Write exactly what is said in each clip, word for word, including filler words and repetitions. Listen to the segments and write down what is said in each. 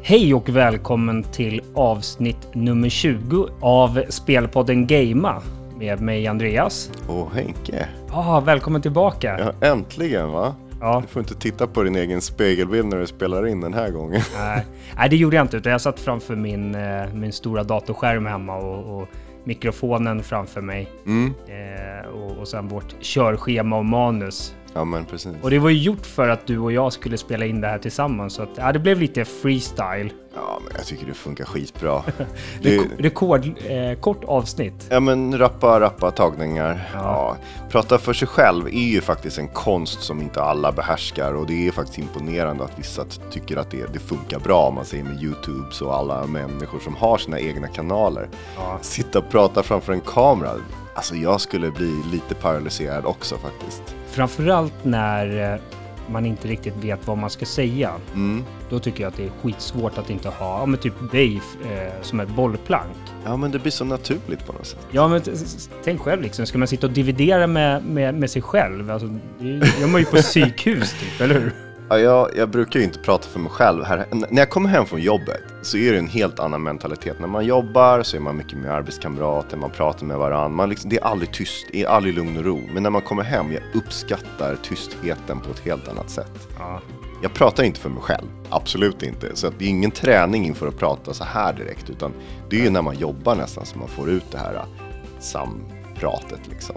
Hej och välkommen till avsnitt nummer tjugo av Spelpodden Gamea med mig Andreas. Och Henke. Ja, välkommen tillbaka. Ja, äntligen va? Ja. Du får inte titta på din egen spegelbild när du spelar in den här gången. Nej, Nej det gjorde jag inte. Utan jag satt framför min, min stora datorskärm hemma och, och mikrofonen framför mig. Mm. Eh, och, och sen vårt körschema och manus. Ja, men precis. Och det var ju gjort för att du och jag skulle spela in det här tillsammans. Så att, ja, det blev lite freestyle. Ja, men jag tycker det funkar skitbra. det... Rekord, eh, kort avsnitt. Ja, men rappa, rappa tagningar. Ja. Ja. Prata för sig själv är ju faktiskt en konst som inte alla behärskar. Och det är faktiskt imponerande att vissa tycker att det, det funkar bra. Man säger med YouTube och alla människor som har sina egna kanaler. Ja. Sitta och prata framför en kamera. Alltså jag skulle bli lite paralyserad också faktiskt. Framförallt när man inte riktigt vet vad man ska säga. Mm. Då tycker jag att det är skitsvårt att inte ha, ja men typ dig eh, som ett bollplank. Ja, men det blir så naturligt på något sätt. Ja, men t- tänk själv liksom, ska man sitta och dividera med, med, med sig själv? Alltså, det gör man ju på psykhus typ, eller hur? Ja, jag, jag brukar ju inte prata för mig själv här. N- när jag kommer hem från jobbet så är det en helt annan mentalitet. När man jobbar så är man mycket med arbetskamrater, man pratar med varandra. Man liksom, det är aldrig tyst, det är aldrig lugn och ro. Men när man kommer hem, jag uppskattar tystheten på ett helt annat sätt. Ja. Jag pratar inte för mig själv, absolut inte. Så att det är ingen träning inför att prata så här direkt. Utan det är ju när man jobbar nästan som man får ut det här sampratet liksom.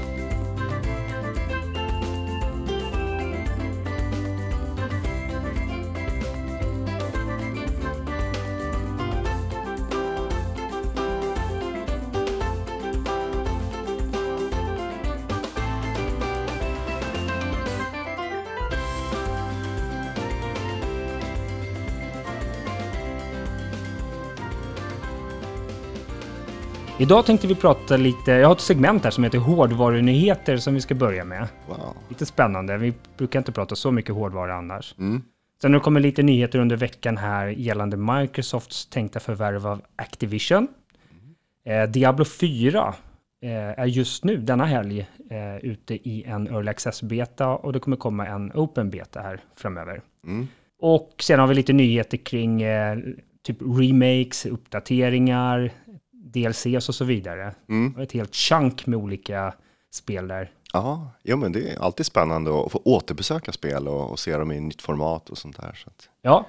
Idag tänkte vi prata lite, jag har ett segment här som heter hårdvarunyheter som vi ska börja med. Wow. Lite spännande, vi brukar inte prata så mycket hårdvara annars. Mm. Sen har det kommit lite nyheter under veckan här gällande Microsofts tänkta förvärv av Activision. Mm. Eh, Diablo fyra eh, är just nu, denna helg, eh, ute i en Early Access-beta och det kommer komma en Open Beta här framöver. Mm. Och sen har vi lite nyheter kring eh, typ remakes, uppdateringar, D L Cs och så vidare. Mm. Och ett helt chunk med olika spel där. Ja, ja, men det är alltid spännande att få återbesöka spel och, och se dem i nytt format och sånt där. Så att... Ja,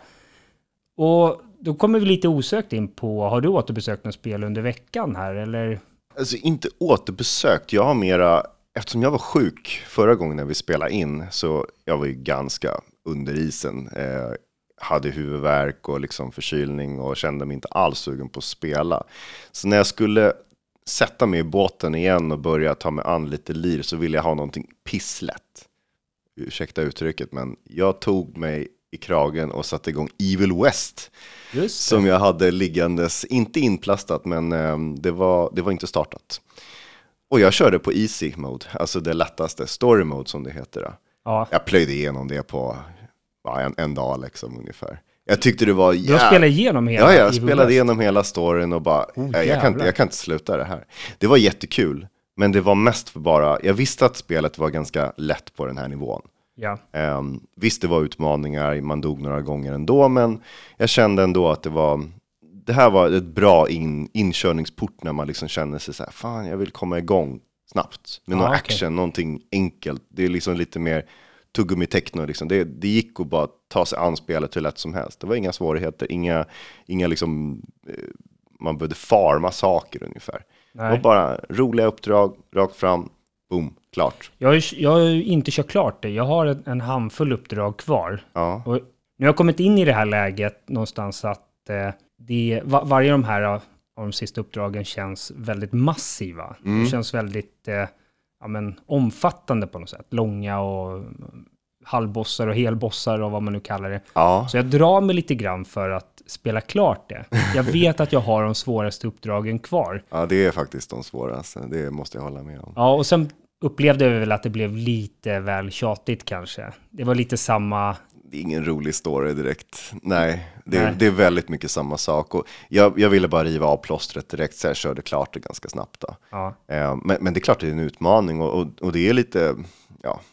och då kommer vi lite osökt in på, har du återbesökt något spel under veckan här eller? Alltså inte återbesökt, jag har mera, eftersom jag var sjuk förra gången när vi spelade in så jag var ju ganska under isen. Eh, hade huvudvärk och liksom förkylning och kände mig inte alls sugen på att spela. Så när jag skulle sätta mig i båten igen och börja ta mig an lite lir så ville jag ha någonting pisslätt. Ursäkta uttrycket, men jag tog mig i kragen och satte igång Evil West. Just det. Som jag hade liggandes, inte inplastat, men eh, det, var, det var inte startat. Och jag körde på easy mode, alltså det lättaste, story mode som det heter. Då. Ja. Jag plöjde igenom det på ja, en, en dag liksom ungefär. Jag tyckte det var... Du har spelat igenom hela? Ja, jag Evil spelade West. igenom hela storyn och bara, Oh, jag, jag, kan inte, jag kan inte sluta det här. Det var jättekul, men det var mest för bara, jag visste att spelet var ganska lätt på den här nivån. Ja. Um, visst, det var utmaningar, man dog några gånger ändå, men jag kände ändå att det var, det här var ett bra in, inkörningsport när man liksom känner sig så här, fan jag vill komma igång snabbt med Ah, någon okay. action, någonting enkelt. Det är liksom lite mer tuggummi techno liksom. Det, det gick att bara ta sig an spelet hur lätt som helst. Det var inga svårigheter, inga, inga liksom, eh, man behövde farma saker ungefär. Nej. Det var bara roliga uppdrag, rakt fram, boom, klart. Jag, har, jag har ju inte kört klart det. Jag har en, en handfull uppdrag kvar. Ja. Och nu har jag kommit in i det här läget någonstans att eh, det, var, varje av de här av de sista uppdragen känns väldigt massiva. Mm. Det känns väldigt eh, ja, men, omfattande på något sätt. Långa och halvbossar och helbossar och vad man nu kallar det. Ja. Så jag drar mig lite grann för att spela klart det. Jag vet att jag har de svåraste uppdragen kvar. Ja, det är faktiskt de svåraste. Det måste jag hålla med om. Ja, och sen upplevde jag väl att det blev lite väl tjatigt kanske. Det var lite samma... Det är ingen rolig story direkt. Nej, det, Nej. det är väldigt mycket samma sak. Och jag, jag ville bara riva av plåstret direkt så jag körde klart det ganska snabbt. Då. Ja. Eh, men, men det är klart det är en utmaning och, och, och det är lite, ja,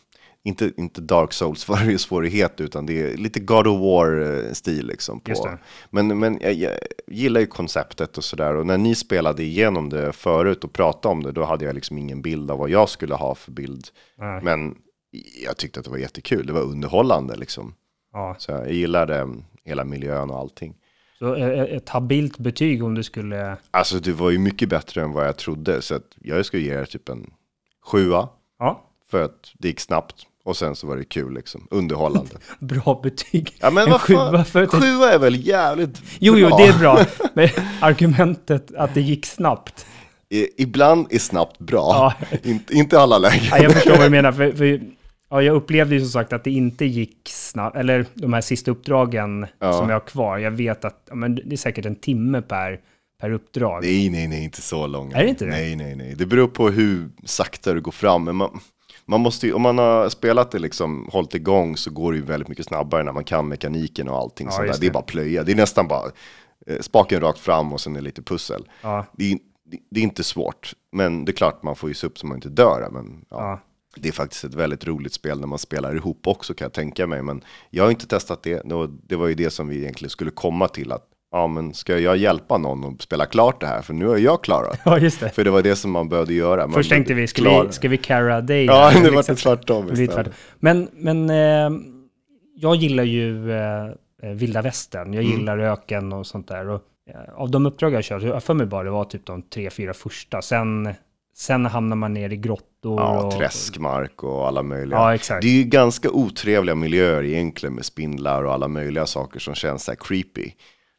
inte, inte Dark Souls varje svårighet, utan det är lite God of War-stil liksom. På. Men, men jag, jag gillar ju konceptet och sådär. Och när ni spelade igenom det förut och pratade om det, då hade jag liksom ingen bild av vad jag skulle ha för bild. Nej. Men jag tyckte att det var jättekul. Det var underhållande liksom. Ja. Så jag gillade hela miljön och allting. Så ett habilt betyg om du skulle... Alltså det var ju mycket bättre än vad jag trodde. Så att jag skulle ge det typ en sjua. Ja. För att det gick snabbt. Och sen så var det kul liksom. Underhållande. Bra betyg. Ja men vad fan. Sjua, sjua är väl jävligt jo, bra. Jo, det är bra. Men argumentet att det gick snabbt. I, ibland är snabbt bra. Ja. Inte, inte alla lägen. Ja, jag förstår vad du menar. För, för, ja, jag upplevde ju som sagt att det inte gick snabbt. Eller de här sista uppdragen ja. Som jag har kvar. Jag vet att ja, men det är säkert en timme per... per uppdrag. Nej, nej, nej, inte så långa. Är det inte det? Nej, nej, nej. Det beror på hur sakta du går fram. Men man, man måste ju, om man har spelat det liksom, hållit igång, så går det ju väldigt mycket snabbare när man kan mekaniken och allting. Ja, så där. Det. det är bara plöja. Det är nästan bara eh, spaken rakt fram och sen är det lite pussel. Ja. Det, är, det, det är inte svårt. Men det är klart man får ju se upp så man inte dör. Men ja. Ja. Det är faktiskt ett väldigt roligt spel när man spelar ihop också, kan jag tänka mig. Men jag har inte testat det. Det var ju det som vi egentligen skulle komma till, att ja, men ska jag hjälpa någon att spela klart det här? För nu är jag klar. Ja, just det. För det var det som man behövde göra. Man Först tänkte vi, ska vi, ska vi carra dig? Ja, det var det tvärtom istället. Men, men eh, jag gillar ju eh, vilda västern. Jag gillar mm. öken och sånt där. Och, eh, av de uppdrag jag kört, jag för mig bara det var typ de tre, fyra första. Sen, sen hamnar man ner i grottor. Ja, och träskmark och alla möjliga. Ja, exakt. Det är ju ganska otrevliga miljöer egentligen, med spindlar och alla möjliga saker som känns så här creepy.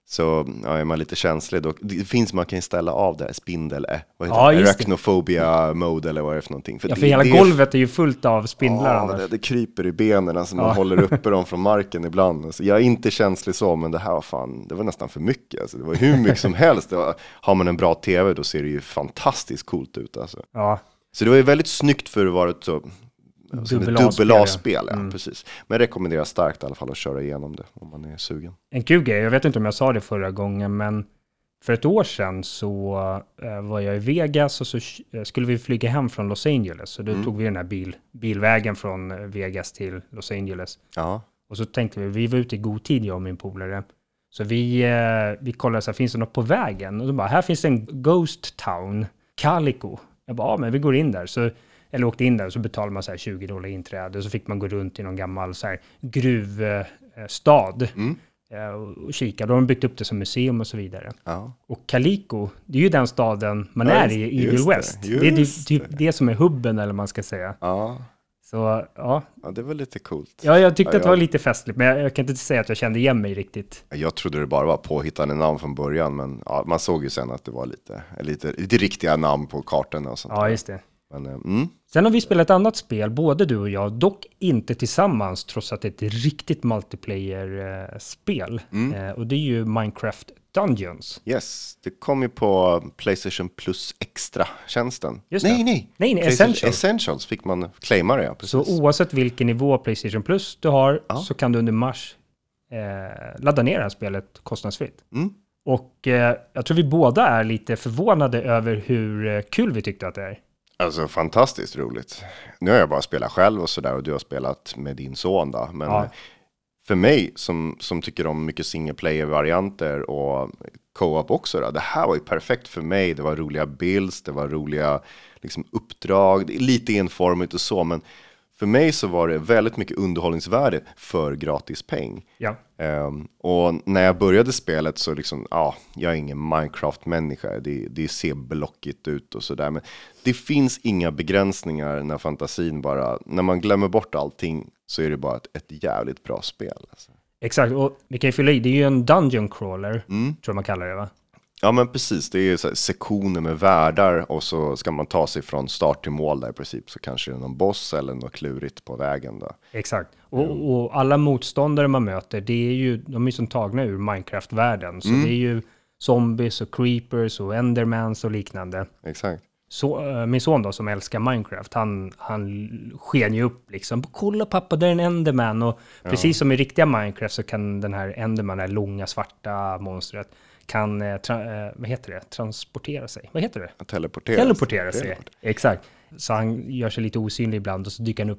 Så ja, är man lite känslig då, det finns, man kan ställa av det, spindel, äh, vad heter ja, det? Arachnophobia mode eller vad är det för någonting. För, ja, för det, hela det golvet är ju fullt av spindlar. Ja, det, det kryper i benen, alltså man ja. håller uppe dem från marken ibland. Alltså, jag är inte känslig så, men det här var fan, det var nästan för mycket. Alltså, det var hur mycket som helst. Det var, har man en bra tv, då ser det ju fantastiskt coolt ut. Alltså. Ja. Så det var ju väldigt snyggt för att vara ett så... Dubbel A-spel, ja, mm. precis. Men jag rekommenderar starkt i alla fall att köra igenom det om man är sugen. En kul grej, jag vet inte om jag sa det förra gången, men för ett år sedan så uh, var jag i Vegas och så uh, skulle vi flyga hem från Los Angeles. Så då mm. tog vi den här bil, bilvägen från Vegas till Los Angeles. Ja. Och så tänkte vi, vi var ute i god tid, jag och min polare. Så vi, uh, vi kollade så här, finns det något på vägen? Och då bara, här finns det en ghost town, Calico. Jag bara, ja men vi går in där. Så eller åkte in där och så betalade man så här tjugo dollar inträde. Och så fick man gå runt i någon gammal så här gruvstad mm. och, och kika. Då har de byggt upp det som museum och så vidare. Ja. Och Calico, det är ju den staden man ja, är i, i Evil West. Det, det är typ det. det som är hubben, eller man ska säga. Ja. Så, ja. Ja, det var lite coolt. Ja, jag tyckte ja, att det var lite festligt. Men jag, jag kan inte säga att jag kände igen mig riktigt. Jag trodde det bara var påhittande namn från början. Men ja, man såg ju sen att det var lite, lite, lite riktiga namn på kartorna och sånt. Ja, just det. Men, mm. Sen har vi spelat ett annat spel, både du och jag, dock inte tillsammans, trots att det är ett riktigt multiplayer-spel. Mm. Eh, och det är ju Minecraft Dungeons. Yes, det kom ju på PlayStation Plus Extra-tjänsten. Just nej, nej. Nej, nej, Essentials. Essentials fick man claima det, ja, precis. Så oavsett vilken nivå PlayStation Plus du har, ja. så kan du under mars eh, ladda ner det här spelet kostnadsfritt. Mm. Och eh, jag tror vi båda är lite förvånade över hur eh, kul vi tyckte att det är. Alltså fantastiskt roligt. Nu har jag bara spelat själv och sådär, och du har spelat med din son då. Men ja. för mig som, som tycker om mycket single player-varianter och co-op också då, det här var ju perfekt för mig. Det var roliga builds, det var roliga liksom, uppdrag, lite enformigt och så, men för mig så var det väldigt mycket underhållningsvärde för gratis peng. Ja. Um, och när jag började spelet så liksom, ja, jag är ingen Minecraft-människa. Det, det ser blockigt ut och sådär. Men det finns inga begränsningar när fantasin bara, när man glömmer bort allting så är det bara ett, ett jävligt bra spel. Alltså. Exakt, och vi kan ju fylla i, det är ju en dungeon crawler, mm. tror man kallar det, va? Ja, men precis, det är så här sektioner med världar och så ska man ta sig från start till mål där i princip, så kanske det är någon boss eller något klurigt på vägen då. Exakt, och, mm. och alla motståndare man möter, det är ju, de är ju som tagna ur Minecraft-världen, så mm. det är ju zombies och creepers och endermans och liknande. Exakt. Så, äh, min son då som älskar Minecraft, han, han sken ju upp liksom, kolla pappa, där är en enderman, och ja. precis som i riktiga Minecraft så kan den här enderman, det här långa svarta monstret, kan, eh, tra- eh, vad heter det, transportera sig. Vad heter det? Teleportera, Teleportera sig. Teleportera. Exakt. Så han gör sig lite osynlig ibland och så dyker han upp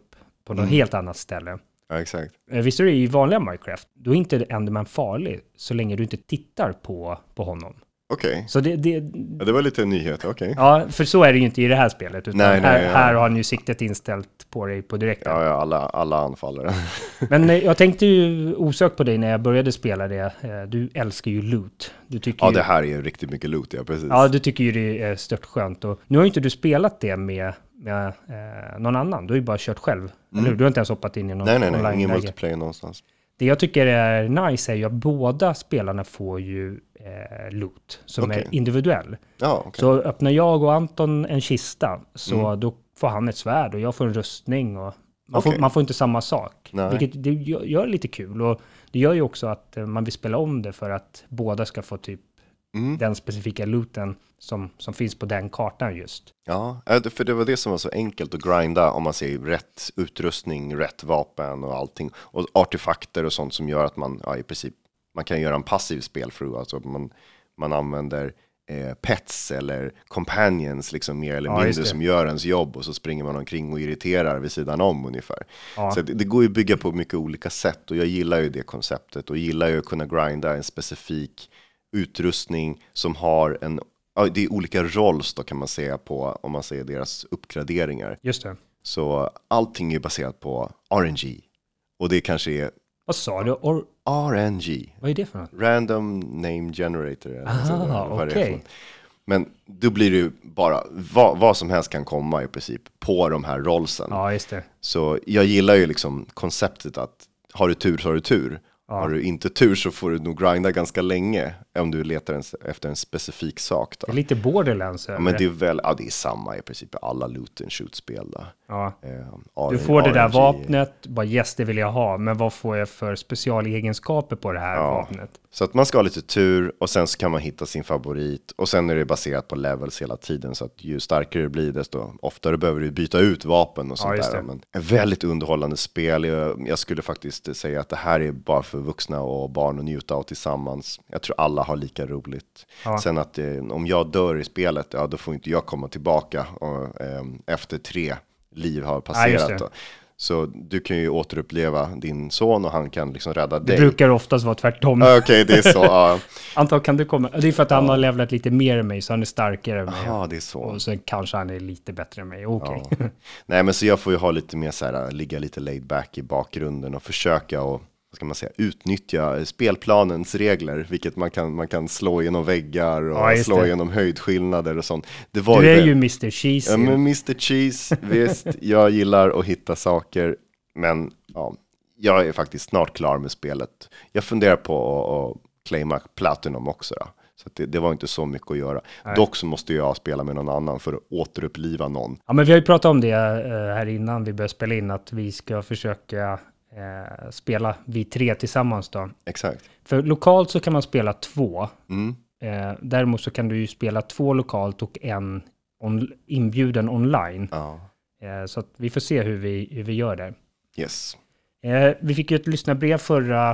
på något Mm. helt annat ställe. Ja, exakt. Eh, Visst är det i vanliga Minecraft, då är inte Enderman farlig så länge du inte tittar på, på honom. Okej. Så det, det, Ja, det var lite en nyhet, okej. ja, för så är det ju inte i det här spelet. Utan Nej, nej, här, ja. här har han ju siktet inställt på dig på direkten. Ja, ja, alla, alla anfallare. Men eh, jag tänkte ju osökt på dig när jag började spela det. Eh, Du älskar ju loot. Du tycker Ja, ju, det här är ju riktigt mycket loot, ja, precis. ja, du tycker ju det är stört skönt. Och nu har ju inte du spelat det med, med eh, någon annan. Du har ju bara kört själv. Eller hur? Du har inte ens hoppat in i någon nej, nej, nej, ingen online-läge. multiplayer någonstans. Det jag tycker är nice är ju att båda spelarna får ju eh, loot som Okej. är individuell. Ja, okej. Så öppnar jag och Anton en kista så Mm. då får han ett svärd och jag får en rustning och man, Okej. får, man får inte samma sak. Nej. Vilket det gör, gör lite kul och det gör ju också att eh, man vill spela om det för att båda ska få typ Mm. den specifika looten som, som finns på den kartan just. Ja, äh, för det var det som var så enkelt att grinda om man ser rätt utrustning, rätt vapen och allting. Och artefakter och sånt som gör att man ja, i princip man kan göra en passiv spelfru. Alltså man, man använder eh, pets eller companions liksom mer eller Ja, just mindre det. som gör ens jobb och så springer man omkring och irriterar vid sidan om ungefär. Ja. Så det, det går ju att bygga på mycket olika sätt och jag gillar ju det konceptet och gillar ju att kunna grinda en specifik utrustning som har en, ja, det är olika rolls då kan man säga på om man säger deras uppgraderingar. Just det. Så allting är baserat på R N G och det kanske är Vad sa du? Or, R N G, vad är det för något? Random Name Generator. eller Aha, så, vad det är för okej. något. Men då blir det ju bara vad, vad som helst kan komma i princip på de här rollsen. Ja, just det. Så jag gillar ju liksom konceptet att har du tur så har du tur. Ja. Har du inte tur så får du nog grinda ganska länge om du letar en, efter en specifik sak då. Det är lite Borderlands Ja, över men det. det är väl, ja det är samma i princip i alla loot and shoot-spel då. Ja. Eh, Du får det där R N G. vapnet, bara yes det vill jag ha, men vad får jag för specialegenskaper på det här Ja. vapnet? Så att man ska ha lite tur och sen så kan man hitta sin favorit och sen är det baserat på levels hela tiden så att ju starkare det blir desto oftare behöver du byta ut vapen och sånt just där. det. Men ett väldigt underhållande spel. Jag, jag skulle faktiskt säga att det här är bara för vuxna och barn att njuta av tillsammans. Jag tror alla har lika roligt. Ja. Sen att eh, om jag dör i spelet, ja då får inte jag komma tillbaka och, eh, efter tre liv har Ja, just passerat. det. då. Så du kan ju återuppleva din son och han kan liksom rädda Det dig. brukar oftast vara tvärtom. Ah, Okej, det är så. Ja. Antal kan du komma? Det är för att han har levlat lite mer än mig, så han är starkare än mig. Ja, det är så. Och sen kanske han är lite bättre än mig. Okej. Ja. Nej, men så jag får ju ha lite mer så här, ligga lite laid back i bakgrunden och försöka och vad ska man säga, utnyttja spelplanens regler, vilket man kan, man kan slå genom väggar och Ja, just slå det. genom höjdskillnader och sånt. Det var Du är väl- ju mister Cheesy. Ja, men mister Cheese, visst, jag gillar att hitta saker, men ja, jag är faktiskt snart klar med spelet. Jag funderar på att, att claima Platinum också då. Så att det, det var inte så mycket att göra. Nej. Dock så måste jag spela med någon annan för att återuppliva någon. Ja, men vi har ju pratat om det eh, här innan vi började spela in, att vi ska försöka eh, spela vi tre tillsammans då. Exakt. För lokalt så kan man spela två. Mm. Eh, däremot så kan du ju spela två lokalt och en on- inbjuden online. Ja. Eh, så att vi får se hur vi, hur vi gör det. Yes. Eh, vi fick ju ett lyssnarbrev förra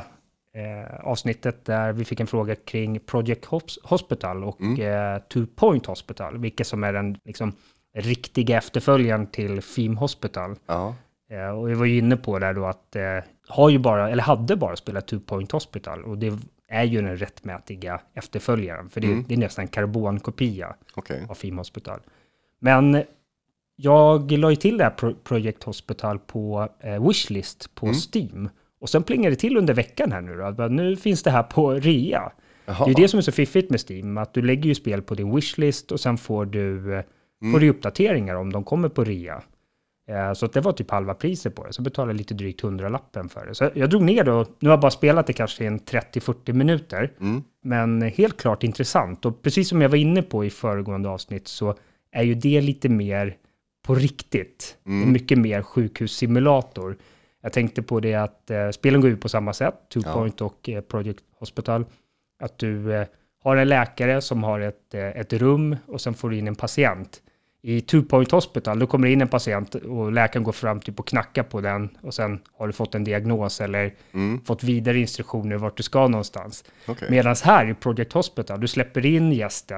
eh, avsnittet där vi fick en fråga kring Project Hos- Hospital och Mm. eh, Two Point Hospital, vilka som är den liksom, riktiga efterföljaren till Theme Hospital. Ja. Eh, och vi var ju inne på där då att eh, har ju bara, eller hade bara spelat Two Point Hospital och det är ju den rättmätiga efterföljaren, för det, Mm. det är nästan en karbonkopia Okej. av Theme Hospital. Men jag la ju till det här Pro- Project Hospital på eh, Wishlist på Mm. Steam. Och sen plingade det till under veckan här nu då. Att bara, nu finns det här på rea. Jaha. Det är ju det som är så fiffigt med Steam. Att du lägger ju spel på din Wishlist och sen får du, eh, Mm. får du uppdateringar om de kommer på rea. Eh, så att det var typ halva priset på det. Så jag betalade lite drygt hundralappen för det. Så jag drog ner då. Nu har jag bara spelat det kanske i en trettio till fyrtio minuter. Mm. Men helt klart intressant. Och precis som jag var inne på i föregående avsnitt så är ju det lite mer på riktigt. Mm. Det är mycket mer sjukhussimulator. Jag tänkte på det att eh, spelen går ut på samma sätt, Two Ja. Point och eh, Project Hospital. Att du eh, har en läkare som har ett, eh, ett rum och sen får du in en patient. I Two Point Hospital, då kommer det in en patient och läkaren går fram typ och knackar på den och sen har du fått en diagnos eller Mm. fått vidare instruktioner vart du ska någonstans. Okej. Medan här i Project Hospital, du släpper in gästen,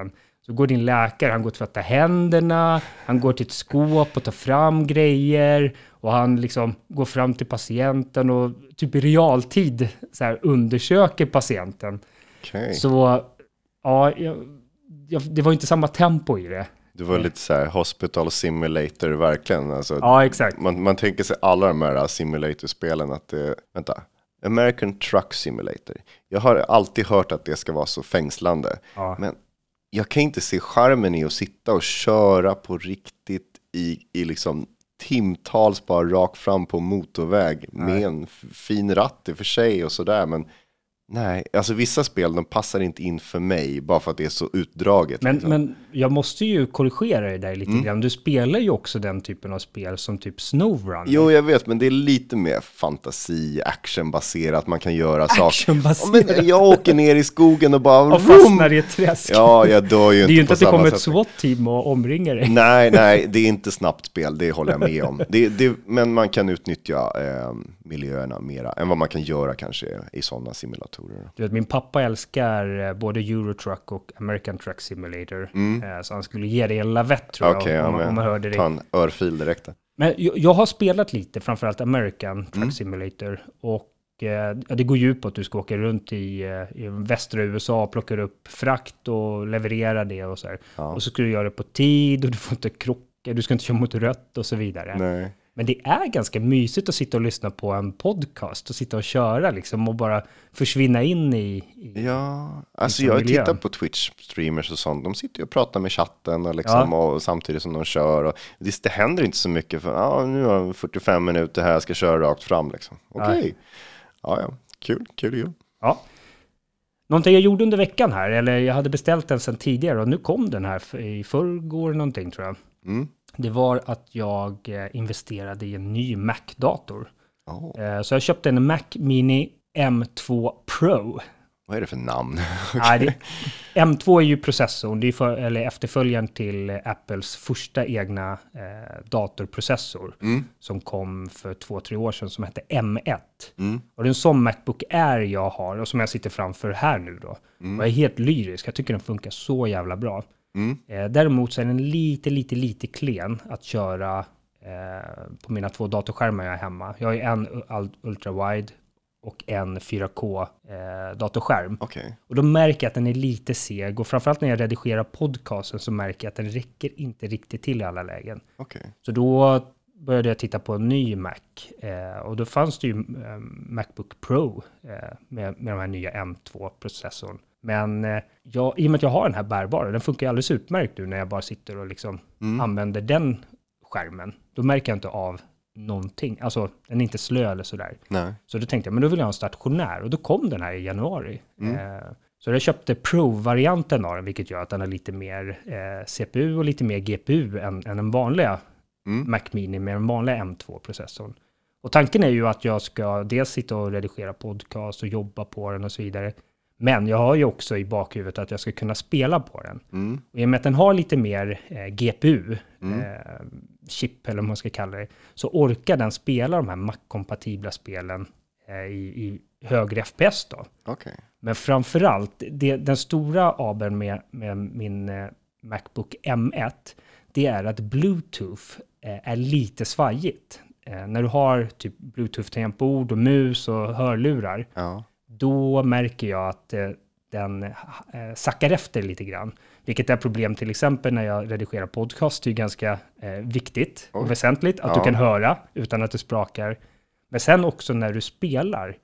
Så går din läkare, han går och tvättar händerna, han går till ett skåp och tar fram grejer och han liksom går fram till patienten och typ i realtid så här undersöker patienten. Okay. Så ja, jag, jag, det var inte samma tempo i det. Det var lite så här hospital simulator verkligen. Alltså, ja, exakt. Man, man tänker sig alla de här simulatorspelen att det, vänta, American Truck Simulator. Jag har alltid hört att det ska vara så fängslande. Ja. Men jag kan inte se charmen i att sitta och köra på riktigt i, i liksom timtals bara rakt fram på motorväg. Nej. Med en f- fin ratt i och för sig och sådär. Men nej, alltså vissa spel de passar inte in för mig bara för att det är så utdraget. Men, liksom. men jag måste ju korrigera dig där lite mm. grann. Du spelar ju också den typen av spel som typ Snowrunner. Jo, jag vet, men det är lite mer fantasi, actionbaserat. Man kan göra saker. Actionbaserat? Ja, men jag åker ner i skogen och bara... Och fastnar i ett träsk. Ja, jag dör ju inte. Det är ju inte att det kommer ett sätt. SWAT-team och omringar dig. Nej, nej, det är inte snabbt spel. Det håller jag med om. Det, det, men man kan utnyttja eh, miljöerna mera än vad man kan göra kanske i sådana simulatorer. Du vet, min pappa älskar både Euro Truck och American Truck Simulator. Mm. Så han skulle ge det en lavett tror okay, jag. Om, ja, om man hörde det. Ta en örfil direkt. Men jag, jag har spelat lite, framförallt American Truck mm. Simulator. Och eh, det går ju ut på att du ska åka runt i, i västra U S A och plocka upp frakt och leverera det och så här. Ja. Och så ska du göra det på tid och du får inte krocka, du ska inte köra mot rött och så vidare. Nej. Men det är ganska mysigt att sitta och lyssna på en podcast och sitta och köra liksom och bara försvinna in i, i Ja, alltså jag miljön. tittar på Twitch-streamers och sånt. De sitter och pratar med chatten och, liksom, ja. och samtidigt som de kör. Och det, det händer inte så mycket för ja, nu har jag fyrtiofem minuter här, jag ska köra rakt fram. Liksom. Okej, okay. ja. ja, ja, kul, kul, kul. Ja. Någonting jag gjorde under veckan här, eller jag hade beställt den sedan tidigare och nu kom den här i förrgår någonting tror jag. Mm. Det var att jag investerade i en ny Mac-dator. Oh. Så jag köpte en Mac Mini M två Pro. Vad är det för namn? Okay. Nej, det, M två är ju processorn, det är för, eller efterföljaren till Apples första egna eh, datorprocessor mm. som kom för två, tre år sedan som hette M ett. Mm. Och det är en sån Macbook Air jag har och som jag sitter framför här nu då. Mm. Och jag är helt lyrisk, jag tycker den funkar så jävla bra. Mm. Eh, däremot så är den lite, lite, lite klen att köra eh, på mina två datorskärmar jag har hemma. Jag har ju en ultra-wide och en fyra K eh, datorskärm. Okay. Och då märker jag att den är lite seg. Och framförallt när jag redigerar podcasten så märker jag att den räcker inte riktigt till i alla lägen. Okay. Så då började jag titta på en ny Mac. Eh, och då fanns det ju eh, Macbook Pro eh, med, med de här nya M två-processorn. Men eh, jag, i och med att jag har den här bärbara, den funkar alldeles utmärkt nu när jag bara sitter och liksom mm. använder den skärmen. Då märker jag inte av någonting. Alltså, den är inte slö eller sådär. Nej. Så då tänkte jag, men då vill jag ha en stationär. Och då kom den här i januari. Mm. Eh, så jag köpte Pro-varianten av den, vilket gör att den har lite mer eh, C P U och lite mer G P U än, än den vanliga mm. Mac Mini med den vanliga M två-processorn. Och tanken är ju att jag ska dels sitta och redigera podcast och jobba på den och så vidare. Men jag har ju också i bakhuvudet att jag ska kunna spela på den. Mm. Och i och med att den har lite mer eh, G P U, mm. eh, chip eller vad man ska kalla det, så orkar den spela de här Mac-kompatibla spelen eh, i, i högre F P S då. Okay. Men framförallt, det, den stora abern med, med min eh, Macbook M ett, det är att Bluetooth eh, är lite svajigt. Eh, när du har typ Bluetooth-tangentbord och mus och hörlurar, ja. Då märker jag att eh, den eh, sackar efter lite grann. Vilket är problem till exempel när jag redigerar podcast. Det är ganska eh, viktigt och Oj. väsentligt att ja. du kan höra utan att det sprakar. Men sen också när du spelar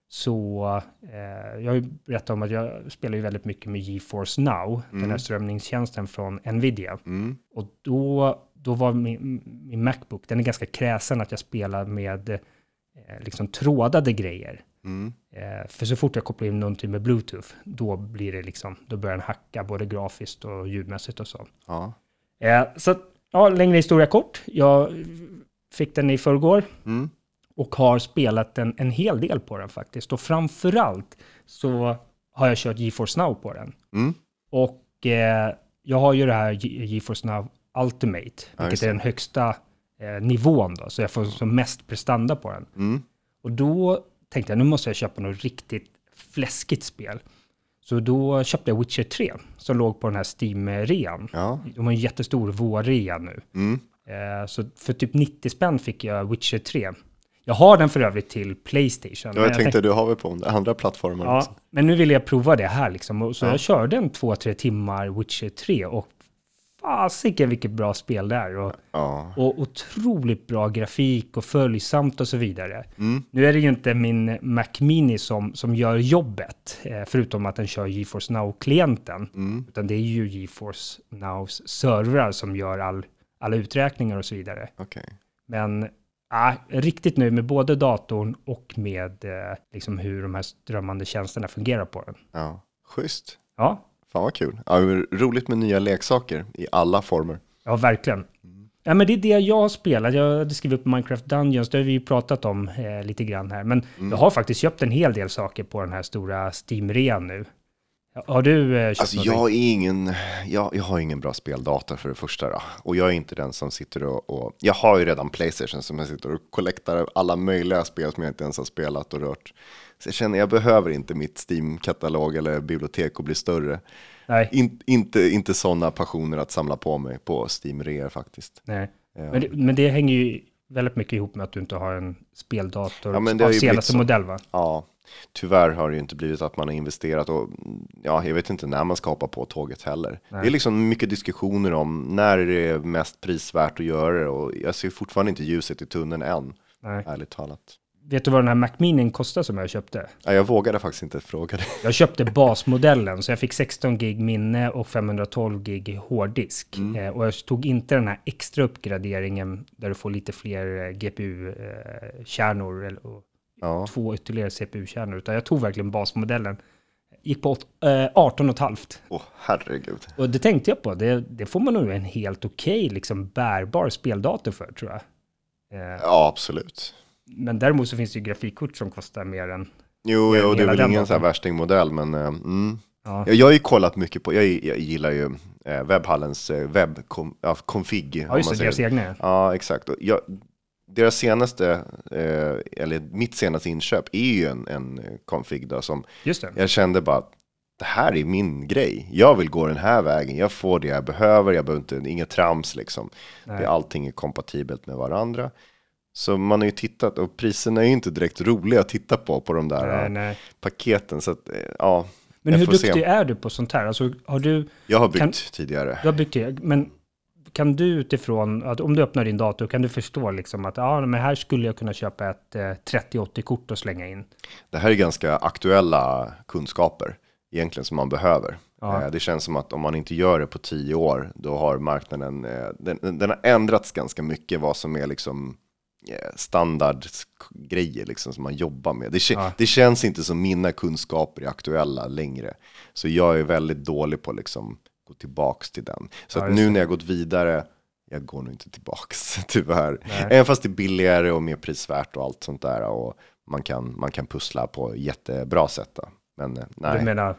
så, eh, jag har ju berättat om att jag spelar ju väldigt mycket med GeForce Now, mm. den här strömningstjänsten från Nvidia. Mm. Och då, då var min, min Macbook, den är ganska kräsen att jag spelar med eh, liksom trådade grejer. Mm. Eh, för så fort jag kopplar in någonting med Bluetooth, då blir det liksom, då börjar den hacka både grafiskt och ljudmässigt och så. Ja. Eh, så, ja, längre historia kort. Jag fick den i förrgår mm. och har spelat en, en hel del på den faktiskt. Och framförallt så har jag kört GeForce Now på den. Mm. Och eh, jag har ju det här Ge- GeForce Now Ultimate, ja, vilket är den högsta eh, nivån då, så jag får som mest prestanda på den. Mm. Och då tänkte jag, nu måste jag köpa något riktigt fläskigt spel. Så då köpte jag Witcher tre som låg på den här Steam-rean. Ja. De har en jättestor vårrea nu. Mm. Eh, så för typ nittio spänn fick jag Witcher tre. Jag har den för övrigt till PlayStation. Ja, jag, jag tänkte tänkte, du har väl på andra plattformar ja, också. men nu vill jag prova det här liksom. Och så Ja. jag körde en två, tre timmar Witcher tre och fasiken vilket bra spel det är. Och, Ja. och otroligt bra grafik och följsamt och så vidare. Mm. Nu är det ju inte min Mac Mini som, som gör jobbet, eh, förutom att den kör GeForce Now-klienten. Mm. Utan det är ju GeForce Nows servrar som gör all, alla uträkningar och så vidare. Okej. Men ja, riktigt nöjd med både datorn och med eh, liksom hur de här strömmande tjänsterna fungerar på den. Ja, schysst. Ja, Fan vad kul. Ja, roligt med nya leksaker i alla former. ja verkligen. Ja, men det är det jag har spelat. Jag hade skrivit upp Minecraft Dungeons, det har vi ju pratat om eh, lite grann här. Men Mm. jag har faktiskt köpt en hel del saker på den här stora Steam-rean nu. Har du eh, köpt Alltså någonting? jag är ingen, jag, jag har ingen bra speldator för det första då. Och jag är inte den som sitter och, och jag har ju redan PlayStation som jag sitter och kollektar alla möjliga spel som jag inte ens har spelat och rört. Så jag känner jag behöver inte mitt Steam-katalog eller bibliotek att bli större. Nej. In, inte, inte sådana passioner att samla på mig på Steam-reor faktiskt. Nej. Ja. Men, det, men det hänger ju väldigt mycket ihop med att du inte har en speldator Ja, men det har av ju blivit senaste så. modell, va? Ja, tyvärr har det ju inte blivit att man har investerat och ja, jag vet inte när man ska hoppa på tåget heller. Nej. Det är liksom mycket diskussioner om när är det mest prisvärt att göra det och jag ser fortfarande inte ljuset i tunneln än, Nej. ärligt talat. Vet du vad den här Mac Mini kostar som jag köpte? Ja, jag vågade faktiskt inte fråga dig. Jag köpte basmodellen, så jag fick sexton gig minne och femhundratolv gig hårddisk. Mm. Eh, och jag tog inte den här extra uppgraderingen där du får lite fler eh, G P U-kärnor eller, och Ja, två ytterligare C P U-kärnor. Utan jag tog verkligen basmodellen. Gick på åt, eh, arton och ett halvt. åh herregud. Och det tänkte jag på. Det, det får man nog en helt okej, liksom bärbar speldator för, tror jag. Eh, Ja, absolut. men däremot så finns det ju grafikkort som kostar mer än... Jo, jo det är hela väl den ingen så här datorn. värstingmodell, men eh, mm. Ja, jag, jag har ju kollat mycket på, jag, jag gillar ju eh, webbhallens eh, webbkonfig. Ja, config, ja om just man det, säger. deras egna. Ja, exakt. Och jag, deras senaste, eh, eller mitt senaste inköp är ju en, en config då, som Just det. jag kände bara, det här är min grej. Jag vill gå den här vägen, jag får det jag behöver, jag behöver inte, inget trams liksom. Nej. Det, allting är kompatibelt med varandra. Så man har ju tittat, och priserna är ju inte direkt roliga att titta på, på de där Nej, eh, nej. paketen. Så att, eh, ja, Men jag hur får duktig se. är du på sånt här? Alltså, har du, Jag har byggt Kan- tidigare. du har byggt det, men kan du utifrån, att om du öppnar din dator, kan du förstå liksom att ja, men här skulle jag kunna köpa ett eh, trettio åttio-kort och slänga in? Det här är ganska aktuella kunskaper egentligen som man behöver. Ja. Eh, Det känns som att om man inte gör det på tio år, då har marknaden, eh, den, den har ändrats ganska mycket vad som är liksom eh, standardgrejer liksom som man jobbar med. Det, kä- Ja. det känns inte som mina kunskaper är aktuella längre. Så jag är väldigt dålig på liksom gå tillbaks till den. Så Ja, att just nu det. när jag gått vidare, jag går nog inte tillbaks tyvärr. Nej. Även fast det är billigare och mer prisvärt och allt sånt där. Och man kan, man kan pussla på jättebra sätt då. Men eh, nej. Du menar,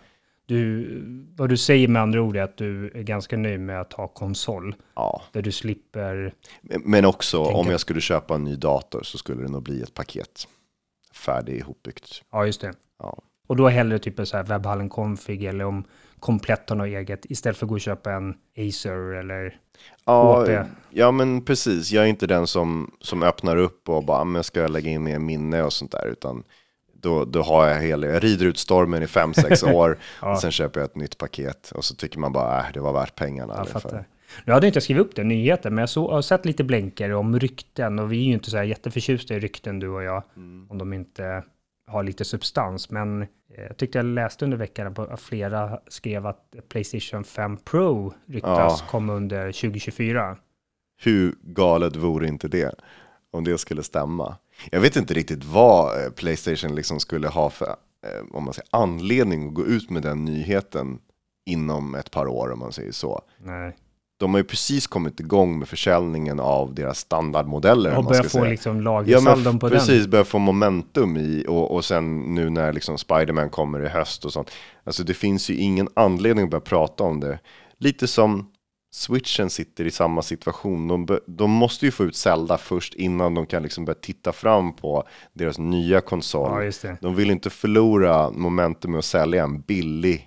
du, vad du säger med andra ord är att du är ganska nöjd med att ha konsol, Ja. där du slipper... Men också Tänker- om jag skulle köpa en ny dator så skulle det nog bli ett paket. Färdig ihopbyggt. Ja, just det. Ja. Och då hellre typ en så här webbhallen config eller om Komplett har något eget, istället för att gå och köpa en Acer eller... Ja, H P. ja men precis. Jag är inte den som, som öppnar upp och bara, men jag ska lägga in mer minne och sånt där. Utan då, då har jag hela, jag rider ut stormen i fem, sex år. Ja. Och sen köper jag ett nytt paket. Och så tycker man bara, äh, det var värt pengarna. Jag ungefär. fattar. Nu hade inte jag skrivit upp den nyheten, men jag, så, jag har sett lite blänkare om rykten, och vi är ju inte så här jätteförtjusta i rykten, du och jag, Mm. om de inte har lite substans. Men eh, jag tyckte jag läste under veckan att flera skrev att PlayStation fem Pro ryktas Ja. komma under tjugo tjugofyra. Hur galet vore inte det? Om det skulle stämma. Jag vet inte riktigt vad eh, PlayStation liksom skulle ha för eh, om man säger, anledning att gå ut med den nyheten inom ett par år, om man säger så. Nej. De har ju precis kommit igång med försäljningen av deras standardmodeller. om Och man börja ska få säga. liksom Ja, lagersaldon men på precis, den. börja få momentum i, och, och sen nu när liksom Spider-Man kommer i höst och sånt. Alltså det finns ju ingen anledning att börja prata om det. Lite som Switchen sitter i samma situation. De, be, de måste ju få ut Zelda först innan de kan liksom börja titta fram på deras nya konsol. Ja, just det. De vill inte förlora momentum med att sälja en billig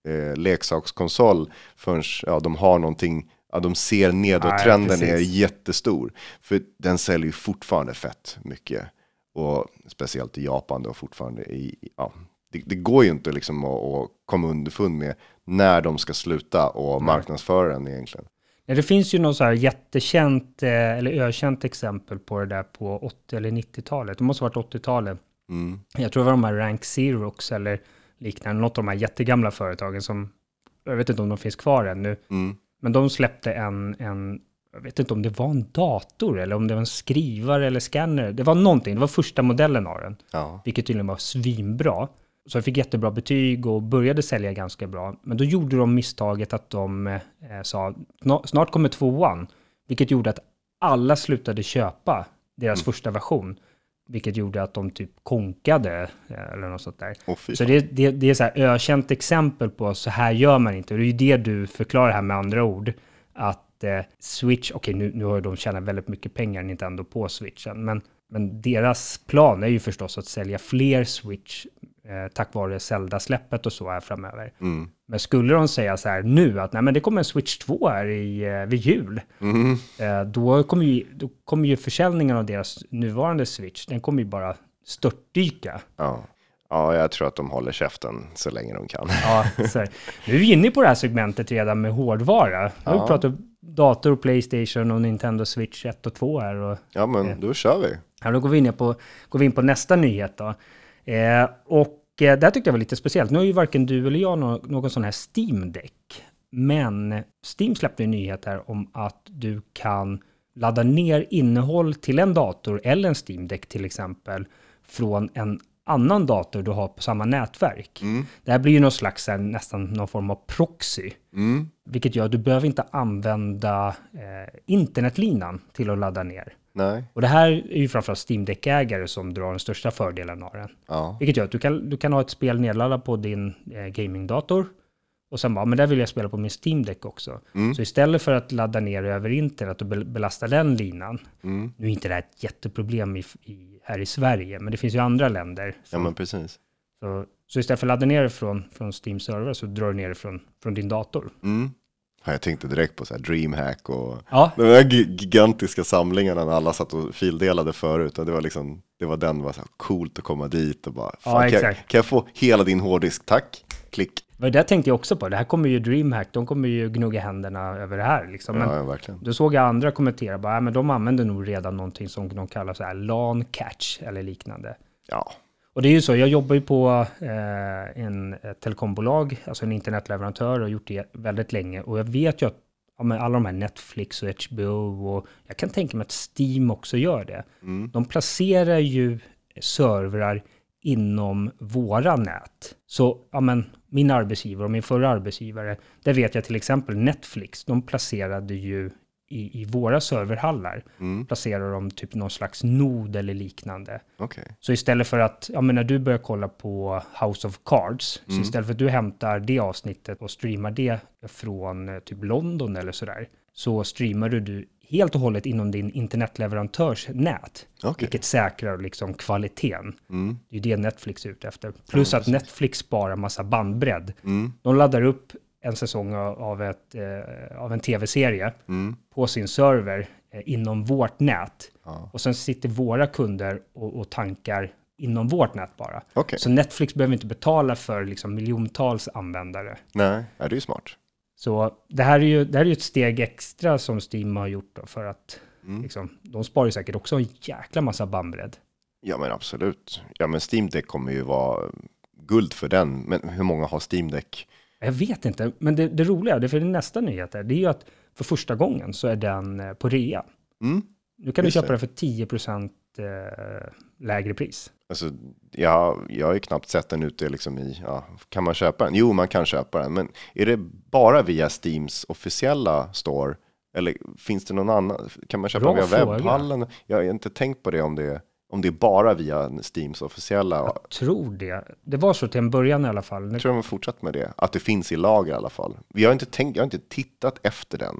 eh, leksakskonsol förrän ja, de har någonting, ja, de ser nedåttrenden är jättestor. För den säljer ju fortfarande fett mycket. Och speciellt i Japan då fortfarande. I, ja, det, det går ju inte liksom att, att komma underfund med när de ska sluta och marknadsföra den egentligen. Ja, det finns ju något så här jättekänt eh, eller ökänt exempel på det där på åttio- eller nittiotalet. Det måste ha varit åttiotalet. Mm. Jag tror det var de här Rank Xerox eller liknande. Något av de här jättegamla företagen som, jag vet inte om de finns kvar ännu. Mm. Men de släppte en, en, jag vet inte om det var en dator eller om det var en skrivare eller scanner. Det var någonting, det var första modellen av den. Ja. Vilket tydligen var svinbra. Så jag fick jättebra betyg och började sälja ganska bra. Men då gjorde de misstaget att de eh, sa, snart kommer tvåan. Vilket gjorde att alla slutade köpa deras mm. första version. Vilket gjorde att de typ konkade eh, eller något sånt där. Oh, så det, det, det är så här ökänt exempel på så här gör man inte. Och det är ju det du förklarar här med andra ord. Att eh, Switch, okej okay, nu, nu har de tjänat väldigt mycket pengar Nintendo på Switchen. Men, men deras plan är ju förstås att sälja fler Switch eh, tack vare Zelda-släppet och så här framöver. Mm. Men skulle de säga så här nu att nej, men det kommer en Switch två här i, eh, vid jul. Mm. Eh, då, kommer ju, då kommer ju försäljningen av deras nuvarande Switch, den kommer ju bara störtdyka. Ja. Ja, jag tror att de håller käften så länge de kan. Ja, så här. Nu är vi inne på det här segmentet redan med hårdvara. Nu har vi pratat dator, PlayStation och Nintendo Switch ett och två här. Och, ja, men eh, då kör vi. Ja, då går vi in på, går vi in på nästa nyhet då. Eh, och eh, det här tyckte jag var lite speciellt. Nu har ju varken du eller jag någon, någon sån här Steam Deck. Men Steam släppte en nyhet här om att du kan ladda ner innehåll till en dator eller en Steam Deck till exempel från en annan dator du har på samma nätverk. Mm. Det här blir ju någon slags här, nästan någon form av proxy. Mm. Vilket gör att du behöver inte använda eh, internetlinan till att ladda ner. Nej. Och det här är ju framförallt Steam Deck-ägare som drar den största fördelen av den. Ja. Vilket gör att du kan, du kan ha ett spel nedladdat på din eh, gamingdator. Och sen bara, men där vill jag spela på min Steam Deck också. Mm. Så istället för att ladda ner över internet och belasta den linan. Mm. Nu är inte det här ett jätteproblem i, i, här i Sverige, men det finns ju andra länder. Ja, men precis. Så, så istället för att ladda ner det från, från Steam server så drar du ner det från, från din dator. Mm. Jag tänkte direkt på så här DreamHack och ja. de här gigantiska samlingarna när alla satt och fildelade förut. Och det var liksom, det var den, var så här coolt att komma dit och bara, fan, ja, kan, jag, kan jag få hela din hårddisk? Tack, klick. Men det tänkte jag också på. Det här kommer ju DreamHack, de kommer ju gnugga händerna över det här. Liksom. Men ja, verkligen. Då såg jag andra kommentera, bara, ja, men de använder nog redan någonting som de kallar så här LAN catch eller liknande. Ja. Och det är ju så, jag jobbar ju på eh, en ett telekombolag, alltså en internetleverantör och har gjort det väldigt länge. Och jag vet ju att ja, men alla de här Netflix och H B O och jag kan tänka mig att Steam också gör det. Mm. De placerar ju servrar inom våra nät. Så ja, men, min arbetsgivare och min förra arbetsgivare, där vet jag till exempel Netflix, de placerade ju i, i våra serverhallar, Mm. placerar de typ någon slags nod eller liknande. Okay. Så istället för att, ja men när du börjar kolla på House of Cards, Mm. så istället för att du hämtar det avsnittet och streamar det från eh, typ London eller sådär, så streamar du, du helt och hållet inom din internetleverantörs nät. Okay. Vilket säkrar liksom kvaliteten. Mm. Det är det Netflix är ute efter. Plus ja, att Netflix sparar massa bandbredd. Mm. De laddar upp en säsong av, ett, eh, av en tv-serie Mm. på sin server eh, inom vårt nät. Ja. Och sen sitter våra kunder och, och tankar inom vårt nät bara. Okay. Så Netflix behöver inte betala för liksom miljontals användare. Nej, ja, det är ju smart. Så det här är ju, det här är ju ett steg extra som Steam har gjort då, för att Mm. liksom, de sparar ju säkert också en jäkla massa bandbredd. Ja, men absolut. Ja, men Steam Deck kommer ju vara guld för den. Men hur många har Steam Deck? Jag vet inte, men det, det roliga, det för den nästa nyhet är, det är ju att för första gången så är den eh, på rea. Mm. Nu kan Just du köpa det. den för tio procent eh, lägre pris. Alltså, ja, jag har ju knappt sett den ute liksom i, ja, kan man köpa den? Jo, man kan köpa den, men är det bara via Steams officiella store? Eller finns det någon annan? Kan man köpa Bra via fråga. webbhallen? Jag har inte tänkt på det om det, om det är bara via Steams officiella. Jag tror det. Det var så till en början i alla fall. Nu, Jag tror de har fortsatt med det, att det finns i lager i alla fall. Vi har inte tänkt, jag har inte tittat efter den.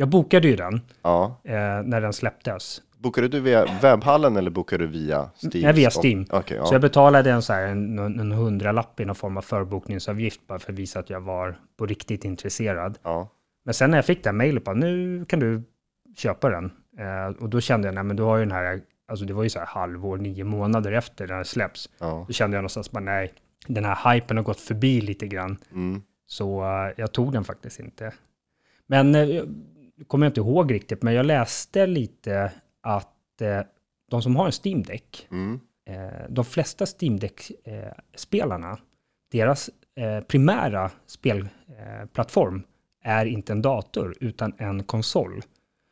Jag bokade ju den Ja. eh, när den släpptes. Bokade du via webbhallen eller bokade du via Steam? Nej, via Steam. Och, okay, ja. Så jag betalade en, så här, en, en hundralapp i någon form av förbokningsavgift bara för att visa att jag var på riktigt intresserad. Ja. Men sen när jag fick det här mejlet på, nu kan du köpa den. Eh, och då kände jag, nej men du har ju den här, alltså det var ju så här halvår, nio månader efter den här släpps. Ja. Då kände jag någonstans bara, nej, den här hypen har gått förbi lite grann. Mm. Så uh, jag tog den faktiskt inte. Men uh, kommer jag inte ihåg riktigt, men jag läste lite att uh, de som har en Steam Deck, Mm. uh, de flesta Steam Deck-spelarna, uh, deras uh, primära spelplattform uh, är inte en dator utan en konsol.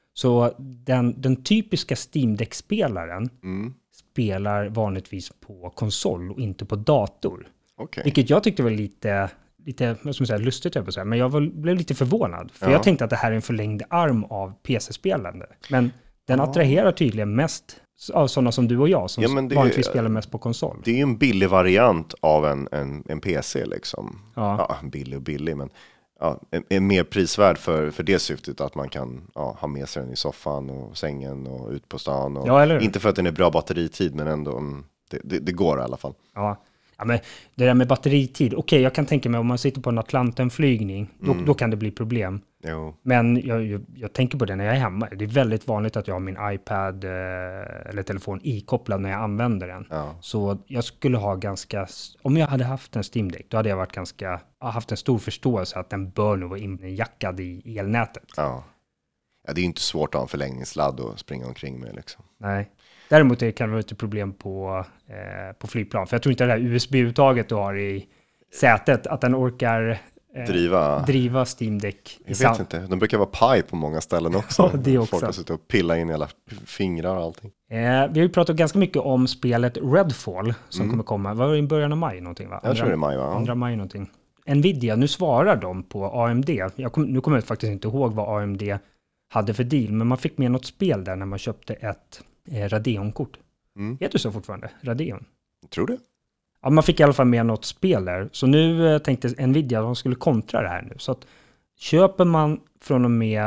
Så den, den typiska Steam Deck-spelaren Mm. spelar vanligtvis på konsol och inte på dator. Okay. Vilket jag tyckte var lite, lite vad ska man säga, lustigt, jag på säga. Men jag var, blev lite förvånad. För ja. jag tänkte att det här är en förlängd arm av P C-spelande. Men den ja. attraherar tydligen mest av sådana som du och jag som ja, vanligtvis spelar mest på konsol. Det är ju en billig variant av en, en, en P C liksom. Ja. Ja, billig och billig, men ja, är, är mer prisvärd för, för det syftet att man kan ja, ha med sig den i soffan och sängen och ut på stan. Och, ja, inte för att den är bra batteritid, men ändå det, det, det går i alla fall. Ja. Ja, men det där med batteritid, okej, okay, jag kan tänka mig om man sitter på en Atlantenflygning, då, mm. då kan det bli problem. Jo. Men jag, jag, jag tänker på det när jag är hemma. Det är väldigt vanligt att jag har min iPad eh, eller telefon ikopplad när jag använder den. Ja. Så jag skulle ha ganska, om jag hade haft en Steam Deck, då hade jag varit ganska, haft en stor förståelse att den bör nog vara injackad i elnätet. Ja. Ja, det är ju inte svårt att ha en förlängningssladd och springa omkring med liksom. Nej. Däremot det kan det vara ett problem på, eh, på flygplan. För jag tror inte det där U S B-uttaget du har i sätet, att den orkar eh, driva. driva Steam Deck. Jag vet sam- inte, de brukar vara paj på många ställen också. Ja, det också. Folk har suttit och pillat in i alla fingrar och allting. Eh, vi har ju pratat ganska mycket om spelet Redfall som mm. kommer komma. Var det i början av maj någonting, va? Jag tror det är maj, va? Andra maj någonting. Nvidia, nu svarar de på A M D. Jag kom, nu kommer jag faktiskt inte ihåg vad A M D hade för deal, men man fick med något spel där när man köpte ett eh, Radeon-kort. Mm. Heter det så fortfarande? Radeon? Jag tror det. Ja, man fick i alla fall med något spel där. Så nu eh, tänkte Nvidia att de skulle kontra det här nu. Så att köper man från och med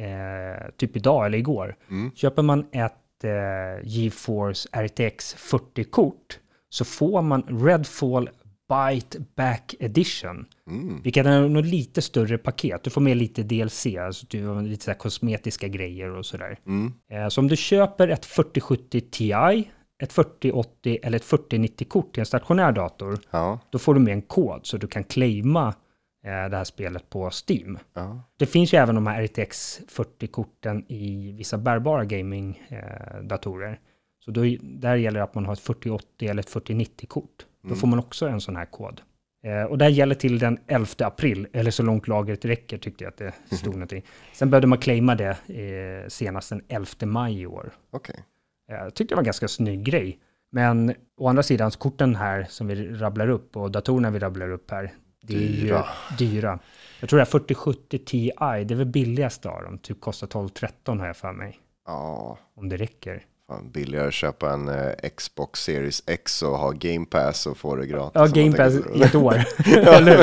eh, typ idag eller igår, mm. köper man ett eh, GeForce R T X fyrtio-kort så får man Redfall Bite Back Edition. Mm. Vilket är något lite större paket. Du får med lite D L C, alltså du har lite så här kosmetiska grejer och sådär. Mm. Eh, så om du köper ett fyrtio sjuttio Ti, ett fyrtio åttio eller ett fyrtio nittio-kort till en stationär dator, ja. Då får du med en kod så du kan claima eh, det här spelet på Steam. Ja. Det finns ju även de här R T X fyrtio-korten i vissa bärbara gaming-datorer. Eh, så då, där gäller det att man har ett fyrtio åttio eller ett fyrtio nittio-kort. Då får man också en sån här kod. Eh, och det här gäller till den elfte april, eller så långt lagret räcker tyckte jag att det stod någonting. Sen började man claima det eh, senast den elfte maj i år. Okay. Eh, jag tyckte det var en ganska snygg grej. Men å andra sidan, korten här som vi rabblar upp och datorerna vi rabblar upp här, det är dyra. ju dyra. Jag tror det här fyrtio sjuttio Ti, det är väl billigast av dem. Typ kostar tolv tretton har jag för mig. Ja. Om det räcker. Fan, billigare att köpa en eh, Xbox Series X och ha Game Pass och få det gratis. Ja, Game Pass i ett år. Eller?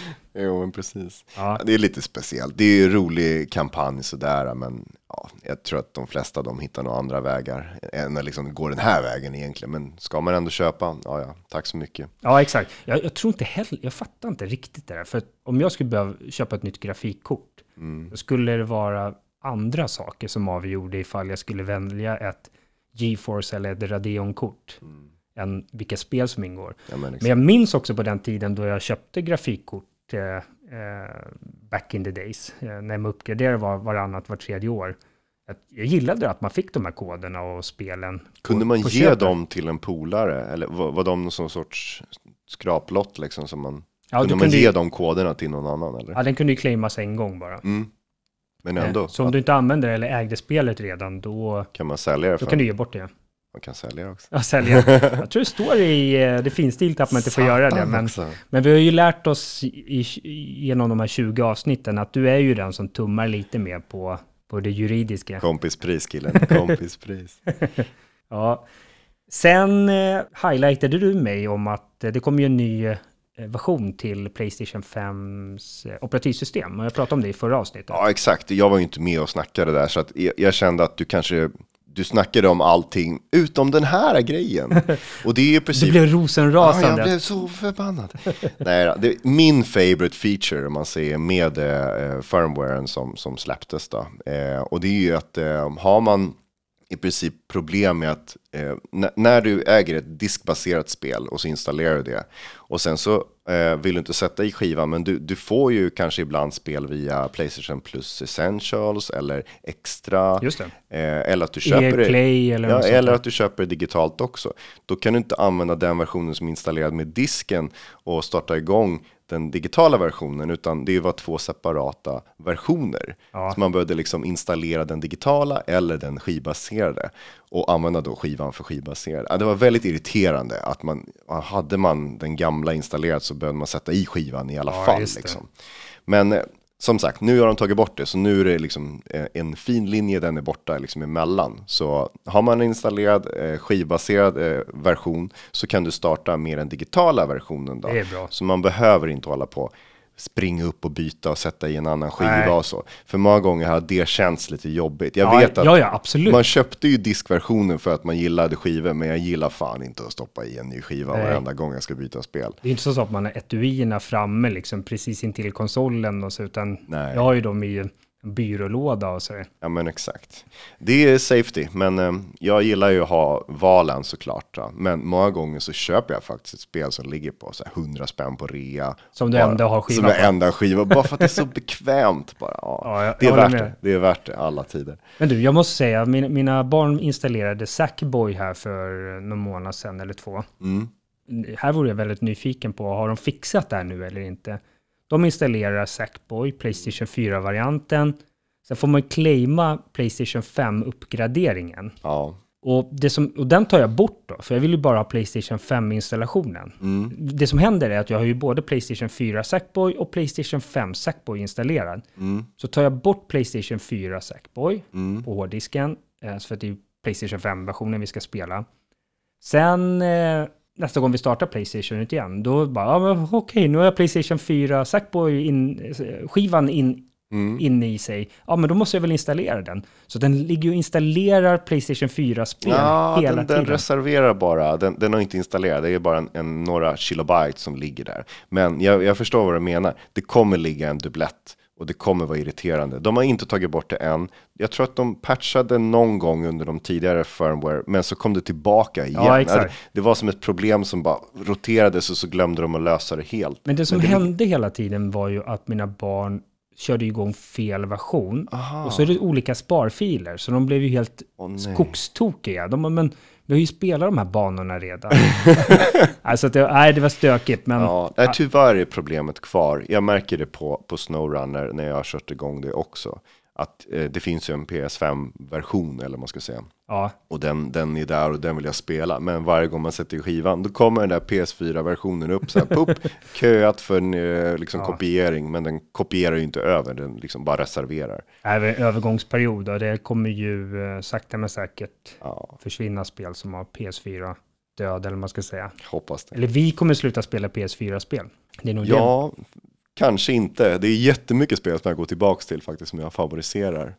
Jo, men precis. Ja. Det är lite speciellt. Det är ju en rolig kampanj sådär, men ja, jag tror att de flesta de hittar några andra vägar än att liksom gå den här vägen egentligen. Men ska man ändå köpa, ja, ja, tack så mycket. Ja, exakt. Jag, jag tror inte heller, jag fattar inte riktigt det där. För om jag skulle behöva köpa ett nytt grafikkort, mm. då skulle det vara andra saker som avgjorde ifall jag skulle välja ett GeForce eller ett Radeon-kort mm. än vilka spel som ingår. Ja, men, men jag minns också på den tiden då jag köpte grafikkort eh, eh, back in the days, eh, när man uppgraderade var, varannat var tredje år. Jag gillade att man fick de här koderna och spelen. Kunde på, man på ge köpet. dem till en polare? Eller var, var de någon sån sorts skraplott liksom som man... Ja, kunde man kunde ge ju, de koderna till någon annan? Eller? Ja, den kunde ju claimas en gång bara. Mm. Men ändå. Så om du inte använder eller ägde spelet redan, då kan man sälja det. Då kan du ge bort det. Man kan sälja det också. Ja, sälja. Jag tror det står i det finstilt att man inte får Satan göra det. Men, men vi har ju lärt oss i, genom de här tjugo avsnitten att du är ju den som tummar lite mer på, på det juridiska. Kompispris, killen. Kompispris. Ja. Sen eh, highlightade du mig om att eh, det kommer ju en ny version till PlayStation fems operativsystem. Och jag pratade om det i förra avsnittet. Ja, exakt. Jag var ju inte med och snackade där, så att jag, jag kände att du kanske... Du snackade om allting utom den här grejen. Och det är ju precis... Du blev rosenrasande. Ja, jag blev så förbannad. Nej, det är min favorite feature, om man säger, med eh, firmwaren som, som släpptes då. Eh, och det är ju att eh, har man i princip problem med att eh, n- när du äger ett diskbaserat spel och så installerar du det och sen så eh, vill du inte sätta i skivan, men du, du får ju kanske ibland spel via PlayStation Plus Essentials eller Extra. Just det. Eh, eller att du köper det, Play eller, ja, eller att du köper det digitalt också. Då kan du inte använda den versionen som är installerad med disken och starta igång den digitala versionen, utan det var två separata versioner. Ja. Så man började liksom installera den digitala eller den skivbaserade och använda då skivan för skivbaserad. Ja, det var väldigt irriterande att man, hade man den gamla installerad så behövde man sätta i skivan i alla Ja, fall. just det. Liksom. Men eh, som sagt, nu har de tagit bort det, så nu är det liksom eh, en fin linje, den är borta liksom emellan. Så har man en installerad eh, skivbaserad eh, version så kan du starta med den digitala versionen då. Det är bra. Så man behöver inte hålla på springa upp och byta och sätta i en annan skiva. Nej. Och så. För många gånger har det känts lite jobbigt. Jag Ja, vet att ja, ja, absolut. man köpte ju diskversionen för att man gillade skivor, men jag gillar fan inte att stoppa i en ny skiva Nej. varenda gång jag ska byta spel. Det är inte så att man har etuierna framme liksom precis intill konsolen och så, utan Nej. jag har ju dem i en byrålåda och så. Ja, men exakt. Det är safety, men eh, jag gillar ju att ha valen såklart. Då. Men många gånger så köper jag faktiskt ett spel som ligger på så här hundra spänn på rea. Som du bara, ändå har skiva Som jag på. ändå har skiva, bara för att det är så bekvämt bara. Ja, Ja, jag- det är jag håller värt med. det. Det är värt det, alla tider. Men du, jag måste säga, min, mina barn installerade Sackboy här för någon månad sedan eller två. Mm. Här vore jag väldigt nyfiken på, har de fixat det här nu eller inte? De installerar Sackboy, PlayStation fyra-varianten. Sen får man claima PlayStation fem-uppgraderingen. Ja. Och, det som, och den tar jag bort då, för jag vill ju bara ha PlayStation fem-installationen. Mm. Det som händer är att jag har ju både PlayStation fyra Sackboy och PlayStation fem Sackboy installerad. Mm. Så tar jag bort PlayStation fyra Sackboy Mm. på hårddisken, eh, för att det är ju PlayStation fem-versionen vi ska spela. Sen eh, nästa gång vi startar PlayStation ut igen, då bara, ja, men okej, nu har jag PlayStation fyra Sackboy in, eh, skivan in, Mm. inne i sig. Ja, men då måste jag väl installera den. Så den ligger ju och installerar PlayStation fyra-spel Ja, hela den, tiden. den reserverar bara, den, den har inte installerat, det är bara en, en, några kilobyte som ligger där. Men jag, jag förstår vad du menar, det kommer ligga en dubblett och det kommer vara irriterande. De har inte tagit bort det än. Jag tror att de patchade någon gång under de tidigare firmware, men så kom det tillbaka igen. Ja, exakt. Det var som ett problem som bara roterades och så glömde de att lösa det helt. Men det som det- hände hela tiden var ju att mina barn körde igång fel version. Aha. Och så är det olika sparfiler, så de blev ju helt Åh, nej. skogstokiga. De bara, men vi har ju spelat de här banorna redan. Alltså, att det, nej, det var stökigt, men Ja, nej, tyvärr är problemet kvar. Jag märker det på, på SnowRunner när jag har kört igång det också. Att eh, det finns ju en P S fem-version, eller vad man ska säga. ja, Och den, den är där och den vill jag spela. Men varje gång man sätter i skivan, då kommer den där P S fyra-versionen upp. Så här, pupp, köat för en eh, liksom, Ja. kopiering. Men den kopierar ju inte över, den liksom bara reserverar. även övergångsperiod. Och det kommer ju eh, sakta men säkert Ja, försvinna spel som har P S fyra död, eller vad man ska säga. hoppas det. Eller vi kommer sluta spela P S fyra-spel. Det är nog det. Ja, kanske inte. Det är jättemycket spel som jag går tillbaka till faktiskt, som jag favoriserar.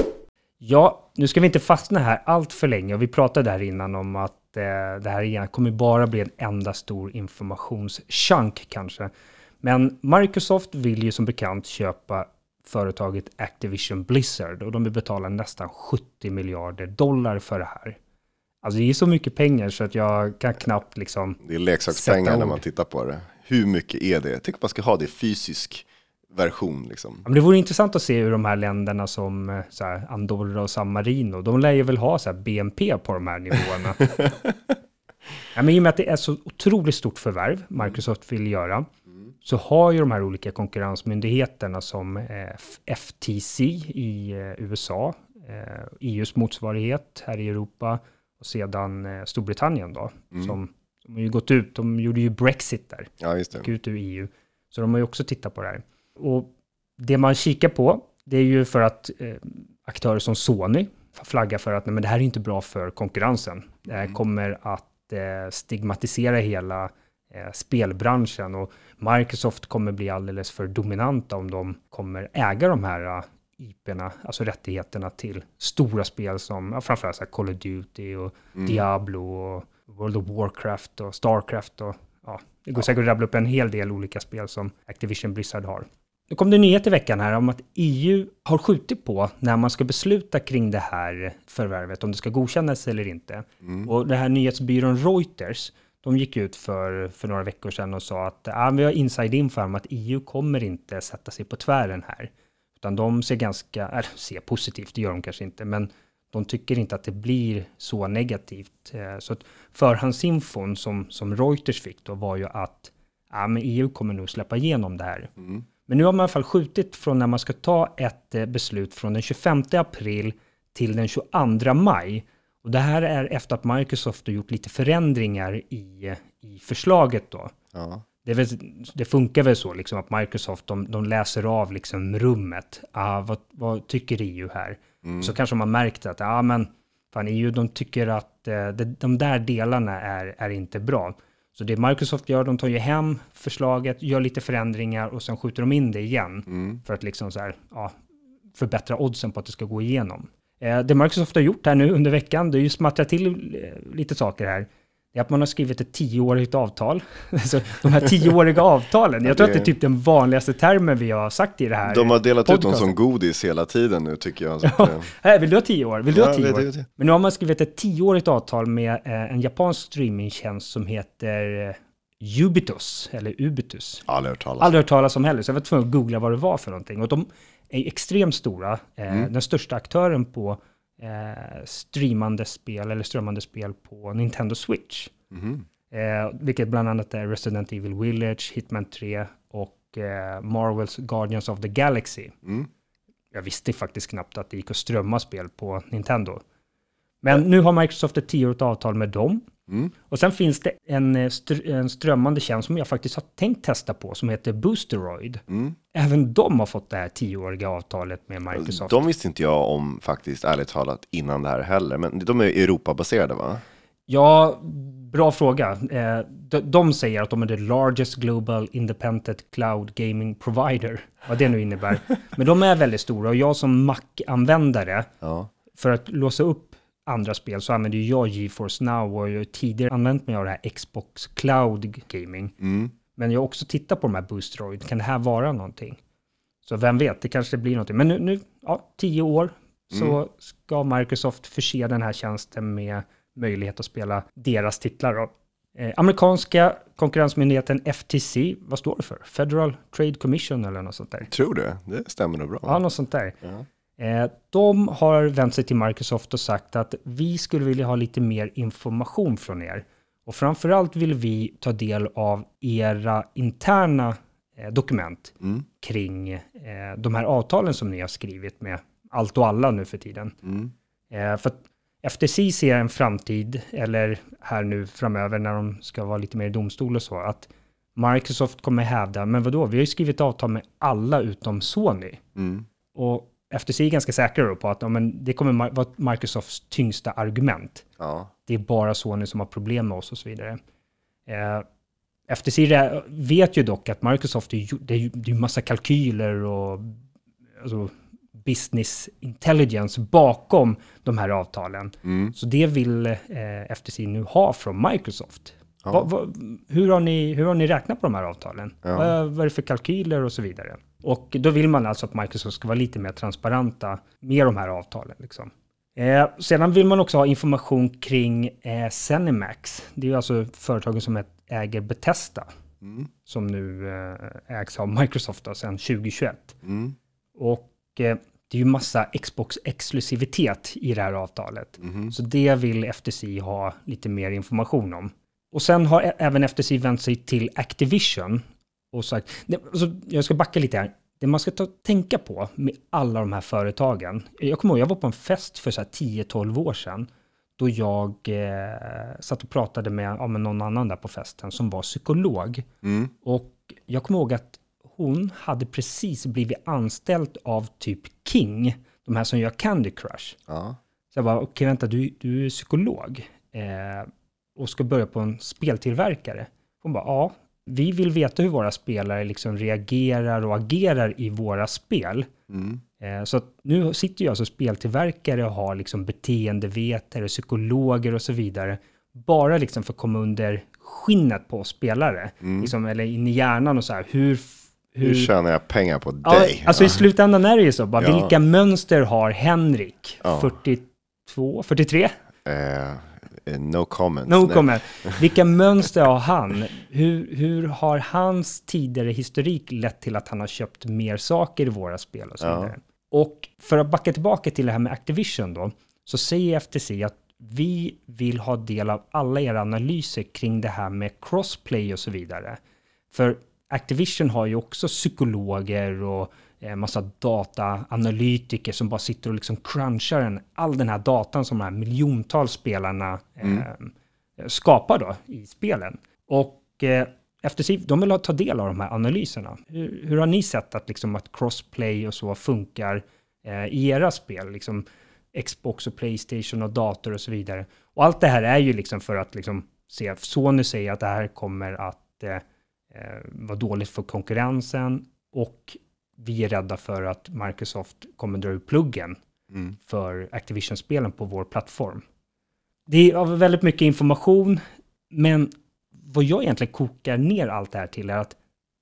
Ja, nu ska vi inte fastna här allt för länge. Och vi pratade där innan om att eh, det här igen kommer bara bli en enda stor informationschunk kanske. Men Microsoft vill ju som bekant köpa företaget Activision Blizzard och de vill betala nästan sjuttio miljarder dollar för det här. Alltså det är så mycket pengar så att jag kan knappt liksom... Det är leksakspengar Sätta när ord. man tittar på det. Hur mycket är det? Jag tycker man ska ha det i fysisk version liksom. Ja, men det vore intressant att se hur de här länderna som eh, så här, Andorra och San Marino, de lär ju väl ha så här B N P på de här nivåerna. Ja, men i och med att det är så otroligt stort förvärv Microsoft vill göra, så har ju de här olika konkurrensmyndigheterna som eh, F T C i eh, U S A, eh, E U:s motsvarighet här i Europa och sedan eh, Storbritannien då, Mm. som, som har ju gått ut, de gjorde ju Brexit där. Ja, just Gick det. ut ur E U. Så de har ju också tittat på det här. Och det man kikar på, det är ju för att eh, aktörer som Sony flaggar för att nej, men det här är inte bra för konkurrensen. Det här Mm. kommer att eh, stigmatisera hela eh, spelbranschen, och Microsoft kommer bli alldeles för dominanta om de kommer äga de här uh, I P-erna, alltså rättigheterna till stora spel som ja, framförallt så här Call of Duty och mm. Diablo och World of Warcraft och Starcraft och ja, det går ja. säkert att rabbla upp en hel del olika spel som Activision Blizzard har. Nu kom det nyhet i veckan här om att E U har skjutit på när man ska besluta kring det här förvärvet, om det ska godkännas eller inte. Mm. Och det här nyhetsbyrån Reuters, de gick ut för, för några veckor sedan och sa att ah, vi har inside info om att E U kommer inte sätta sig på tvären här. Utan de ser ganska, äh, ser positivt, det gör de kanske inte, men de tycker inte att det blir så negativt. Så att förhandsinfon som, som Reuters fick då var ju att ja, men E U kommer nog släppa igenom det här. Mm. Men nu har man i alla fall skjutit från när man ska ta ett beslut från den tjugofemte april till den tjugoandra maj. Och det här är efter att Microsoft har gjort lite förändringar i, i förslaget då. Ja. Det, väl, det funkar väl så liksom att Microsoft de, de läser av liksom rummet. Ah, vad, vad tycker E U här? Mm. Så kanske man märkt att ah, men, fan, E U de tycker att eh, de, de där delarna är, är inte bra. Så det Microsoft gör, de tar ju hem förslaget, gör lite förändringar och sen skjuter de in det igen. Mm. För att liksom så här, ja, förbättra oddsen på att det ska gå igenom. Eh, det Microsoft har gjort här nu under veckan, det är ju smattrat till eh, lite saker här. Det är att man har skrivit ett tioårigt avtal. Så de här tioåriga avtalen, jag tror att det är typ den vanligaste termen vi har sagt i det här. De har delat podcasten. Ut dem som godis hela tiden nu tycker jag. Ja, här, vill du ha tio år? Vill du ja, ha tio år? Det, det. Men nu har man skrivit ett tioårigt avtal med eh, en japansk streamingtjänst som heter eh, Ubitus, eller Ubitus. Aldrig hört talas. Aldrig hört talas om heller, så jag var tvungen att googla vad det var för någonting. Och de är extremt stora, eh, mm. den största aktören på Eh, streamande spel eller strömmande spel på Nintendo Switch. Mm. Eh, vilket bland annat är Resident Evil Village, Hitman tre och eh, Marvel's Guardians of the Galaxy. Mm. Jag visste faktiskt knappt att det gick att strömma spel på Nintendo. Men mm. nu har Microsoft ett tioårigt avtal med dem. Mm. Och sen finns det en, str- en strömmande tjänst som jag faktiskt har tänkt testa på som heter Boosteroid. Mm. Även de har fått det här tioåriga avtalet med Microsoft. De visste inte jag om faktiskt, ärligt talat, innan det här heller. Men de är Europa-baserade, va? Ja, bra fråga. Eh, de, de säger att de är the largest global independent cloud gaming provider. Vad det nu innebär. Men de är väldigt stora och jag som Mac-användare, ja. För att låsa upp andra spel så använder jag GeForce Now och jag har tidigare använt mig av det här Xbox Cloud Gaming. Mm. Men jag har också tittat på de här Boosteroid. Kan det här vara någonting? Så vem vet, det kanske blir någonting. Men nu, nu ja, tio år så mm. ska Microsoft förse den här tjänsten med möjlighet att spela deras titlar. Då. Eh, amerikanska konkurrensmyndigheten F T C, vad står det för? Federal Trade Commission eller något sånt där? Tror det, det stämmer nog bra. Ja, något sånt där. Ja. Eh, de har vänt sig till Microsoft och sagt att vi skulle vilja ha lite mer information från er. Och framförallt vill vi ta del av era interna eh, dokument mm. kring eh, de här avtalen som ni har skrivit med allt och alla nu för tiden. Mm. Eh, för att F T C ser en framtid, eller här nu framöver när de ska vara lite mer i domstol och så, att Microsoft kommer hävda, men vadå, vi har ju skrivit avtal med alla utom Sony. Mm. Och F T C är ganska säkra på att ja, men det kommer vara Microsofts tyngsta argument. Ja. Det är bara Sony som har problem med oss och så vidare. Eh, F T C vet ju dock att Microsoft är, det är ju det är massa kalkyler och alltså, business intelligence bakom de här avtalen. Mm. Så det vill eh, F T C nu ha från Microsoft. Ja. Va, va, hur, har ni, hur har ni räknat på de här avtalen? Ja. Va, vad är det för kalkyler och så vidare? Och då vill man alltså att Microsoft ska vara lite mer transparenta med de här avtalen. Liksom. Eh, sedan vill man också ha information kring eh, Zenimax. Det är ju alltså företaget som äger Bethesda. Mm. Som nu eh, ägs av Microsoft då, sedan tjugohundratjugoett. Mm. Och eh, det är ju massa Xbox-exklusivitet i det här avtalet. Mm. Så det vill F T C ha lite mer information om. Och sen har ä- även F T C vänt sig till Activision och sagt, det, alltså, jag ska backa lite här. Det man ska ta, tänka på med alla de här företagen. Jag kommer ihåg, jag var på en fest för så här tio tolv år sedan. Då jag eh, satt och pratade med, ja, med någon annan där på festen som var psykolog. Mm. Och jag kommer ihåg att hon hade precis blivit anställd av typ King. De här som gör Candy Crush. Ja. Så jag bara, okej okay, vänta, du, du är psykolog. Eh, och ska börja på en speltillverkare. Hon bara, ja, vi vill veta hur våra spelare liksom reagerar och agerar i våra spel. Mm. Eh, så att nu sitter ju alltså speltillverkare och har liksom beteendevetare, psykologer och så vidare. Bara liksom för att komma under skinnet på spelare. Mm. Liksom, eller in i hjärnan och så här. Hur, hur... hur tjänar jag pengar på ja, dig? alltså i slutändan är det ju så. Bara, Ja. vilka mönster har Henrik? Ja. fyrtiotvå, fyrtiotre? Eh, no comment. No Nej. comment. Vilka mönster har han? Hur, hur har hans tidigare historik lett till att han har köpt mer saker i våra spel och så Ja. vidare? Och för att backa tillbaka till det här med Activision då, så säger F T C att vi vill ha del av alla era analyser kring det här med crossplay och så vidare. För Activision har ju också psykologer och eh, massa dataanalytiker som bara sitter och liksom crunchar en, all den här datan som de här miljontals spelarna eh, Mm. skapar då i spelen. Och eh, F T C, de vill ha ta del av de här analyserna. Hur, hur har ni sett att, liksom, att crossplay och så funkar eh, i era spel? Liksom Xbox och PlayStation och dator och så vidare. Och allt det här är ju liksom för att liksom se, Sony säger att det här kommer att eh, eh, vara dåligt för konkurrensen och vi är rädda för att Microsoft kommer dra ur pluggen Mm. för Activision-spelen på vår plattform. Det är av väldigt mycket information, men vad jag egentligen kokar ner allt det här till är att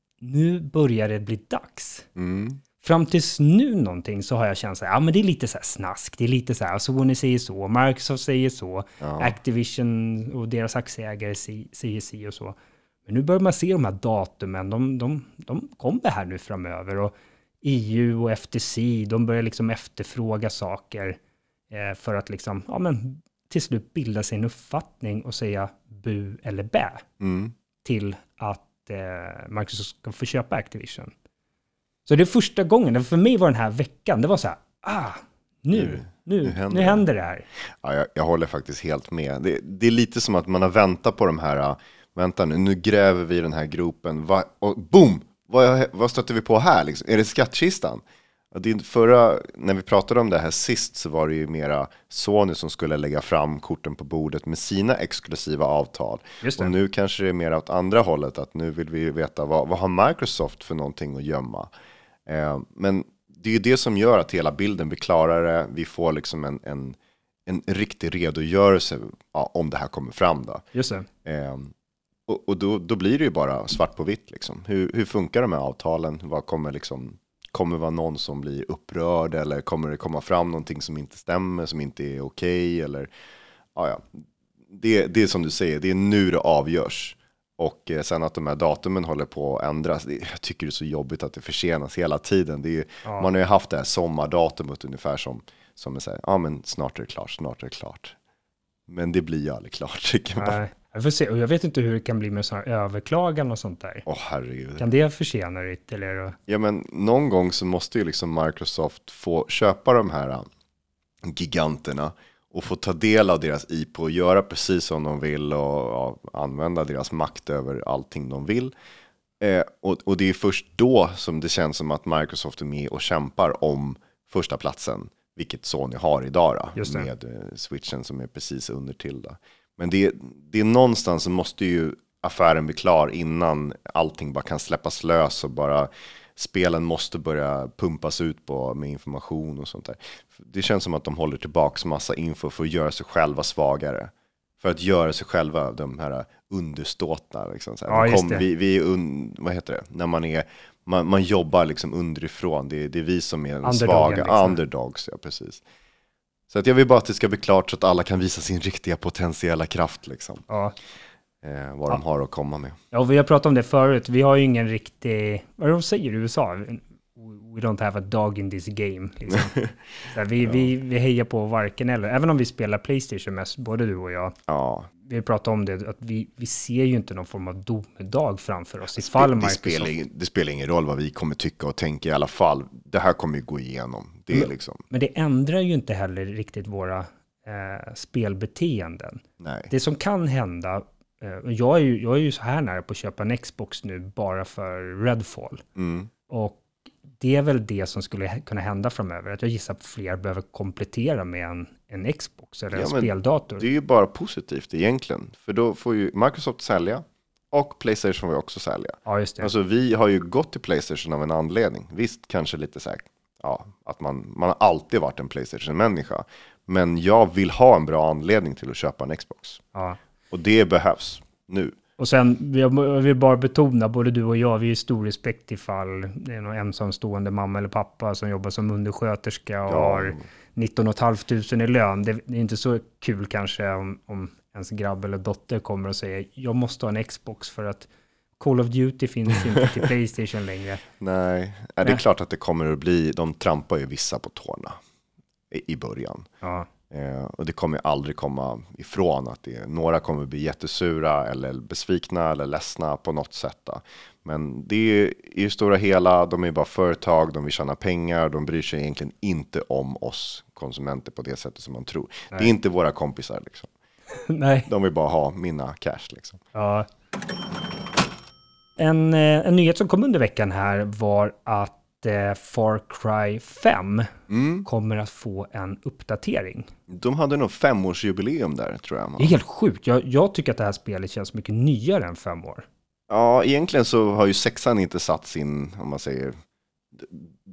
nu börjar det bli dags. Mm. Fram tills nu någonting så har jag känt så här, ja men det är lite så här snask, det är lite så här, Sony säger så, Microsoft säger så, Ja. Activision och deras aktieägare säger si och så. Men nu börjar man se de här datumen, de, de, de kommer här nu framöver och E U och F T C, de börjar liksom efterfråga saker eh, för att liksom, ja men till slut bilda sig en uppfattning och säga bu eller bä Mm. till att eh, Microsoft ska få köpa Activision. Så det är första gången, för mig var den här veckan, det var så här, ah, nu, Nu- nu, nu nu händer händer, det. det här. Ja, jag, jag håller faktiskt helt med. Det, det är lite som att man har väntat på de här, uh, vänta nu, nu gräver vi i den här gropen, Va, och boom! Vad, vad stöter vi på här? Liksom? Är det skattkistan? Och det förra, när vi pratade om det här sist så var det ju mera Sony som skulle lägga fram korten på bordet med sina exklusiva avtal. Just det. Och nu kanske det är mer åt andra hållet, att nu vill vi veta vad, vad har Microsoft för någonting att gömma. Eh, men det är ju det som gör att hela bilden blir klarare. Vi får liksom en, en, en riktig redogörelse, ja, om det här kommer fram då. Just det. Eh, och och då, då blir det ju bara svart på vitt liksom. Hur, hur funkar de här avtalen? Vad kommer liksom, kommer det vara någon som blir upprörd, eller kommer det komma fram någonting som inte stämmer, som inte är okej, eller ja, ja. Det, det är som du säger, det är nu det avgörs. Och eh, sen att de här datumen håller på att ändras, det, jag tycker det är så jobbigt att det försenas hela tiden. Det är ju, Ja. Man har ju haft det här sommardatumet ungefär som, som är så här, ja men snart är det klart, snart är det klart. Men det blir ju aldrig klart, tycker man. Nej, jag får se. Och jag vet inte hur det kan bli med sådana här överklagan och sånt där. Åh herregud. Kan det försena det ytterligare? Ja men någon gång så måste ju liksom Microsoft få köpa de här äh, giganterna och få ta del av deras I P och göra precis som de vill och ja, använda deras makt över allting de vill. Eh, och, och det är först då som det känns som att Microsoft är med och kämpar om första platsen, vilket Sony har idag då, Just det. med eh, switchen som är precis under till då. Men det, det är någonstans så måste ju affären bli klar innan allting bara kan släppas lös och bara spelen måste börja pumpas ut på med information och sånt där. Det känns som att de håller tillbaks massa info för att göra sig själva svagare. För att göra sig själva de här underståtna. Liksom. Så här, Ja, de just kom, det. vi, vi är un, vad heter det? När man är, man, man jobbar liksom underifrån. Det, är- det är vi som är den Underdogen, svaga. liksom. Underdogs, ja precis. Så att jag vill bara att det ska bli klart så att alla kan visa sin riktiga potentiella kraft. Liksom. Ja. Eh, vad de har att komma med. Ja, och vi har pratat om det förut. Vi har ju ingen riktig, vad är det de säger i U S A? We don't have a dog in this game. Liksom. Så här, vi, Ja. vi, vi hejar på varken eller. Även om vi spelar PlayStation mest, både du och jag. Ja, Vi pratar om det, att vi, vi ser ju inte någon form av domedag framför oss. Ifall det, Microsoft... spelar, ing- det spelar ingen roll vad vi kommer tycka och tänka i alla fall. Det här kommer ju gå igenom. Det är Men- liksom, Men det ändrar ju inte heller riktigt våra eh, spelbeteenden. nej. Det som kan hända, eh, och jag är, ju, jag är ju så här nära på att köpa en Xbox nu bara för Redfall. Mm. Och det är väl det som skulle kunna hända framöver. Att jag gissar att fler behöver komplettera med en, en Xbox eller en Ja, men speldator. Det är ju bara positivt egentligen. För då får ju Microsoft sälja. Och PlayStation var ju också sälja. Ja, just det. Alltså vi har ju gått till PlayStation av en anledning. Visst, kanske lite säkert. Ja, att man, man har alltid varit en PlayStation-människa. Men jag vill ha en bra anledning till att köpa en Xbox. Ja. Och det behövs nu. Och sen, jag vill bara betona, både du och jag, vi är stor respekt ifall det är någon ensamstående mamma eller pappa som jobbar som undersköterska och Ja. har nitton tusen femhundra i lön. Det, det är inte så kul kanske om, om ens grabb eller dotter kommer och säger jag måste ha en Xbox för att Call of Duty finns inte till PlayStation längre. Nej, ja, det är klart att det kommer att bli, de trampar ju vissa på tårna i, i början. Ja. Eh, och det kommer aldrig komma ifrån att det, några kommer bli jättesura eller besvikna eller ledsna på något sätt. Då. Men det är i det stora hela, de är bara företag, de vill tjäna pengar, de bryr sig egentligen inte om oss konsumenter på det sättet som man tror. Nej. Det är inte våra kompisar liksom. Nej. De vill bara ha mina cash liksom. Ja. En, en nyhet som kom under veckan här var att eh, Far Cry fem mm. kommer att få en uppdatering. De hade nog femårsjubileum där, tror jag. Det är helt sjukt. Jag, jag tycker att det här spelet känns mycket nyare än fem år. Ja, egentligen så har ju sexan inte satt sin, om man säger, det,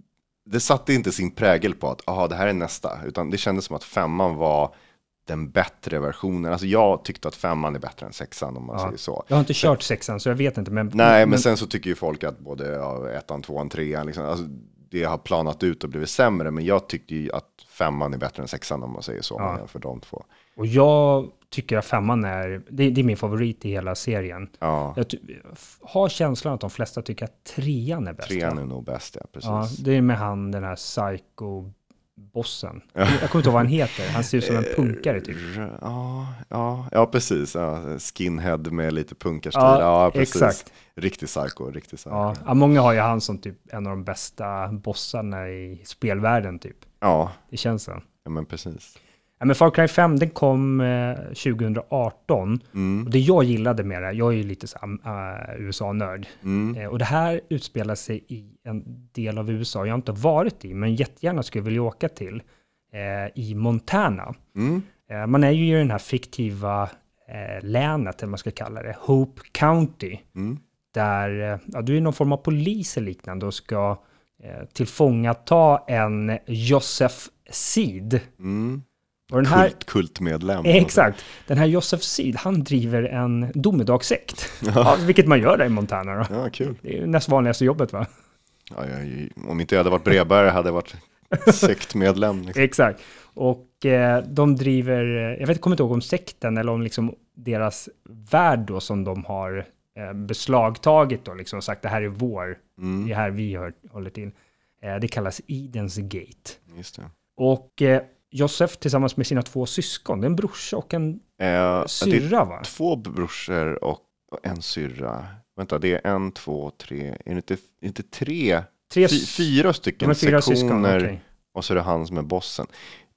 det satte inte sin prägel på att aha, det här är nästa, utan det kändes som att femman var den bättre versionen. Alltså jag tyckte att femman är bättre än sexan, om man ja. säger så. Jag har inte kört sexan så jag vet inte. Men, Nej, men, men sen så tycker ju folk att både ja, ettan, tvåan, trean, liksom, alltså, det har planat ut och blivit sämre. Men jag tyckte ju att femman är bättre än sexan, om man säger så. Ja. För de två. Och jag tycker att femman är, det, det är min favorit i hela serien. Ja. Jag ty- har känslan att de flesta tycker att trean är bäst. Trean är nog bäst, ja, precis. Ja, det är med han, den här psycho bossen. Jag kommer inte ihåg vad han heter. Han ser ut som en punkare typ. Ja, ja, ja precis. Ja, skinhead med lite punkarstil. Ja, ja precis. Exakt. Riktigt psycho, riktigt psycho. Ja, ja, många har ju han som typ en av de bästa bossarna i spelvärlden typ. Ja. Det känns så. Ja, men precis. Ja, men Far Cry fem, den kom eh, tjugo arton. Mm. Och det jag gillade med det, jag är ju lite så, uh, U S A-nörd. Mm. Eh, och det här utspelar sig i en del av U S A jag har inte varit i, men jättegärna skulle vilja åka till. Eh, I Montana. Mm. Eh, man är ju i den här fiktiva eh, länet, eller man ska kalla det, Hope County. Mm. Där eh, ja, du är någon form av polis eller liknande och ska eh, tillfångata en Joseph Seed. Mm. Och den här, Kult, kultmedlem. Exakt. Den här Joseph Seed, han driver en domedagssekt. Ja, vilket man gör där i Montana då. Ja, kul. Det är näst vanligaste jobbet, va? Ja, jag, om inte jag hade varit brevbärare hade jag varit sektmedlem. Liksom. Exakt. Och eh, de driver, jag vet, kommer inte ihåg om sekten eller om liksom deras värld då som de har eh, beslagtagit då, liksom sagt det här är vår, mm. det här vi hör, håller till. Eh, det kallas Eden's Gate. Just det. Och eh, Joseph tillsammans med sina två syskon, det är en brorsa och en eh, syrra, va? Två brorsor och en syrra. Vänta, det är en, två, tre, är det inte, är det inte tre? tre fy, fyra stycken fyra sektioner syskon, okay. Och så är det han som är bossen.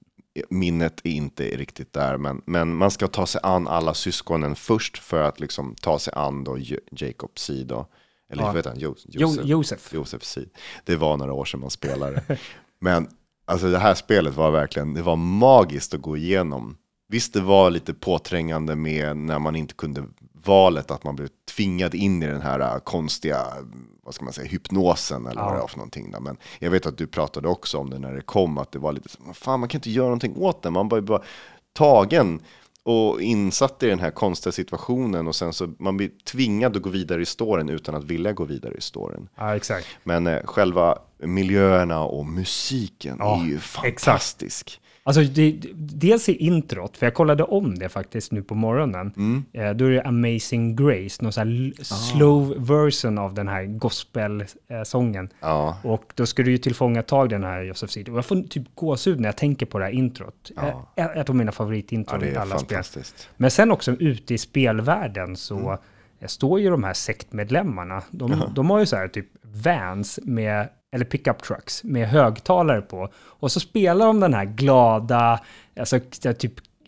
Minnet är inte riktigt där, men, men man ska ta sig an alla syskonen först för att liksom ta sig an då Jacob Seed då. Eller ja. vet han, jo, Josef, Josef. Josef Seed. Det var några år sedan man spelade. Men alltså det här spelet var verkligen, det var magiskt att gå igenom. Visst, det var lite påträngande med när man inte kunde valet, att man blev tvingad in i den här konstiga, vad ska man säga, hypnosen eller ja. vad det var för någonting där. Men jag vet att du pratade också om det när det kom, att det var lite så, fan man kan inte göra någonting åt det. Man bara, bara tagen och insatt i den här konstiga situationen och sen så man blir tvingad att gå vidare i storyn utan att vilja gå vidare i storyn. Ja, exakt. Men eh, själva miljöerna och musiken ja, är ju fantastisk. Exakt. Alltså det, dels i introt, för jag kollade om det faktiskt nu på morgonen. Mm. Eh, då är det Amazing Grace, någon sån här ah. slow version av den här gospel-sången. Ah. Och då ska du ju tillfångatag den här Joseph Seed. Och jag får typ gåshud när jag tänker på det här introt. Ah. Eh, ett av mina favoritintron i alla spel. Men sen också ute i spelvärlden så mm. står ju de här sektmedlemmarna. De, uh-huh. de har ju så här typ vans med, eller pickup trucks med högtalare på. Och så spelar de den här glada, alltså typ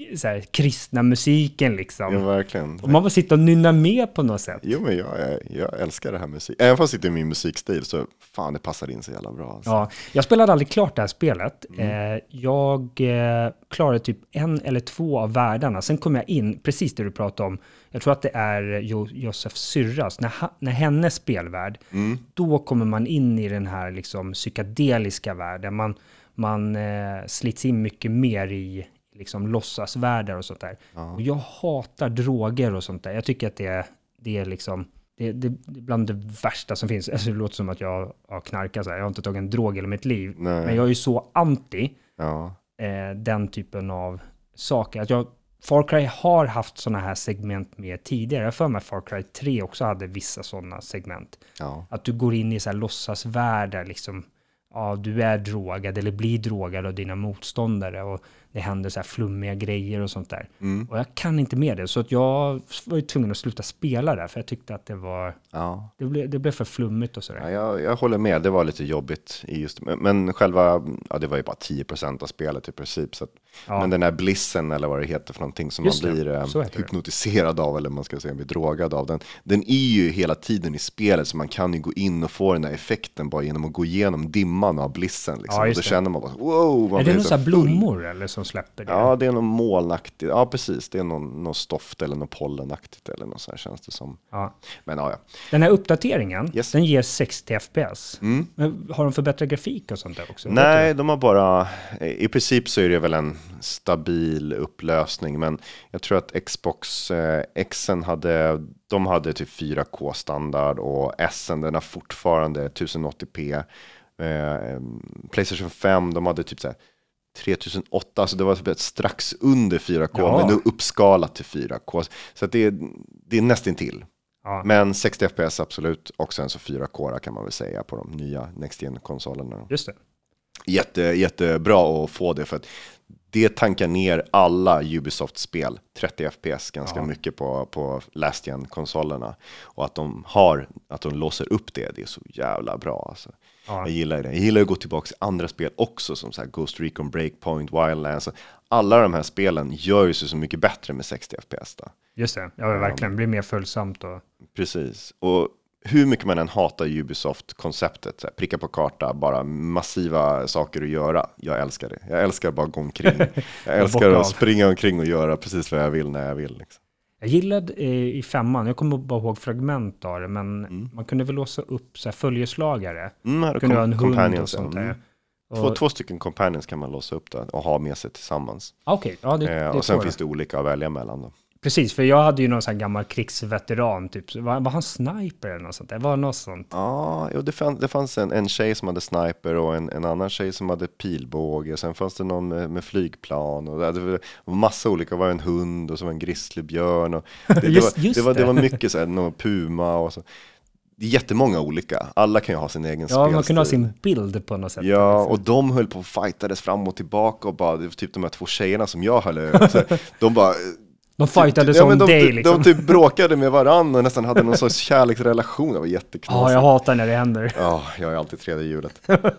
så här, kristna musiken liksom. Ja, verkligen. Och man bara sitter och nynnar med på något sätt. Jo, men jag, jag, jag älskar det här musik. Även fast det inte är min musikstil så fan, det passar in så jävla bra. Alltså. Ja, jag spelade aldrig klart det här spelet. Mm. Eh, jag eh, klarade typ en eller två av världarna. Sen kom jag in, precis det du pratade om. Jag tror att det är jo- Josef Syrras. När, ha, när hennes spelvärld, Mm. då kommer man in i den här liksom psykedeliska världen. Man, man eh, slits in mycket mer i liksom låtsasvärldar och sånt där. Ja. Och jag hatar droger och sånt där. Jag tycker att det är, det är liksom... Det, det, det är bland det värsta som finns. Alltså, det låter som att jag har knarkat så här. Jag har inte tagit en drog i hela mitt liv. Nej. Men jag är ju så anti Ja. eh, den typen av saker. Att jag, Far Cry har haft sådana här segment med tidigare. Jag för mig att Far Cry tre också hade vissa sådana segment. Ja. Att du går in i så här låtsasvärldar liksom. Ja, du är drogad eller blir drogad av dina motståndare och det händer så här flummiga grejer och sånt där. Mm. Och jag kan inte med det, så att jag var ju tvungen att sluta spela där för jag tyckte att det var Ja. det blev, det blev för flummigt och sådär. Ja, jag, jag håller med, det var lite jobbigt i just, men, men själva, ja, det var ju bara tio procent av spelet i princip, så att, Ja. men den här blissen eller vad det heter för någonting som Just man det, blir eh, så heter det. hypnotiserad av, eller man ska säga blir drogad av, den, den är ju hela tiden i spelet, så man kan ju gå in och få den här effekten bara genom att gå igenom dimman av blissen liksom. Ja, Och just då det. känner man bara, wow, man Är det blir några så så här full. blommor eller som släpper det? Ja, det är någon molnaktigt, ja precis, det är någon, någon stoft eller någon pollenaktigt eller något så här känns det som. Ja. Men ja, ja. Den här uppdateringen, Yes. den ger sextio F P S. Mm. Men har de förbättrat grafik och sånt där också? Nej, de har bara, i princip så är det väl en stabil upplösning, men jag tror att Xbox eh, Xen hade, de hade typ fyra K standard och S:en den har fortfarande tusen åttio p. Eh, PlayStation fem, de hade typ så här tre tusen åtta, alltså det var typ strax under fyra K, Ja. men nu uppskalat till fyra K. Så att det är, det är nästan till. Ja. Men sextio F P S absolut, och sen så fyra K kan man väl säga på de nya Next Gen-konsolerna. Just det. Jätte, jättebra att få det, för att det tankar ner alla Ubisoft-spel trettio F P S ganska Ja. mycket på, på last gen-konsolerna, och att de har, att de låser upp det, det är så jävla bra alltså. Ja. Jag gillar det. Jag gillar att gå tillbaka till andra spel också, som så här Ghost Recon Breakpoint, Wildlands. Alla de här spelen gör ju sig så mycket bättre med sextio F P S då. Just det. Ja, verkligen. Blir mer följsamt och... Precis. Och hur mycket man än hatar Ubisoft-konceptet, så här, pricka på karta, bara massiva saker att göra. Jag älskar det. Jag älskar bara gå omkring. Jag älskar bocka av. att springa omkring och göra precis vad jag vill när jag vill. Liksom. Jag gillade eh, i femman, jag kommer bara ihåg fragment av det, men Mm. man kunde väl låsa upp så här följeslagare. Mm, här Kunde ha en kom- hund och companions, sånt mm. där. Och, Två, två stycken companions kan man låsa upp där och ha med sig tillsammans. ah, Okej, ja det, Eh, det och sen tror finns jag. det olika att välja mellan då. Precis, för jag hade ju någon sån här gammal krigsveteran, typ. Var, var han sniper eller något sånt där? Var det något sånt? Ja, jo, det, fann, det fanns en, en tjej som hade sniper och en, en annan tjej som hade pilbåge. Sen fanns det någon med, med flygplan och det var, det var massa olika. Det var en hund och så var en grizzlybjörn. Och det, det, Just- var, just det, var, det det. var mycket så här, någon puma och så. Det är jättemånga olika. Alla kan ju ha sin egen Ja, spelstil. man kunde ha sin bild på något sätt. Ja, och de höll på och fightades fram och tillbaka och bara, det var typ de här två tjejerna som jag höll över. Så de bara... De fightade Ja, som men de, dig de, liksom. de typ bråkade med varandra och nästan hade någon sorts kärleksrelation. Det var jätteknasigt. Ja, jag hatar när det händer. Ja, jag är alltid tredje hjulet.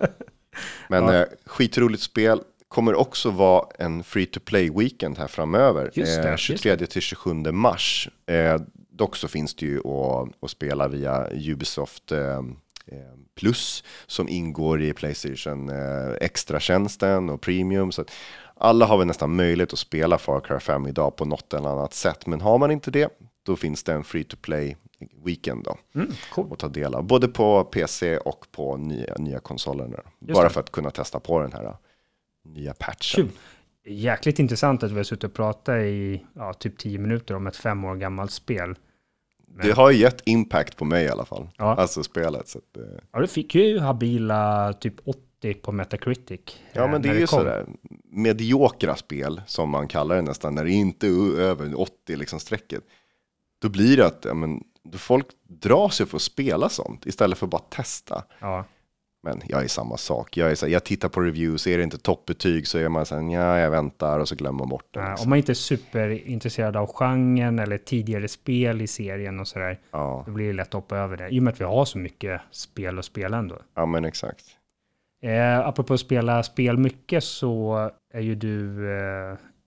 Men Ja. eh, skitroligt spel. Kommer också vara en free-to-play-weekend här framöver. Just det, eh, just tjugotredje till tjugosjunde mars. Eh, dock så finns det ju att, att spela via Ubisoft eh, eh, Plus, som ingår i PlayStation eh, extra-tjänsten och Premium. Så att alla har väl nästan möjlighet att spela Far Cry fem idag på något eller annat sätt. Men har man inte det, då finns det en free-to-play weekend då. Mm, cool. Och ta del av, både på P C och på nya, nya konsolerna. Just Bara det. för att kunna testa på den här uh, nya patchen. Kul. Jäkligt intressant att vi har suttit och pratat i ja, typ tio minuter om ett fem år gammalt spel. Men, Det har ju gett impact på mig i alla fall. Ja. Alltså spelet. Så att, eh, ja, det fick ju habila typ åttio på Metacritic. ja, eh, men det när är ju kom. sådär mediokra spel, som man kallar det nästan, när det inte är över åttio liksom strecket. Då blir det att ja, men, då folk drar sig för att spela sånt istället för att bara testa. Ja. Men jag är samma sak. Jag, är så, jag tittar på reviews, är det inte toppbetyg så är man så här, ja, jag väntar, och så glömmer man bort det. Nej, liksom. om man inte är superintresserad av genren eller tidigare spel i serien och sådär, Ja, då blir det lätt att hoppa över det. I och med att vi har så mycket spel att spela ändå. ja, men exakt. Eh, apropå att spela spel mycket, så är ju du eh,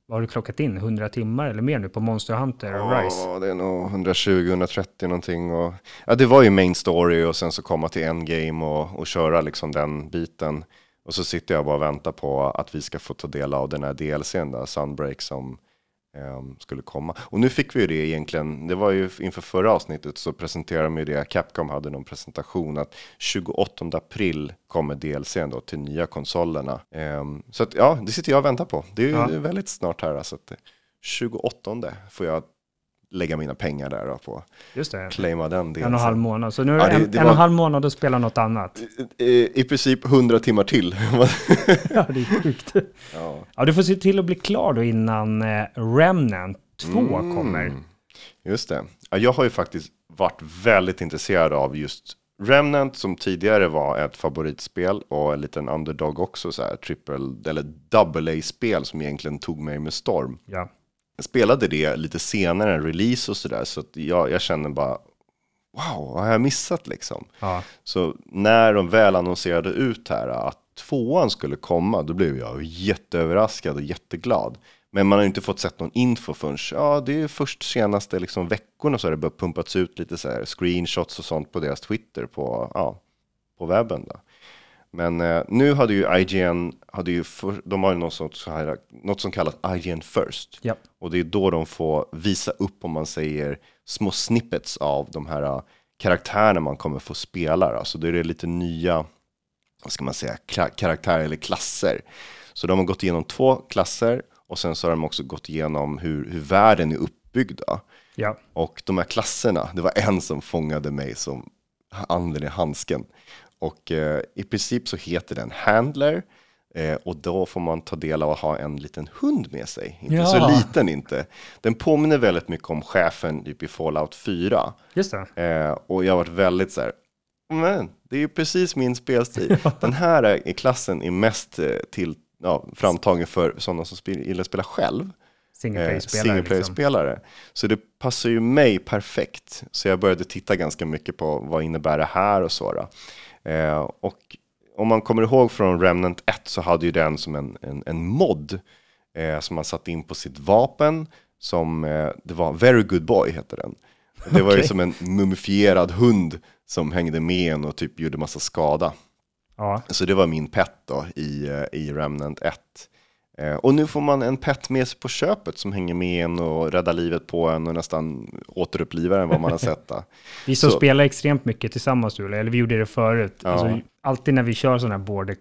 vad har du klockat in? hundra timmar eller mer nu på Monster Hunter och Ja, Rise? det är nog hundratjugo hundratrettio någonting. Och, ja, det var ju main story och sen så komma till endgame och, och köra liksom den biten. Och så sitter jag bara och väntar på att vi ska få ta del av den här D L C:n där, Sunbreak, som um, skulle komma. Och nu fick vi ju det egentligen, det var ju inför förra avsnittet så presenterade de ju det, Capcom hade någon presentation att tjugoåttonde april kommer D L C:n då till nya konsolerna. Um, så att ja, det sitter jag och väntar på. Det är ju ja. väldigt snart här, så att tjugoåttonde får jag lägga mina pengar där då på. Just det. Claima den delen. En och en halv månad. Så nu är det, ja, det, en, det en var, och en halv månad att spela något annat. I, i princip hundra timmar till. Ja, det är sjukt. Ja. Ja, du får se till att bli klar då innan eh, Remnant två mm. kommer. Just det. Ja, jag har ju faktiskt varit väldigt intresserad av just Remnant, som tidigare var ett favoritspel och en liten underdog också, så här triple eller double A-spel som egentligen tog mig med storm. Ja. Jag spelade det lite senare än release och sådär, så att jag, jag kände bara wow, vad har jag missat liksom? Ja. Så när de väl annonserade ut här att tvåan skulle komma, då blev jag jätteöverraskad och jätteglad. Men man har inte fått sett någon info förrän, ja, det är först senaste liksom veckorna så har det börjat pumpats ut lite så här screenshots och sånt på deras Twitter på, ja, på webben då. Men eh, nu hade ju I G N, hade ju för, de har ju något, sånt, så här, något som kallas I G N First. Yep. Och det är då de får visa upp, om man säger, små snippets av de här uh, karaktärerna man kommer få spela. Alltså det är lite nya, vad ska man säga, karaktärer eller klasser. Så de har gått igenom två klasser och sen så har de också gått igenom hur, hur världen är uppbyggd. Ja. Och de här klasserna, det var en som fångade mig som anden i handsken. Och eh, i princip så heter den Handler. Eh, och då får man ta del av att ha en liten hund med sig. Inte ja. så liten inte. Den påminner väldigt mycket om chefen typ i Fallout fyra. Just det. Eh, och jag har varit väldigt så här, men det är ju precis min spelstil. Den här är, i klassen är mest eh, till, ja, framtagen för sådana som spel, gillar att spela själv. Singleplayer-spelare. Eh, Singleplayer-spelare. Liksom. Så det passar ju mig perfekt. Så jag började titta ganska mycket på vad innebär det här och så då. Eh, och om man kommer ihåg från Remnant ett så hade ju den som en, en, en mod eh, som man satt in på sitt vapen, som eh, det var Very Good Boy heter den. Det var okay. ju som en mumifierad hund som hängde med en och typ gjorde massa skada. Ja. Så det var min pet då i, i Remnant ett. Eh, och nu får man en pet med sig på köpet som hänger med en och räddar livet på en och nästan återupplivar en vad man har sett. Vi som så. spelar extremt mycket tillsammans, du, eller vi gjorde det förut. Ja. Alltså, alltid när vi kör sådana här border,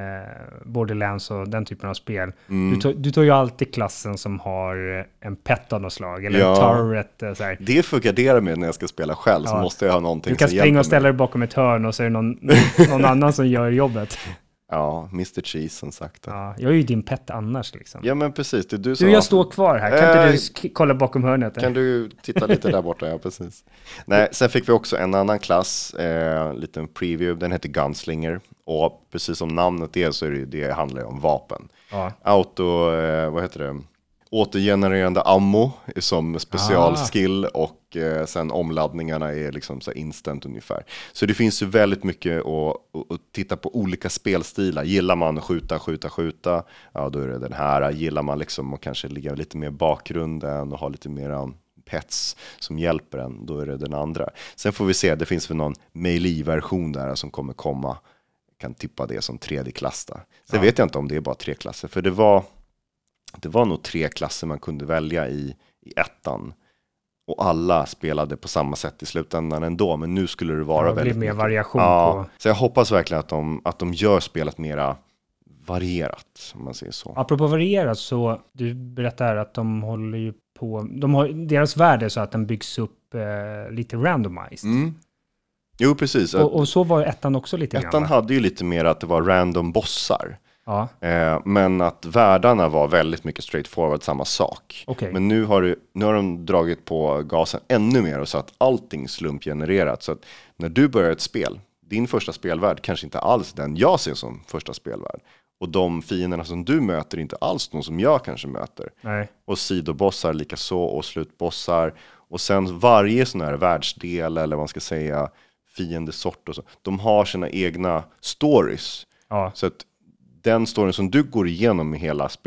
eh, Borderlands och den typen av spel. Mm. Du, tar, du tar ju alltid klassen som har en pet av något slag. Eller ja. en turret. Så här. Det får jag gardera med när jag ska spela själv. Ja. Så måste jag ha någonting. Du kan springa och ställa dig bakom ett hörn och så är det någon, någon annan som gör jobbet. Ja, mister Cheese som sagt. Ja, jag är ju din pet annars liksom. Ja, men precis. Det är du som du, jag har... står kvar här. Kan äh, inte du kolla bakom hörnet? Kan du titta lite där borta? Ja, precis. Nej, sen fick vi också en annan klass. Eh, liten preview. Den heter Gunslinger. Och precis som namnet är så är det, det handlar om vapen. Ja. Auto, eh, vad heter det? Återgenererande ammo som specialskill ah. och eh, sen omladdningarna är liksom så instant ungefär. Så det finns ju väldigt mycket att, att titta på olika spelstilar. Gillar man skjuta, skjuta, skjuta, ja då är det den här. Gillar man liksom att kanske ligga lite mer i bakgrunden och ha lite mer pets som hjälper en, då är det den andra. Sen får vi se, det finns väl någon melee-version där som kommer komma. Kan tippa det som tredje klass där. Sen ja. vet jag inte om det är bara tre klasser, för det var Det var nog tre klasser man kunde välja i, i ettan. Och alla spelade på samma sätt i slutändan ändå. Men nu skulle det vara ja, det väldigt mer mycket. variation ja, på. Så jag hoppas verkligen att de, att de gör spelet mera varierat, om man säger så. Apropå varierat, så du berättar att de håller ju på, de har, deras värld är så att den byggs upp eh, lite randomized. Mm. Jo, precis. Och, och så var ettan också lite ettan grann. Ettan hade ju lite mer att det var random bossar. Ja. Eh, men att världarna var väldigt mycket straightforward, samma sak. Okay. Men nu har, du, nu har de dragit på gasen ännu mer och så att allting slumpgenererat. Så att när du börjar ett spel, din första spelvärld kanske inte alls den jag ser som första spelvärld. Och de fienderna som du möter är inte alls de som jag kanske möter. Nej. Och sidobossar lika så och slutbossar. Och sen varje sån här världsdel eller vad man ska säga fiendesort och så. De har sina egna stories. Ja. Så att den storyn som du går igenom i hela spelet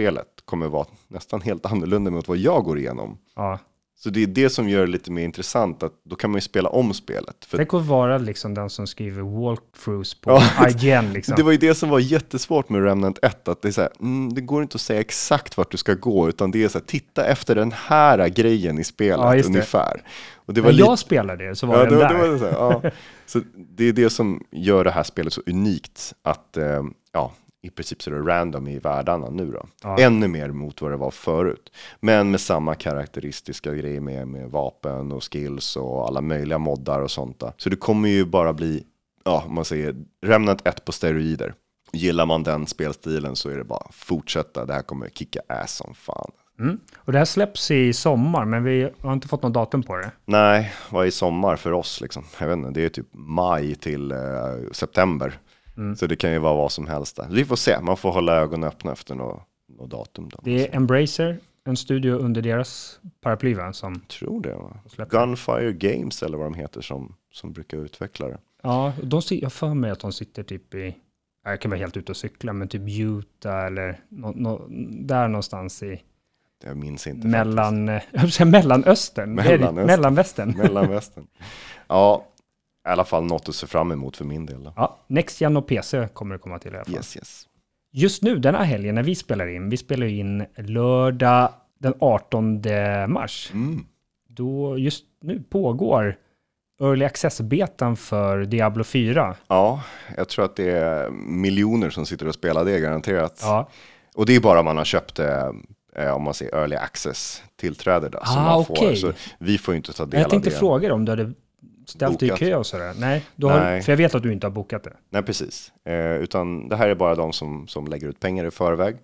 kommer vara nästan helt annorlunda mot vad jag går igenom. Ja. Så det är det som gör det lite mer intressant, att då kan man ju spela om spelet. För Tänk att vara liksom den som skriver walkthroughs på Ja, I G N. Liksom. det var ju det som var jättesvårt med Remnant ett, att det är så här, mm, det går inte att säga exakt vart du ska gå, utan det är så här, titta efter den här grejen i spelet, Ja, just det. ungefär. Och det var När lite... jag spelade det så var Ja, den det, där. det var så, här, ja. Så det är det som gör det här spelet så unikt, att eh, ja, i princip så är det random i världarna nu då. Ja. Ännu mer mot vad det var förut. Men med samma karaktäristiska grejer med, med vapen och skills och alla möjliga moddar och sånt där. Så det kommer ju bara bli, ja, man säger Remnant ett på steroider. Gillar man den spelstilen så är det bara fortsätta. Det här kommer kicka ass som fan. Mm. Och det här släpps i sommar, men vi har inte fått något datum på det. Nej, vad är sommar för oss liksom? Jag vet inte, det är typ maj till eh, september. Mm. Så det kan ju vara vad som helst där. Vi får se, man får hålla ögonen öppna efter något, något datum. Då. Det är Embracer, en studio under deras paraply, va? Som tror det, va? Gunfire Games eller vad de heter som, som brukar utveckla det. Ja, de, jag för mig att de sitter typ i, jag kan vara helt ute och cykla, men typ Utah eller no, no, där någonstans i jag minns inte mellan, jag säga Mellanöstern, Mellanöstern. Mellanvästern. Mellanvästern. Ja, i alla fall något att se fram emot för min del. Då. Ja, Next Gen och P C kommer det komma till i alla fall. Yes, yes. Just nu, den här helgen när vi spelar in, vi spelar in lördag den artonde mars. Mm. Då just nu pågår Early Access-betan för Diablo fyra. Ja, jag tror att det är miljoner som sitter och spelar det, garanterat. Ja. Och det är bara man har köpt eh, om man säger Early Access-tillträde där. Ah, som man får. okay. Så vi får ju inte ta del jag tänkte av det. fråga om du hade ställt dig i kö och sådär. Nej, du har, Nej. för jag vet att du inte har bokat det. Nej, precis. Eh, utan det här är bara de som, som lägger ut pengar i förväg.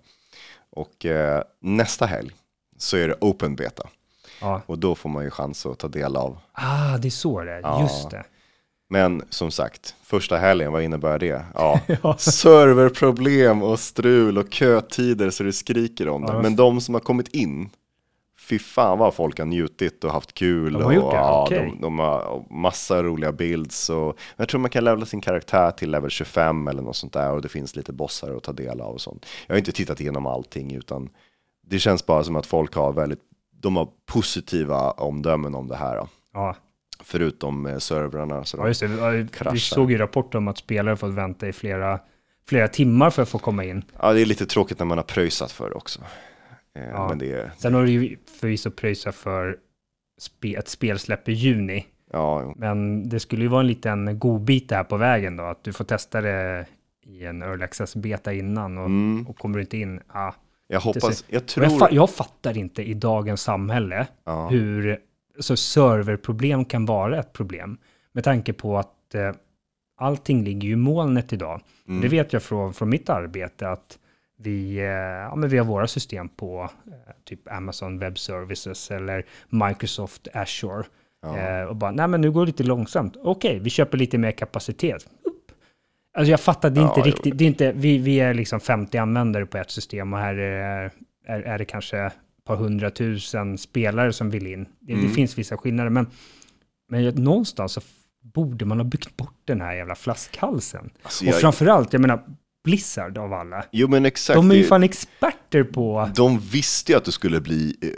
Och eh, nästa helg så är det Open Beta. Ja. Och då får man ju chans att ta del av. Ah, det är så det är. Ja. Just det. Men som sagt, första helgen, vad innebär det? Ja, Ja. serverproblem och strul och kötider så det skriker om det. Ja. Men de som har kommit in, fy fan vad folk har njutit och haft kul. De har och, gjort det, ja, okej. de, de har massa roliga builds. Och jag tror man kan levela sin karaktär till level tjugofem eller något sånt där. Och det finns lite bossar att ta del av och sånt. Jag har inte tittat igenom allting, utan det känns bara som att folk har väldigt, de har positiva omdömen om det här. Då. Ja. Förutom eh, servrarna. Så Ja, just det. Vi kraschar. såg ju rapporter om att spelare fått vänta i flera, flera timmar för att få komma in. Ja, det är lite tråkigt när man har pröjsat för det också. Eh, Ja. Men det är, Sen har du ju förvisso pröjsat för spe, ett spelsläpp i juni. ja, Men det skulle ju vara en liten godbit där på vägen då. Att du får testa det i en Early Access-beta innan. Och, Mm. och kommer du inte in, ja. jag hoppas, jag Men tror... Jag, fa- jag fattar inte i dagens samhälle ja. hur så serverproblem kan vara ett problem. Med tanke på att eh, allting ligger ju i molnet idag. Mm. Det vet jag från, från mitt arbete att vi, eh, ja, men vi har våra system på eh, typ Amazon Web Services eller Microsoft Azure. Ja. Eh, och bara, nej men nu går det lite långsamt. Okej, vi köper lite mer kapacitet. Upp. Alltså jag fattar, det är Ja, inte jo. riktigt, det är inte, vi, vi är liksom femtio användare på ett system och här är, är, är det kanske ett par hundratusen spelare som vill in. Det, Mm. det finns vissa skillnader, men, men jag- någonstans så f- borde man ha byggt bort den här jävla flaskhalsen. Alltså, Och jag, framförallt, jag menar, Blizzard av alla. jo, men exakt. De är ju det- fan experter på... De visste ju att det skulle bli eh,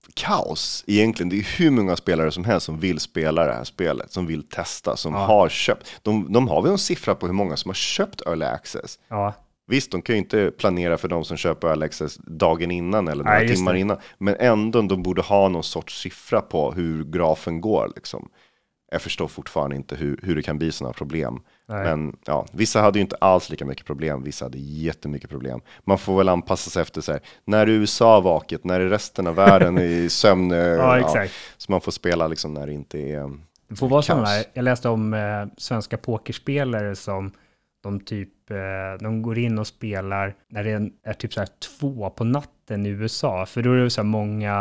kaos egentligen. Det är hur många spelare som helst som vill spela det här spelet, som vill testa, som Ja. har köpt. De, de har väl en siffra på hur många som har köpt Early Access. Ja, Visst, de kan ju inte planera för de som köper Early Access dagen innan eller några Nej, just timmar det. innan. Men ändå, de borde ha någon sorts siffra på hur grafen går. Liksom. Jag förstår fortfarande inte hur, hur det kan bli sådana problem. nej. Men ja, vissa hade ju inte alls lika mycket problem, vissa hade jättemycket problem. Man får väl anpassa sig efter så här, när är U S A vaket, när är resten av världen i sömn? eh, Ja, exakt. så man får spela liksom när det inte är... Det får vara kaos. sådana här, jag läste om eh, svenska pokerspelare som de typ, eh, de går in och spelar när det är, är typ så här två på natten i U S A. För då är det så här många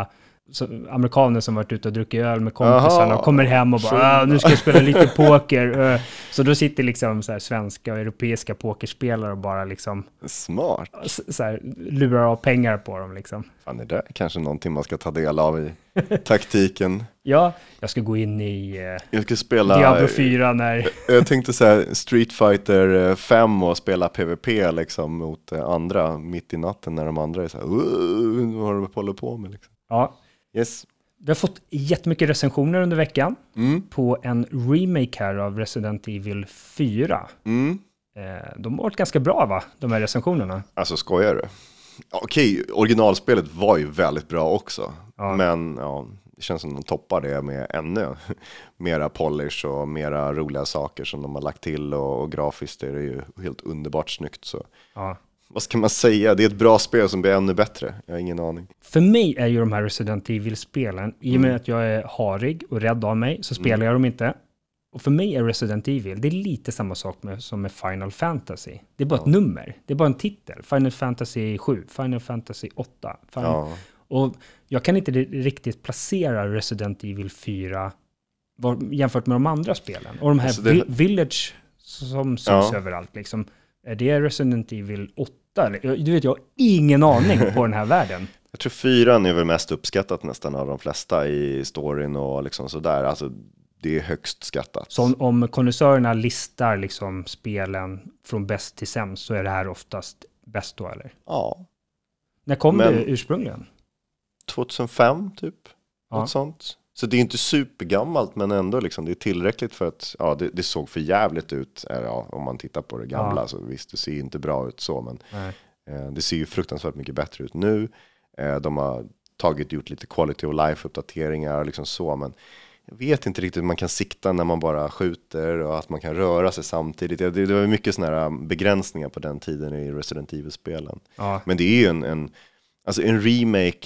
så, amerikaner som varit ute och druckit öl med kompisarna Aha, och kommer hem och bara, ah, nu ska jag spela lite poker. Så då sitter liksom så här svenska och europeiska pokerspelare och bara liksom smart. Så här, lurar av pengar på dem liksom. Fan, är det kanske någonting man ska ta del av i taktiken? Ja, jag ska gå in i uh, jag ska spela, Diablo fyra när... Jag tänkte säga Street Fighter fem och spela PvP liksom mot andra mitt i natten när de andra är så här, vad har de håller på med liksom. Ja. Yes. Vi har fått jättemycket recensioner under veckan mm. på en remake här av Resident Evil fyra. Mm. Eh, de har varit ganska bra, va? De här recensionerna. Alltså, skojar du? Okej, originalspelet var ju väldigt bra också. Ja. Men ja, det känns som de toppar det med ännu mera polish och mera roliga saker som de har lagt till. Och, och grafiskt är det ju helt underbart snyggt. Så. Ja. Vad ska man säga? Det är ett bra spel som blir ännu bättre. Jag har ingen aning. För mig är ju de här Resident Evil-spelen, i och med mm. att jag är harig och rädd av mig, så spelar mm. jag dem inte. Och för mig är Resident Evil, det är lite samma sak med, som med Final Fantasy. Det är bara ja. ett nummer, det är bara en titel. Final Fantasy sju, Final Fantasy åtta. Final... Ja. Och jag kan inte riktigt placera Resident Evil fyra var, jämfört med de andra spelen. Och de här alltså det... vi- Village som syns ja. överallt, liksom. Är det Resident Evil åtta? Eller? Du vet, jag har ingen aning på den här världen. Jag tror fyran är väl mest uppskattat nästan av de flesta i storyn och liksom sådär. Alltså, det är högst skattat. Så om konnässörerna listar liksom spelen från bäst till sämst, så är det här oftast bäst då, eller? Ja. När kom Men, det ursprungligen? tjugohundrafem typ. Ja. Något sånt. Så det är inte supergammalt, men ändå liksom, det är tillräckligt för att ja, det, det såg för jävligt ut. Ja, om man tittar på det gamla ja. så visst, det ser inte bra ut så, men eh, det ser ju fruktansvärt mycket bättre ut nu. Eh, de har tagit gjort lite quality of life uppdateringar liksom så, men jag vet inte riktigt hur man kan sikta när man bara skjuter och att man kan röra sig samtidigt. Det, det var mycket såna här begränsningar på den tiden i Resident Evil-spelen. Ja. Men det är ju en, en alltså en remake.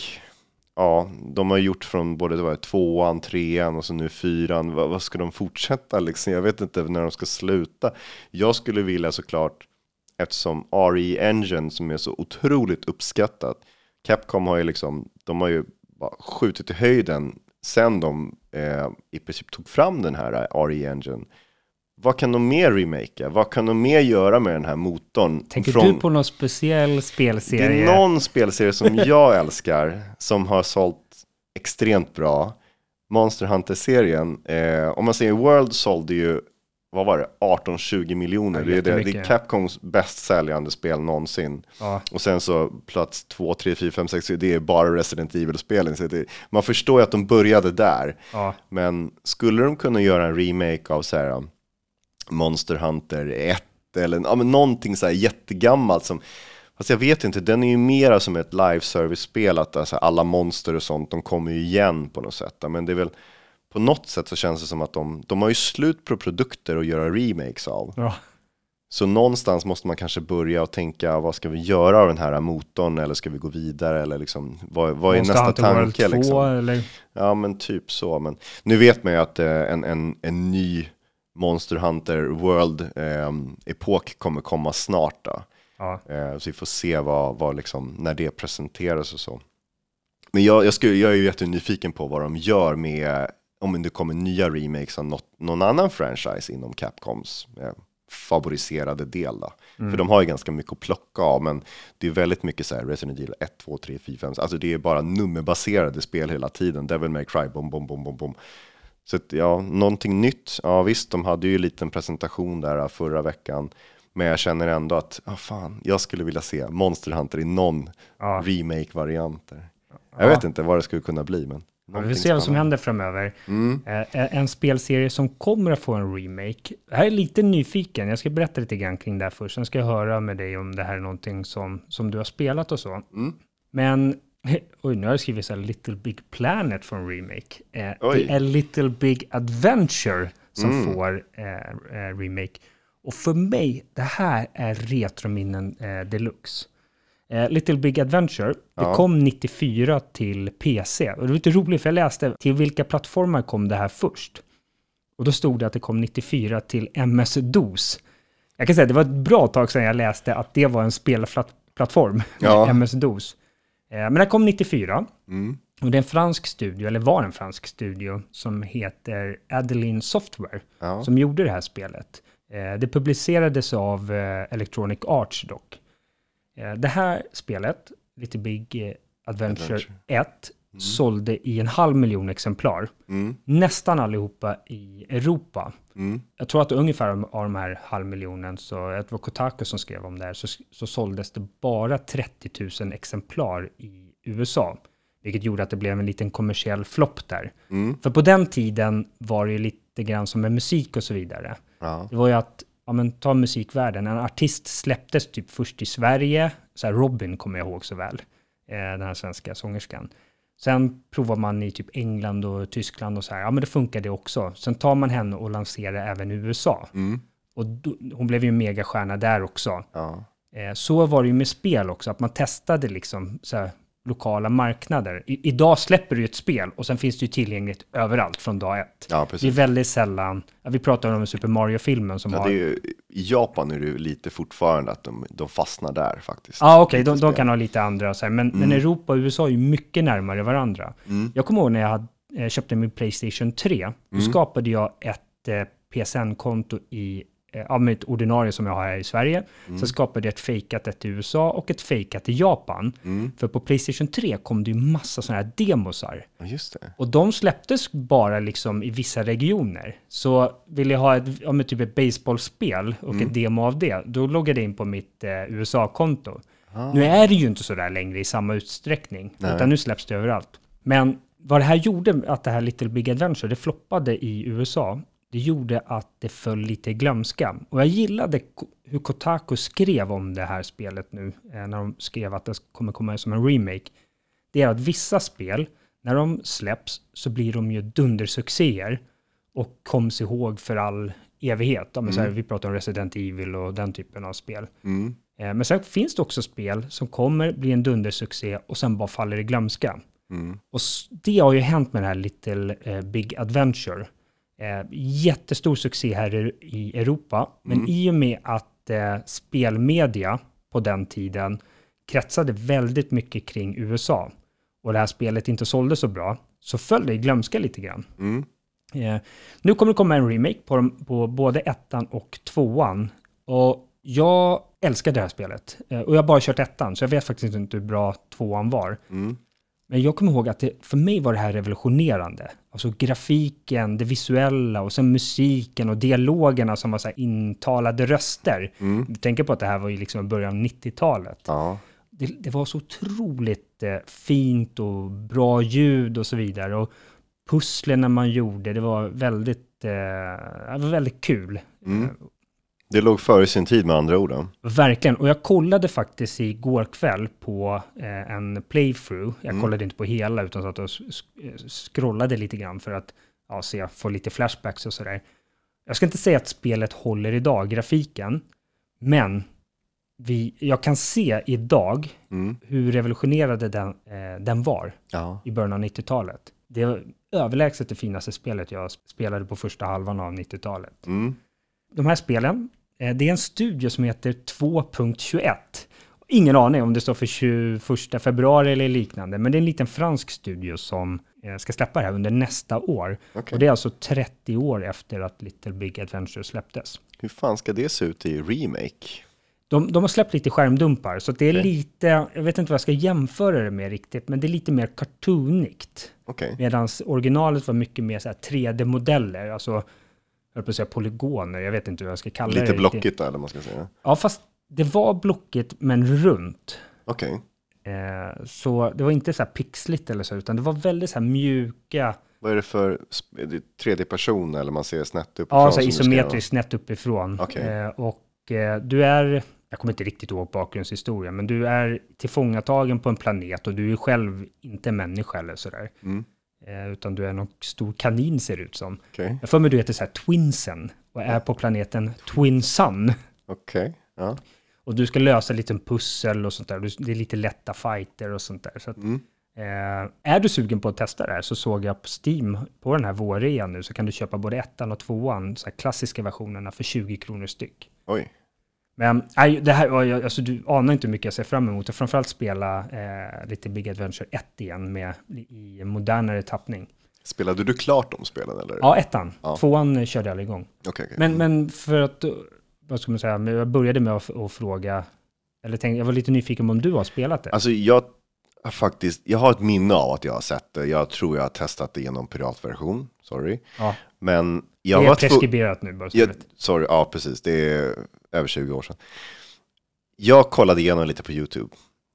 Ja, de har gjort från både det var tvåan, trean och så nu fyran. Vad, vad ska de fortsätta liksom? Jag vet inte när de ska sluta. Jag skulle vilja såklart, eftersom R E Engine som är så otroligt uppskattat. Capcom har ju liksom, de har ju bara skjutit i höjden sen de eh, i princip tog fram den här R E Engine. Vad kan de mer remakea? Vad kan de mer göra med den här motorn? Tänker från... du på någon speciell spelserie? Det är någon spelserie som jag älskar, som har sålt extremt bra. Monster Hunter-serien. Eh, om man säger World sålde ju, vad var det? arton tjugo miljoner. Det är, det, det är Capcoms bäst säljande spel någonsin. Ja. Och sen så plats två, tre, fyra, fem, sex, det är bara Resident Evil-spelen. Så det, man förstår ju att de började där. Ja. Men skulle de kunna göra en remake av så här Monster Hunter ett eller ja, men någonting så här jättegammalt som, fast jag vet inte, den är ju mera som ett live service-spel, att alltså, alla monster och sånt, de kommer ju igen på något sätt. Men det är väl, på något sätt så känns det som att de, de har ju slut på produkter att göra remakes av. Ja. Så någonstans måste man kanske börja och tänka, vad ska vi göra av den här motorn, eller ska vi gå vidare, eller liksom, vad, vad är Monster nästa Hunter tanke? World liksom? två, eller? Ja, men typ så. Men nu vet man ju att eh, en, en, en ny Monster Hunter World-epok eh, kommer komma snart då. Ja. Eh, så vi får se vad, vad liksom, när det presenteras och så. Men jag, jag, skulle, jag är ju jättenyfiken på vad de gör med, om det kommer nya remakes av något, någon annan franchise inom Capcoms eh, favoriserade del då. Mm. För de har ju ganska mycket att plocka av, men det är väldigt mycket så här Resident Evil ett, två, tre, fyra, fem. Alltså det är bara nummerbaserade spel hela tiden. Devil May Cry, bom, bom, bom, bom, bom. Så att, ja, någonting nytt. Ja visst, de hade ju en liten presentation där förra veckan. Men jag känner ändå att, ah, fan, jag skulle vilja se Monster Hunter i någon ja. remake-variant. Jag ja. vet inte vad det skulle kunna bli, men ja, vi får se vad som händer framöver. Mm. Eh, en spelserie som kommer att få en remake. Jag är lite nyfiken. Jag ska berätta lite grann kring det här först. Sen ska jag höra med dig om det här är någonting som, som du har spelat och så. Mm. Men oj, nu har jag skrivit så här Little Big Planet från remake. Eh, det är Little Big Adventure som mm. får eh, eh, remake. Och för mig, det här är retrominnen eh, deluxe. Eh, Little Big Adventure, ja. det kom nittiofyra till P C. Och det var lite roligt för jag läste till vilka plattformar kom det här först. Och då stod det att det kom nittiofyra till M S-DOS. Jag kan säga att det var ett bra tag sedan jag läste att det var en spelplattform, ja. M S-DOS. Men det kom nittiofyra. Mm. Och det är en fransk studio, eller var en fransk studio, som heter Adeline Software, Ja. som gjorde det här spelet. Eh, det publicerades av eh, Electronic Arts dock. Eh, det här spelet, Little Big Adventure, Adventure. ett, mm. sålde i en halv miljon exemplar. Mm. Nästan allihopa i Europa. Mm. Jag tror att ungefär av de här halv miljonen, så det var Kotaku som skrev om det här, så, så såldes det bara trettio tusen exemplar i U S A. Vilket gjorde att det blev en liten kommersiell flopp där. Mm. För på den tiden var det ju lite grann som med musik och så vidare. Ja. Det var ju att, ja men ta musikvärlden, en artist släpptes typ först i Sverige, så här Robin kommer jag ihåg så väl, eh, den här svenska sångerskan. Sen provar man i typ England och Tyskland och så här, ja men det funkar det också. Sen tar man henne och lanserar även i U S A. Mm. Och då, hon blev ju en megastjärna där också. Ja. Eh, så var det ju med spel också, att man testade liksom så här, lokala marknader. I, idag släpper du ett spel och sen finns det ju tillgängligt överallt från dag ett. Ja, precis. Det är väldigt sällan, ja, vi pratar om Super Mario-filmen som ja, har... Det är ju, i Japan är det ju lite fortfarande att de, de fastnar där faktiskt. Ja, okej, okay, de, de kan ha lite andra, så här, men, mm. men Europa och U S A är ju mycket närmare varandra. Mm. Jag kommer ihåg när jag hade, eh, köpte min PlayStation tre, mm. då skapade jag ett eh, P S N-konto i av mitt ordinarie som jag har här i Sverige. Mm. Så skapade jag ett fejkat ett i U S A och ett fejkat i Japan. Mm. För på PlayStation tre kom det ju massa sådana här demosar. Ja, just det. Och de släpptes bara liksom i vissa regioner. Så vill jag ha ett, ja, typ ett baseballspel och mm. ett demo av det, då loggade jag in på mitt eh, U S A-konto. Ah. Nu är det ju inte så där längre i samma utsträckning. Nej. Utan nu släpps det överallt. Men vad det här gjorde, att det här Little Big Adventure, det floppade i U S A, det gjorde att det föll lite i glömska. Och jag gillade hur Kotaku skrev om det här spelet nu, när de skrev att det kommer komma som en remake. Det är att vissa spel, när de släpps, så blir de ju dundersuccéer och koms ihåg för all evighet. Mm. Så här, vi pratar om Resident Evil och den typen av spel. Mm. Men sen finns det också spel som kommer bli en dundersuccé och sen bara faller i glömska. Mm. Och det har ju hänt med den här Little Big Adventure. Eh, jättestor succé här i Europa, men mm. i och med att eh, spelmedia på den tiden kretsade väldigt mycket kring U S A och det här spelet inte sålde så bra, så föll det i glömska lite grann. Mm. Eh, nu kommer det komma en remake på, på både ettan och tvåan, och jag älskar det här spelet. Eh, och jag har bara kört ettan, så jag vet faktiskt inte hur bra tvåan var. Mm. Men jag kommer ihåg att det, för mig var det här revolutionerande. Alltså grafiken, det visuella och sen musiken och dialogerna som var så här intalade röster. Mm. Jag tänker på att det här var ju liksom början av nittiotalet. Ja. Det, det var så otroligt eh, fint och bra ljud och så vidare. Och pusslen man gjorde, det var väldigt, eh, det var väldigt kul. Mm. Det låg före sin tid med andra ord då. Verkligen, och jag kollade faktiskt igår kväll på eh, en playthrough. Jag mm. kollade inte på hela utan så att jag scrollade lite grann för att ja, se, få lite flashbacks och sådär. Jag ska inte säga att spelet håller idag, grafiken, men vi, jag kan se idag mm. hur revolutionerade den, eh, den var ja. i början av nittiotalet. Det var överlägset det finaste spelet jag spelade på första halvan av nittiotalet. Mm. De här spelen, det är en studio som heter två punkt tjugoett. Ingen aning om det står för tjugoförsta februari eller liknande, men det är en liten fransk studio som ska släppa det här under nästa år. Okay. Och det är alltså trettio år efter att Little Big Adventure släpptes. Hur fan ska det se ut i remake? De, de har släppt lite skärmdumpar, så det är okay. lite, jag vet inte vad jag ska jämföra det med riktigt, men det är lite mer cartoonigt. Okay. Medan originalet var mycket mer så här tre D-modeller, alltså jag höll på att säga polygoner, jag vet inte hur jag ska kalla lite det. Lite blockigt eller man ska säga. Ja, fast det var blockigt men runt. Okej. Okay. Eh, så det var inte så här pixligt eller så, utan det var väldigt så här mjuka. Vad är det för tredje person eller man ser snett uppifrån? Ja, så isometriskt snett uppifrån. Okay. Eh, och eh, du är, jag kommer inte riktigt ihåg bakgrundshistorien, men du är tillfångatagen på en planet och du är själv inte människa eller sådär. Mm. Eh, utan du är någon stor kanin ser ut som. Okay. Jag får mig du heter så här Twinsen och är på planeten Twin Sun. Okej, okay. Ja. Och du ska lösa lite pussel och sånt där. Det är lite lätta fighter och sånt där. Så att, mm. eh, är du sugen på att testa det här så såg jag på Steam på den här vårrean nu så kan du köpa både ettan och tvåan, så här klassiska versionerna för tjugo kronor styck. Oj. Men nej, det här, alltså, du anar inte hur mycket jag ser fram emot. Och framförallt spela eh, lite Big Adventure ett igen med, i modernare tappning. Spelade du klart de spelen eller? Ja, ettan. Ja. Tvåan körde jag aldrig igång. Okay, okay. Men, men för att, vad ska man säga, jag började med att, att fråga, eller tänkte, jag var lite nyfiken om du har spelat det. Alltså jag har faktiskt, jag har ett minne av att jag har sett det. Jag tror jag har testat det genom piratversion, sorry. Ja. Men jag det är var preskriberat nu bara. Jag, sorry, ja precis, det är över tjugo år sedan. Jag kollade igenom lite på YouTube.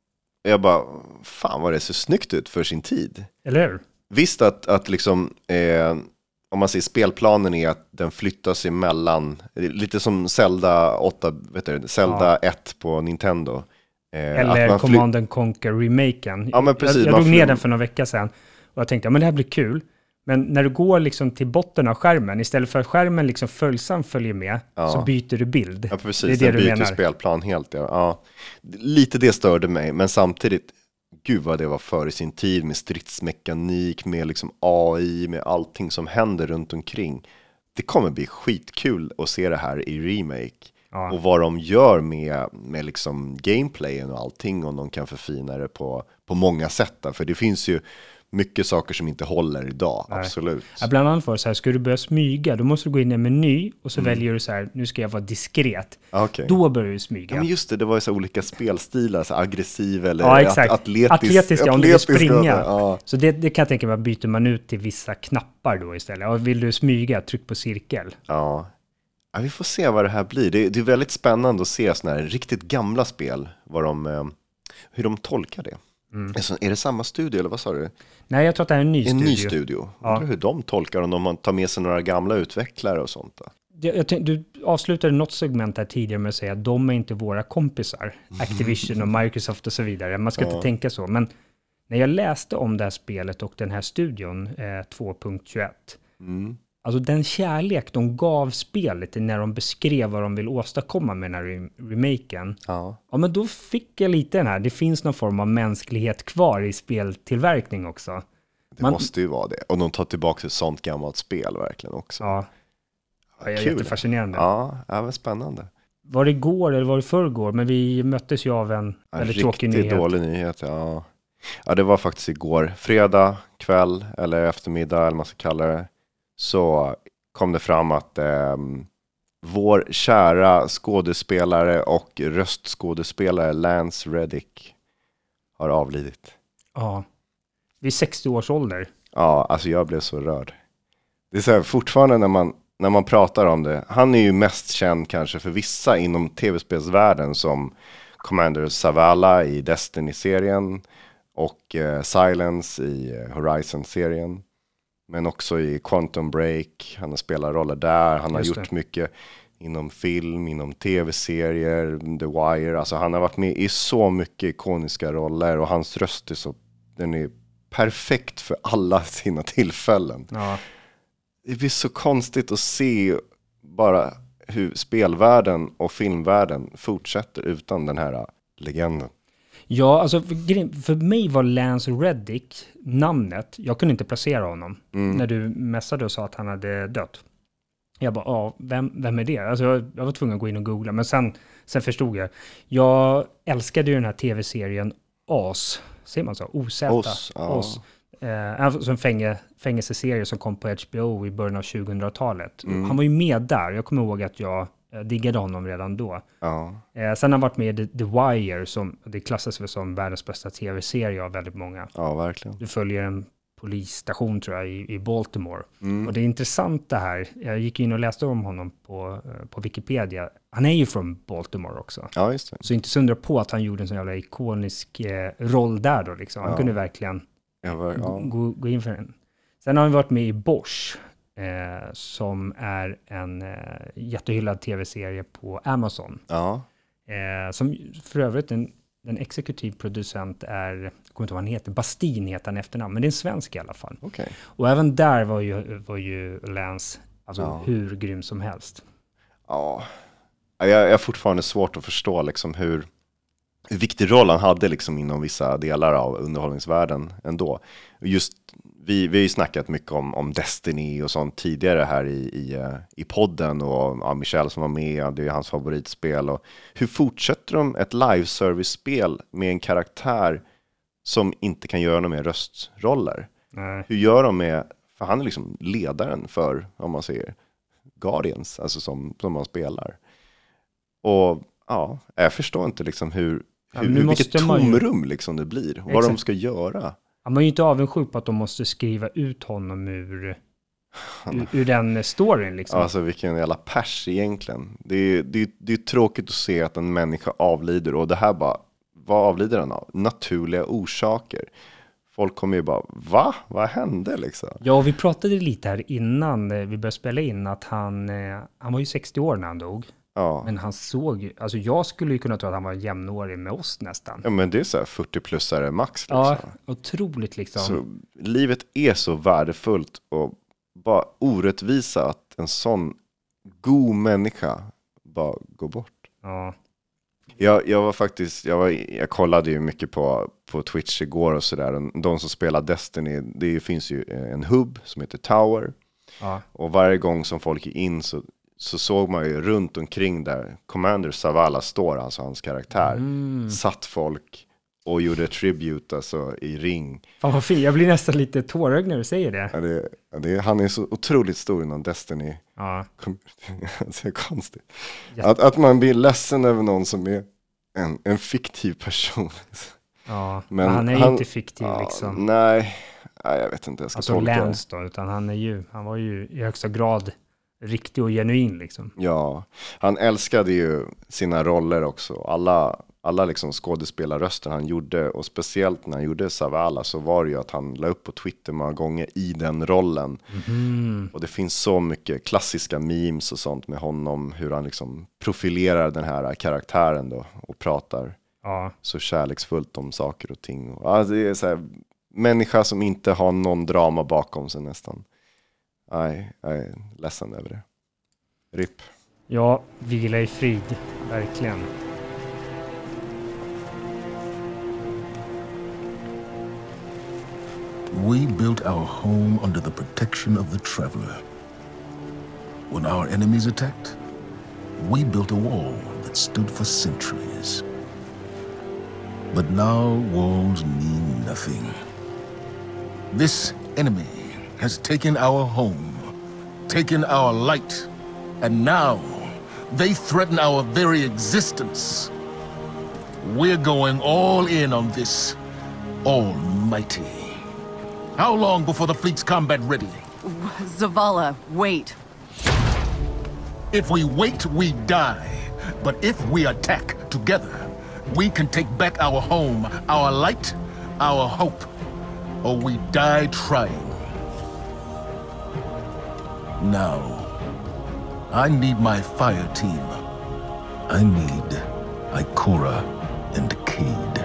Jag bara, fan vad det ser snyggt ut för sin tid. Eller hur? Visst att, att liksom, eh, om man säger spelplanen är att den flyttas emellan, lite som Zelda åtta, vet du, Zelda ja. ett på Nintendo. Eh, Eller att Command and Conquer remaken. Ja, men precis, jag jag drog ner den för några veckor sedan och jag tänkte, ja men det här blir kul. Men när du går liksom till botten av skärmen, istället för att skärmen liksom följsamt följer med, ja. så byter du bild. Ja, precis. Det är det den du byter spelplan helt. Ja. Ja. Lite det störde mig, men samtidigt, gud vad det var för i sin tid med stridsmekanik, med liksom A I, med allting som händer runt omkring. Det kommer bli skitkul att se det här i remake. Ja. Och vad de gör med, med liksom gameplayen och allting, om de kan förfina det på, på många sätt. För det finns ju mycket saker som inte håller idag, Nej. absolut. Ja, bland annat var det så här, ska du börja smyga, då måste du gå in i en meny och så mm. väljer du så här, nu ska jag vara diskret. Okay. Då börjar du smyga. Ja, men just det, det var ju så olika spelstilar, så aggressiv eller ja, exakt. atletisk. Atletiska, om du vill springa. Ja. Så det, det kan jag tänka mig, byter man ut till vissa knappar då istället. Och vill du smyga, tryck på cirkel. Ja. Ja, vi får se vad det här blir. Det, det är väldigt spännande att se såna här riktigt gamla spel, vad de, hur de tolkar det. Mm. Alltså, är det samma studio eller vad sa du? Nej, jag tror att det är en ny en studio. ny studio. Ja. Undrar hur de tolkar, om de tar med sig några gamla utvecklare och sånt då. Jag, jag tänkte, du avslutade något segment här tidigare med att säga att de är inte våra kompisar. Activision och Microsoft och så vidare. Man ska ja. inte tänka så. Men när jag läste om det här spelet och den här studion eh, två punkt tjugoett. Mm. Alltså den kärlek de gav spelet när de beskrev vad de vill åstadkomma med den här remaken. Ja. Ja, men då fick jag lite den här. Det finns någon form av mänsklighet kvar i speltillverkning också. Det Man, måste ju vara det. Och de tar tillbaka ett sånt gammalt spel verkligen också. Ja, ja det är jättefascinerande. Ja, det var spännande. Var det igår eller var det förrgår? Men vi möttes ju av en, en väldigt tråkig nyhet. Riktigt dålig nyhet, ja. Ja, det var faktiskt igår. Fredag kväll eller eftermiddag eller vad man ska kalla det. Så kom det fram att eh, vår kära skådespelare och röstskådespelare Lance Reddick har avlidit. Ja, vid sextio års ålder. Ja, alltså jag blev så rörd. Det är så här, fortfarande när man, när man pratar om det. Han är ju mest känd kanske för vissa inom tv-spelsvärlden som Commander Zavala i Destiny-serien och eh, Silence i eh, Horizon-serien. Men också i Quantum Break, han har spelat roller där, han har gjort mycket inom film, inom tv-serier, The Wire, alltså han har varit med i så mycket ikoniska roller och hans röst är så, den är perfekt för alla sina tillfällen. Ja. Det blir så konstigt att se bara hur spelvärlden och filmvärlden fortsätter utan den här legenden. Ja, alltså för, för mig var Lance Reddick namnet. Jag kunde inte placera honom mm. när du messade och sa att han hade dött. Jag bara, ja, vem, vem är det? Alltså jag, jag var tvungen att gå in och googla, men sen, sen förstod jag. Jag älskade ju den här tv-serien Oz. Ser man så? O Z. Oz, ja. Oz. Eh, alltså en fäng, fängelseserie som kom på H B O i början av tjugohundratalet. Mm. Han var ju med där. Jag kommer ihåg att jag diggade honom redan då. Ja. Eh, sen har han varit med i The, The Wire, som det klassas väl som världens bästa tv-serie av väldigt många. Ja, verkligen. Du följer en polisstation tror jag i, i Baltimore. Mm. Och det är intressant det här. Jag gick in och läste om honom på, på Wikipedia. Han är ju från Baltimore också. Ja, just det. Så inte så undra på att han gjorde en sån jävla ikonisk eh, roll där då liksom. Han ja. kunde verkligen ja, var, ja. gå, gå in för den. Sen har han varit med i Bosch. Eh, som är en eh, jättehyllad tv-serie på Amazon. Ja. Eh, som för övrigt en, en exekutiv producent är, jag kommer inte vad han heter, Bastin heter han efternamn, men det är en svensk i alla fall. Okay. Och även där var ju, var ju Lance alltså ja. hur grym som helst. Ja, jag, jag har fortfarande svårt att förstå liksom hur, hur viktig roll han hade liksom inom vissa delar av underhållningsvärlden ändå. Just vi, vi har ju snackat mycket om, om Destiny och sånt tidigare här i, i, i podden. Och ja, Michel som var med, det är hans favoritspel. Och hur fortsätter de ett live-service-spel med en karaktär som inte kan göra några mer röstroller? Nej. Hur gör de med, för han är liksom ledaren för, om man säger, Guardians, alltså som, som man spelar. Och ja, jag förstår inte liksom hur, ja, hur, hur vilket tomrum ju... liksom det blir. Exakt. Vad de ska göra. Ja, man är ju inte avundsjuk på att de måste skriva ut honom ur, ur, ur den storyn liksom. Alltså vilken jävla pers egentligen. Det är, det, är, det är tråkigt att se att en människa avlider. Och det här bara, vad avlider han av? Naturliga orsaker. Folk kommer ju bara, va? Vad hände liksom? Ja, och vi pratade lite här innan vi började spela in att han, han var ju sextio år när han dog. Ja. Men han såg, alltså jag skulle ju kunna tro att han var jämnårig med oss nästan. Ja, men det är så här fyrtio-plussare max liksom. Ja, otroligt liksom. Så livet är så värdefullt och bara orättvisa att en sån god människa bara går bort. Ja. Jag, jag var faktiskt, jag, var, jag kollade ju mycket på, på Twitch igår och sådär. De som spelar Destiny, det finns ju en hub som heter Tower. Ja. Och varje gång som folk är in så, så såg man ju runt omkring där Commander Zavala står, alltså hans karaktär. Mm. Satt folk och gjorde tribute alltså i ring. Fan vad fint, jag blir nästan lite tårögd när du säger det. Ja, det, ja, det han är så otroligt stor inom Destiny. Ja. Det är konstigt. Ja. Att, att man blir ledsen över någon som är en, en fiktiv person. Ja, men, men han är ju han, inte fiktiv ja, liksom. Nej, nej, jag vet inte. Jag ska alltså tolka. Lance då, utan han är ju, han var ju i högsta grad riktig och genuin liksom. Ja, han älskade ju sina roller också. Alla, alla liksom skådespelarröster han gjorde, och speciellt när han gjorde Zavala, så var det ju att han la upp på Twitter många gånger i den rollen. Mm. Och det finns så mycket klassiska memes och sånt med honom, hur han liksom profilerar den här karaktären då och pratar ja. så kärleksfullt om saker och ting. Ja, det är så här, människa som inte har någon drama bakom sig nästan. Nej, jag är ledsen över det. R I P. Ja, vila i frid, verkligen. We built our home under the protection of the traveler. When our enemies attacked, we built a wall that stood for centuries. But now walls mean nothing. This enemy has taken our home, taken our light, and now they threaten our very existence. We're going all in on this almighty. How long before the fleet's combat ready? Zavala, wait. If we wait, we die. But if we attack together, we can take back our home, our light, our hope. Or we die trying. Now, I need my fire team. I need Ikora and Cade.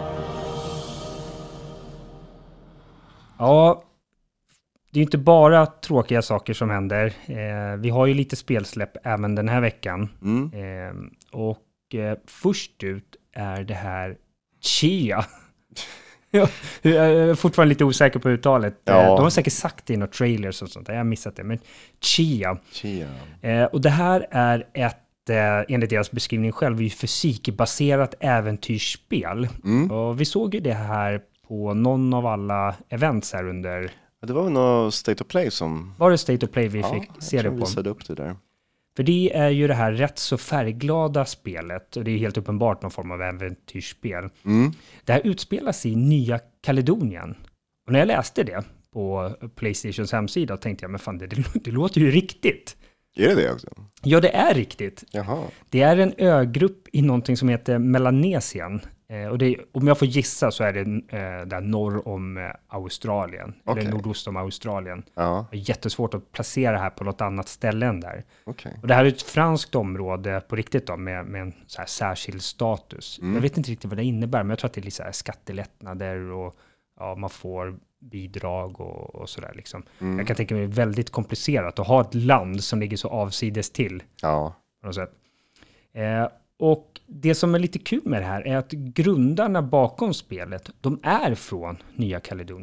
Ja, det är ju inte bara tråkiga saker som händer. Eh, vi har ju lite spelsläpp även den här veckan. Mm. Eh, och eh, först ut är det här Chia. Jag är fortfarande lite osäker på uttalet. Ja. De har säkert sagt det i några trailers och sånt där. Jag har missat det. Men Chia. Chia. Eh, och det här är ett, eh, enligt deras beskrivning själv, fysikbaserat äventyrsspel. Mm. Och vi såg ju det här på någon av alla events här under... Det var väl något State of Play som... Var det State of Play vi ja, fick se det på? visade upp det där. För det är ju det här rätt så färgglada spelet. Och det är helt uppenbart någon form av äventyrsspel. Mm. Det här utspelar sig i Nya Kaledonien. Och när jag läste det på PlayStations hemsida tänkte jag, men fan, det, det låter ju riktigt. Är det det också? Ja, det är riktigt. Jaha. Det är en ögrupp i någonting som heter Melanesien. Eh, och det, om jag får gissa så är det eh, där norr om eh, Australien. Okay. Eller nordost om Australien. Ja. Det är jättesvårt att placera det här på något annat ställe än där. Okay. Och det här är ett franskt område på riktigt då, med, med en så här särskild status. Mm. Jag vet inte riktigt vad det innebär, men jag tror att det är lite så här skattelättnader och ja, man får bidrag och, och sådär liksom. Mm. Jag kan tänka mig väldigt komplicerat att ha ett land som ligger så avsides till. Ja. På något sätt. Eh, och det som är lite kul med det här är att grundarna bakom spelet, de är från Nya Kaledonien.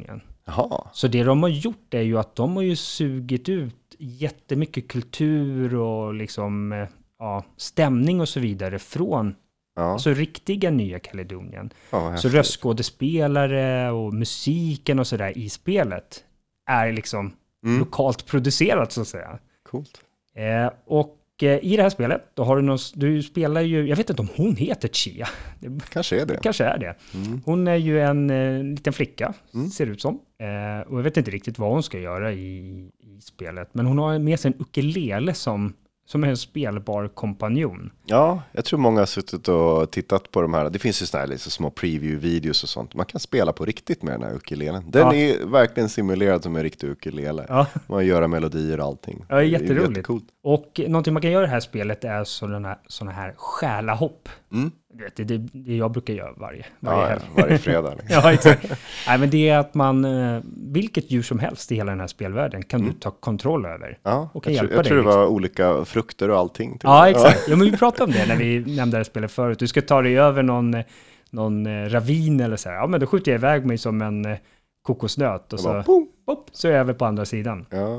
Jaha. Så det de har gjort är ju att de har ju sugit ut jättemycket kultur och liksom, eh, ja, stämning och så vidare från Ja. alltså riktiga Nya Kaledonien. Ja, vad Så häftigt. röstskådespelare och musiken och sådär i spelet är liksom Mm. lokalt producerat så att säga. Coolt. Eh, och eh, i det här spelet, då har du någon, du spelar ju, jag vet inte om hon heter Chia. Det Kanske är det. kanske är det. Mm. Hon är ju en eh, liten flicka, Mm. ser ut som. Eh, och jag vet inte riktigt vad hon ska göra i, i spelet. Men hon har med sig en ukulele som, som är en spelbar kompanjon. Ja, jag tror många har suttit och tittat på de här. Det finns ju såna här liksom små preview-videos och sånt. Man kan spela på riktigt med den här ukulelen. Den Ja. är verkligen simulerad som en riktig ukulele. Ja. Man gör melodier och allting. Ja, det är Det jätteroligt. jättecoolt. Och någonting man kan göra i det här spelet är sådana här, såna här själahopp. Mm. Du vet, det, det, det jag brukar göra varje, varje Ja, helg. ja, varje fredag. Liksom. Ja, exakt. Nej, men det är att man, eh, vilket djur som helst i hela den här spelvärlden kan Mm. du ta kontroll över. Ja, Och kan jag, tror, hjälpa jag dig, tror det liksom. var olika frukter och allting. till Ja, och med. exakt. Ja, men vi pratade om det när vi nämnde det här spelet förut. Du ska ta dig över någon, eh, någon eh, ravin eller så här. Ja, men då skjuter jag iväg mig som en eh, kokosnöt och Jag så, bara, boom. pop, så är jag över på andra sidan. Ja.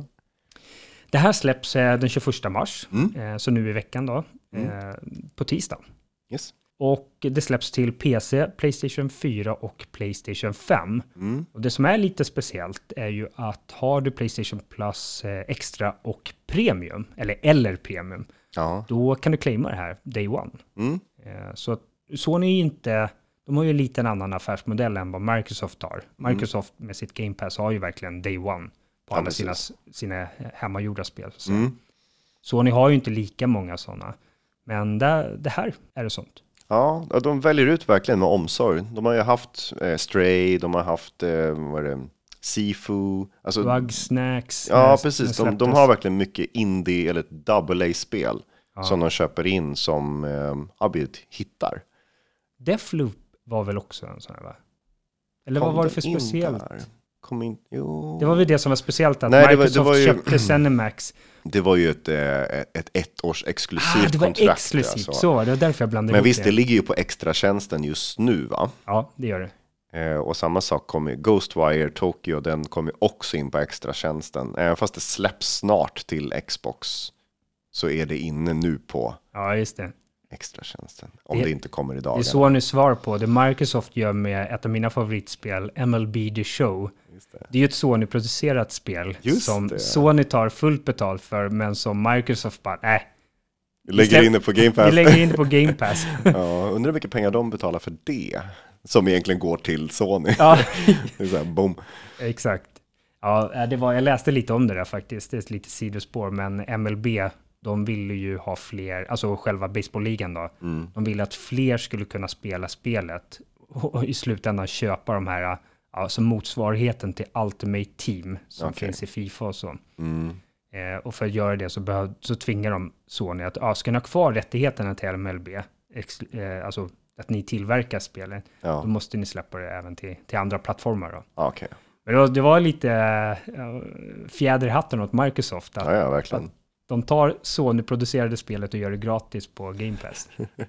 Det här släpps eh, den tjugoförsta mars, Mm. eh, så nu i veckan då, eh, på tisdag. Yes. Och det släpps till P C, PlayStation fyra och PlayStation fem. Mm. Och det som är lite speciellt är ju att har du PlayStation Plus eh, Extra och Premium, eller eller Premium, Ja. då kan du claima det här Day One. Mm. Eh, så att Sony är ju inte, de har ju lite en annan affärsmodell än vad Microsoft har. Microsoft med sitt Game Pass har ju verkligen Day One på Ja, alla sina, precis. sina hemmagjorda spel. Så. att säga. Mm. Sony har ju inte lika många sådana. Men det, det här är det sånt. Ja, ja, de väljer ut verkligen med omsorg. De har ju haft eh, Stray, de har haft eh, vad är det, Sifu. Alltså, Bugsnacks. ja, när- precis. när De, de släpptes. har verkligen mycket indie eller double A-spel Ja. som de köper in som eh, har blivit hittar. Deathloop var väl också en sån här, va? Eller Kom vad var det den för in speciellt? där? Kom in, jo. Det var väl det som var speciellt, att Nej, det var- det Microsoft var ju- köpte Zenimax. Det var ju ett, eh, ett ettårs exklusivt Ah, det var kontrakt. exklusivt, alltså. så. Det var därför jag blandade Men ihop visst, det det. ligger ju på extra tjänsten just nu, va? Ja, det gör det. Eh, och samma sak kommer ju Ghostwire Tokyo, den kommer ju också in på extra tjänsten. Även fast det släpps snart till Xbox så är det inne nu på Ja, just det. extra tjänsten. Om Det- det, inte kommer Det idag. är så nu svar på det Microsoft gör med ett av mina favoritspel, M L B The Show. Just det. Det är ju ett Sony-producerat spel Just som det. Sony tar fullt betalt för, men som Microsoft bara, nej, Lägger släpp- in det på Game vi Pass. lägger in det på Game Pass. Ja, undrar hur mycket pengar de betalar för det. Som egentligen går till Sony. Ja, Det är så här, boom. exakt. Ja, det var, jag läste lite om det där faktiskt. Det är lite sidospår, men M L B, de ville ju ha fler, alltså själva baseballligan då. Mm. De ville att fler skulle kunna spela spelet och i slutändan köpa de här, alltså motsvarigheten till Ultimate Team som Okej. finns i FIFA och så. Mm. Eh, och för att göra det så, behöv, så tvingar de Sony att, ja, ska ni ha kvar rättigheterna till M L B, ex, eh, alltså att ni tillverkar spelet, då Ja, måste ni släppa det även till, till andra plattformar då. ja okej. Men det var, det var lite uh, fjäder i hatten åt Microsoft. Att Ja, ja, verkligen. de tar Sony-producerade spelet och gör det gratis på Game Pass.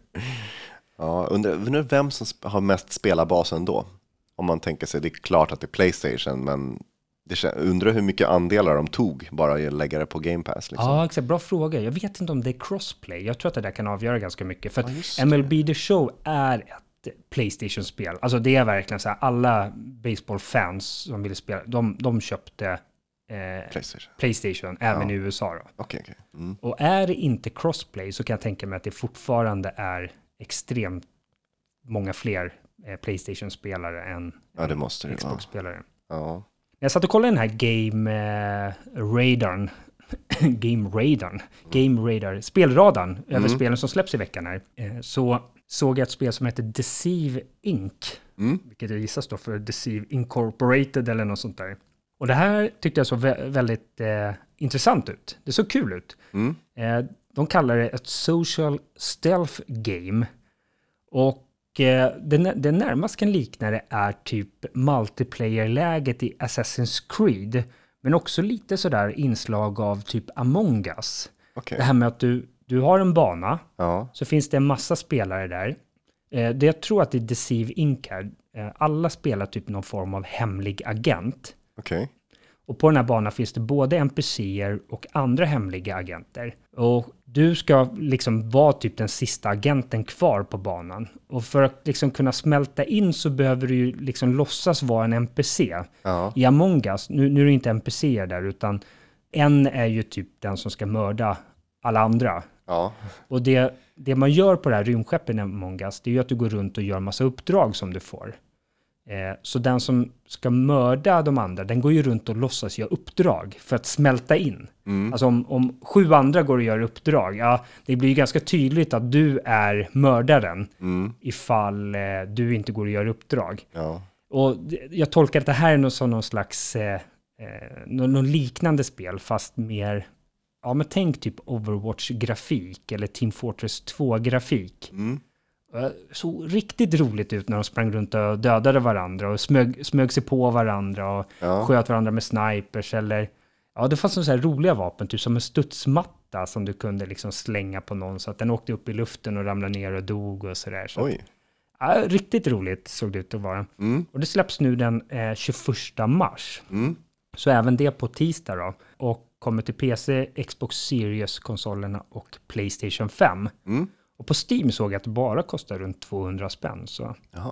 Ja, undrar, undrar vem som sp- har mest spelarbasen då? Om man tänker sig, det är klart att det är PlayStation, men det kän- undrar hur mycket andelar de tog bara i att lägga det på Game Pass. Liksom. Ja, exakt. Bra fråga. Jag vet inte om det är crossplay. Jag tror att det där kan avgöra ganska mycket. För Ja, just att M L B The Show är ett PlayStation-spel. Alltså det är verkligen så här, alla baseball-fans som ville spela, de, de köpte eh, PlayStation. PlayStation, även Ja. i U S A då. Okej, okej. Mm. Och är det inte crossplay så kan jag tänka mig att det fortfarande är extremt många fler eh, PlayStation-spelare än, Ja, det än måste det vara. Xbox-spelare. Ja. Jag satt och kollade den här Game eh, Radarn, Game Radarn, Game Radar, spelradarn över spelen som släpps i veckan här. Eh, så såg jag ett spel som heter Deceive Incorporated. Mm. Vilket jag gissar står för Deceive Incorporated eller något sånt där. Och det här tyckte jag såg vä- väldigt eh, intressant ut. Det såg kul ut. Mm. Eh, de kallar det ett social stealth game. Och eh, det, nä- det närmast kan likna det är typ multiplayer-läget i Assassin's Creed. Men också lite sådär inslag av typ Among Us. Okej. Det här med att du, du har en bana, Ja. så finns det en massa spelare där. Eh, det jag tror att det är Deceive Inc här. Eh, alla spelar typ någon form av hemlig agent. Okej. Okay. Och på den här banan finns det både N P C:er och andra hemliga agenter. Och du ska liksom vara typ den sista agenten kvar på banan. Och för att liksom kunna smälta in så behöver du ju liksom låtsas vara en N P C. Ja. I Among Us, nu, nu är det inte N P C:er där, utan en är ju typ den som ska mörda alla andra. Ja. Och det, det man gör på det här rymdskeppet i Among Us, det är ju att du går runt och gör massa uppdrag som du får. Eh, så den som ska mörda de andra, den går ju runt och låtsas göra uppdrag för att smälta in. Mm. Alltså om, om sju andra går och gör uppdrag, ja, det blir ju ganska tydligt att du är mördaren mm. ifall eh, du inte går och gör uppdrag. Ja. Och jag tolkar att det här är någon, som någon slags eh, eh, någon, någon liknande spel, fast mer, ja men tänk typ Overwatch-grafik eller Team Fortress två-grafik. Mm. Så riktigt roligt ut när de sprang runt och dödade varandra och smög, smög sig på varandra och ja. sköt varandra med snipers eller, ja det fanns så här roliga vapen, typ som en studsmatta som du kunde liksom slänga på någon så att den åkte upp i luften och ramlade ner och dog och sådär. Så Oj. Ja, riktigt roligt såg det ut att vara. Mm. Och det släpps nu den eh, tjugoförsta mars. Mm. Så även det på tisdag då. Och kommer till P C, Xbox Series-konsolerna och PlayStation fem. Mm. Och på Steam såg jag att det bara kostar runt tvåhundra spänn. Så. Jaha.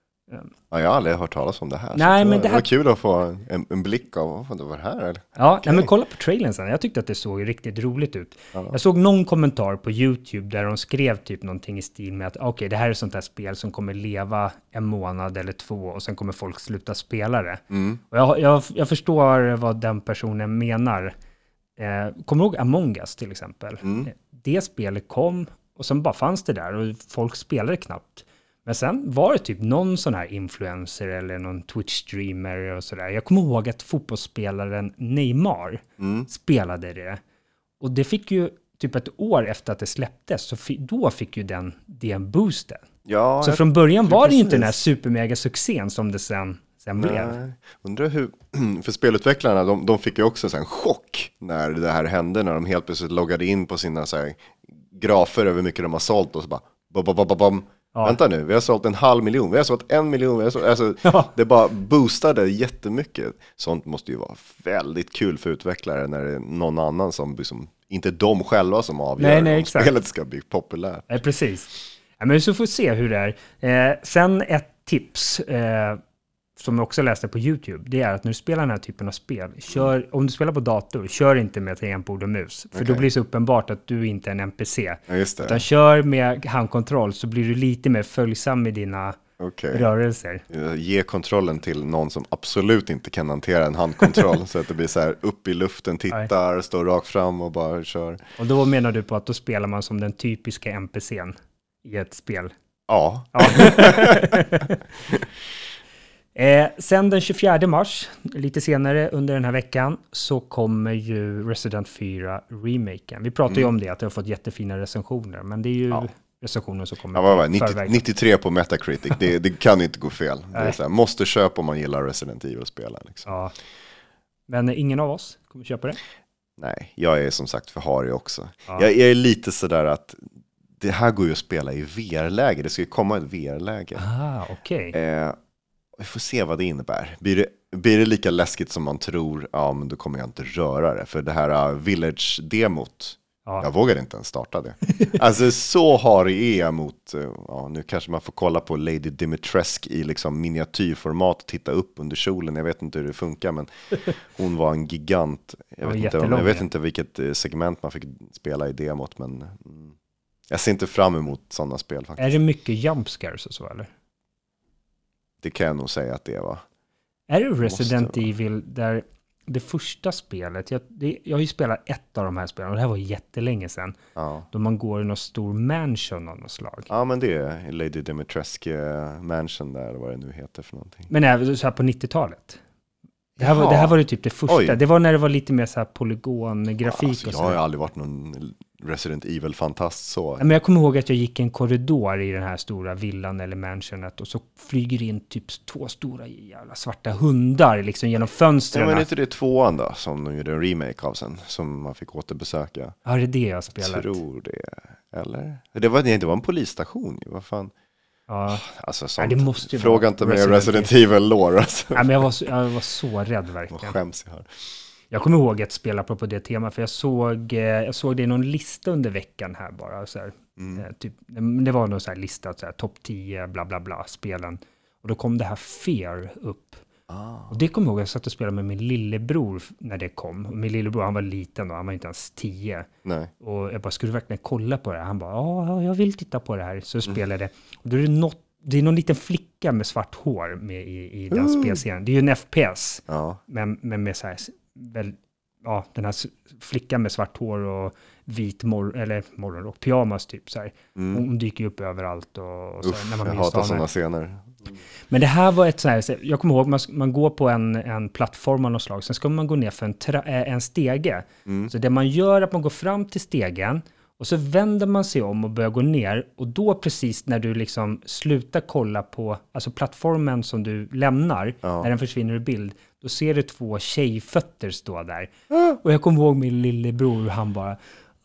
Ja, jag har aldrig hört talas om det här. Nej, så men det, det här... var kul att få en, en blick av vad det var här. Eller? Ja, okay. Nej, men kolla på trailern sen. Jag tyckte att det såg riktigt roligt ut. Ja. Jag såg någon kommentar på YouTube där de skrev typ någonting i stil med att okej, okay, det här är sånt här spel som kommer leva en månad eller två och sen kommer folk sluta spela det. Mm. Och jag, jag, jag förstår vad den personen menar. Eh, kommer du ihåg Among Us till exempel? Mm. Det spelet kom och sen bara fanns det där och folk spelade knappt. Men sen var det typ någon sån här influencer eller någon Twitch-streamer och sådär. Jag kommer ihåg att fotbollsspelaren Neymar mm. spelade det. Och det fick ju typ ett år efter att det släpptes, så f- då fick ju den det en boosten. Ja, så från början var det ju inte den här supermega succén som det sen, sen blev. Undrar hur, för spelutvecklarna, de, de fick ju också en chock när det här hände, när de helt plötsligt loggade in på sina så här, grafer över hur mycket de har sålt och så bara bam, bam, bam, bam. Ja. Vänta nu, vi har sålt en halv miljon, vi har sålt en miljon, vi har sålt, alltså, ja. Det bara boostade jättemycket. Sånt måste ju vara väldigt kul för utvecklare när det är någon annan som liksom, inte de själva som avgör nej, nej, om exakt. Spelet ska bli populärt. Nej, precis. Ja, men så får vi se hur det är. Eh, sen ett tips eh, som jag också läste på YouTube, det är att när du spelar den här typen av spel, kör, mm. om du spelar på dator, kör inte med tangentbord och mus. För okay. då blir det så uppenbart att du inte är en N P C. Ja, just det. Utan kör med handkontroll så blir du lite mer följsam med dina okay. rörelser. Ge kontrollen till någon som absolut inte kan hantera en handkontroll så att det blir så här upp i luften, tittar, står rakt fram och bara kör. Och då menar du på att då spelar man som den typiska N P C:n i ett spel? Ja. ja. Eh, sen den tjugofjärde mars, lite senare under den här veckan, så kommer ju Resident fyra remaken. Vi pratar mm. ju om det, att det har fått jättefina recensioner, men det är ju ja. recensioner som kommer ja, nittio, nittiotre på Metacritic, det, det kan inte gå fel. Det är så här, måste köpa om man gillar Resident Evil-spelen. Liksom. Ja. Men ingen av oss kommer köpa det? Nej, jag är som sagt för harig också. Ja. Jag, jag är lite sådär att det här går ju att spela i V R-läge, det ska ju komma ett V R-läge. Ah, okej. Okay. Eh, Vi får se vad det innebär. Blir det, blir det lika läskigt som man tror, ja men då kommer jag inte röra det. För det här uh, Village-demot, ja. jag vågar inte ens starta det. Alltså så har jag mot, uh, ja nu kanske man får kolla på Lady Dimitrescu i liksom miniatyrformat och titta upp under kjolen. Jag vet inte hur det funkar, men hon var en gigant. Jag, vet inte, jag vet inte vilket segment man fick spela i demot, men mm, jag ser inte fram emot sådana spel faktiskt. Är det mycket jumpscares och så eller? Det kan jag nog säga att det var. Är det Resident Evil där det första spelet, jag, det, jag har ju spelat ett av de här spelen och det här var jättelänge sedan. Ja. Då man går i någon stor mansion av något slag. Ja, men det är Lady Dimitrescu mansion där, vad det nu heter för någonting. Men är så här på nittiotalet? Det här, var, det här var det typ det första. Oj. Det var när det var lite mer så här polygongrafik. Ja, alltså, och så. Jag har ju aldrig varit någon Resident Evil-fantast så. Men jag kommer ihåg att jag gick en korridor i den här stora villan eller mansionet och så flyger in typ två stora jävla svarta hundar liksom genom fönstren. Ja, men inte det tvåan då som de gjorde en remake av sen som man fick återbesöka? Ja, det är det jag spelat. Jag tror det. Eller? Det var, det var en polisstation ju, vad fan. Ja. Alltså sånt. Ja, det måste ju Fråga vara inte med Resident Resident Evil lore. Alltså. Ja, men jag, var så, jag var så rädd Vad verkligen. skäms jag här. Jag kommer ihåg ett spel på det temat, för jag såg, eh, jag såg det i någon lista under veckan här bara. Så här, Mm. eh, typ, det var någon så här lista, så här, topp tio, bla bla bla, spelen. Och då kom det här Fear upp. Ah. Och det kommer jag ihåg, jag satt och spelade med min lillebror när det kom. Och min lillebror, han var liten då, han var inte ens tio. Nej. Och jag bara, ska du verkligen kolla på det här? Han bara, ja, jag vill titta på det här. Så spelade det. Och då är det något, det är någon liten flicka med svart hår med i, i den Mm. spelserien. Det är ju en F P S. Ja. Men, men med så här, väl, ja, den här s- flickan med svart hår och vit mor- eller morgonrock, pyjamas typ så här. Mm. Hon dyker ju upp överallt och, och så här, Uff, när man jag minns hatar dagen. sådana scener. Men det här var ett så här, så jag kommer ihåg, man, man går på en, en plattform av något slag, sen ska man gå ner för en, tra, eh, en stege. Mm. Så det man gör är att man går fram till stegen och så vänder man sig om och börjar gå ner, och då precis när du liksom slutar kolla på, alltså plattformen som du lämnar, Ja. när den försvinner ur bild, då ser du två tjejfötter stå där. Och jag kommer ihåg min lillebror, han bara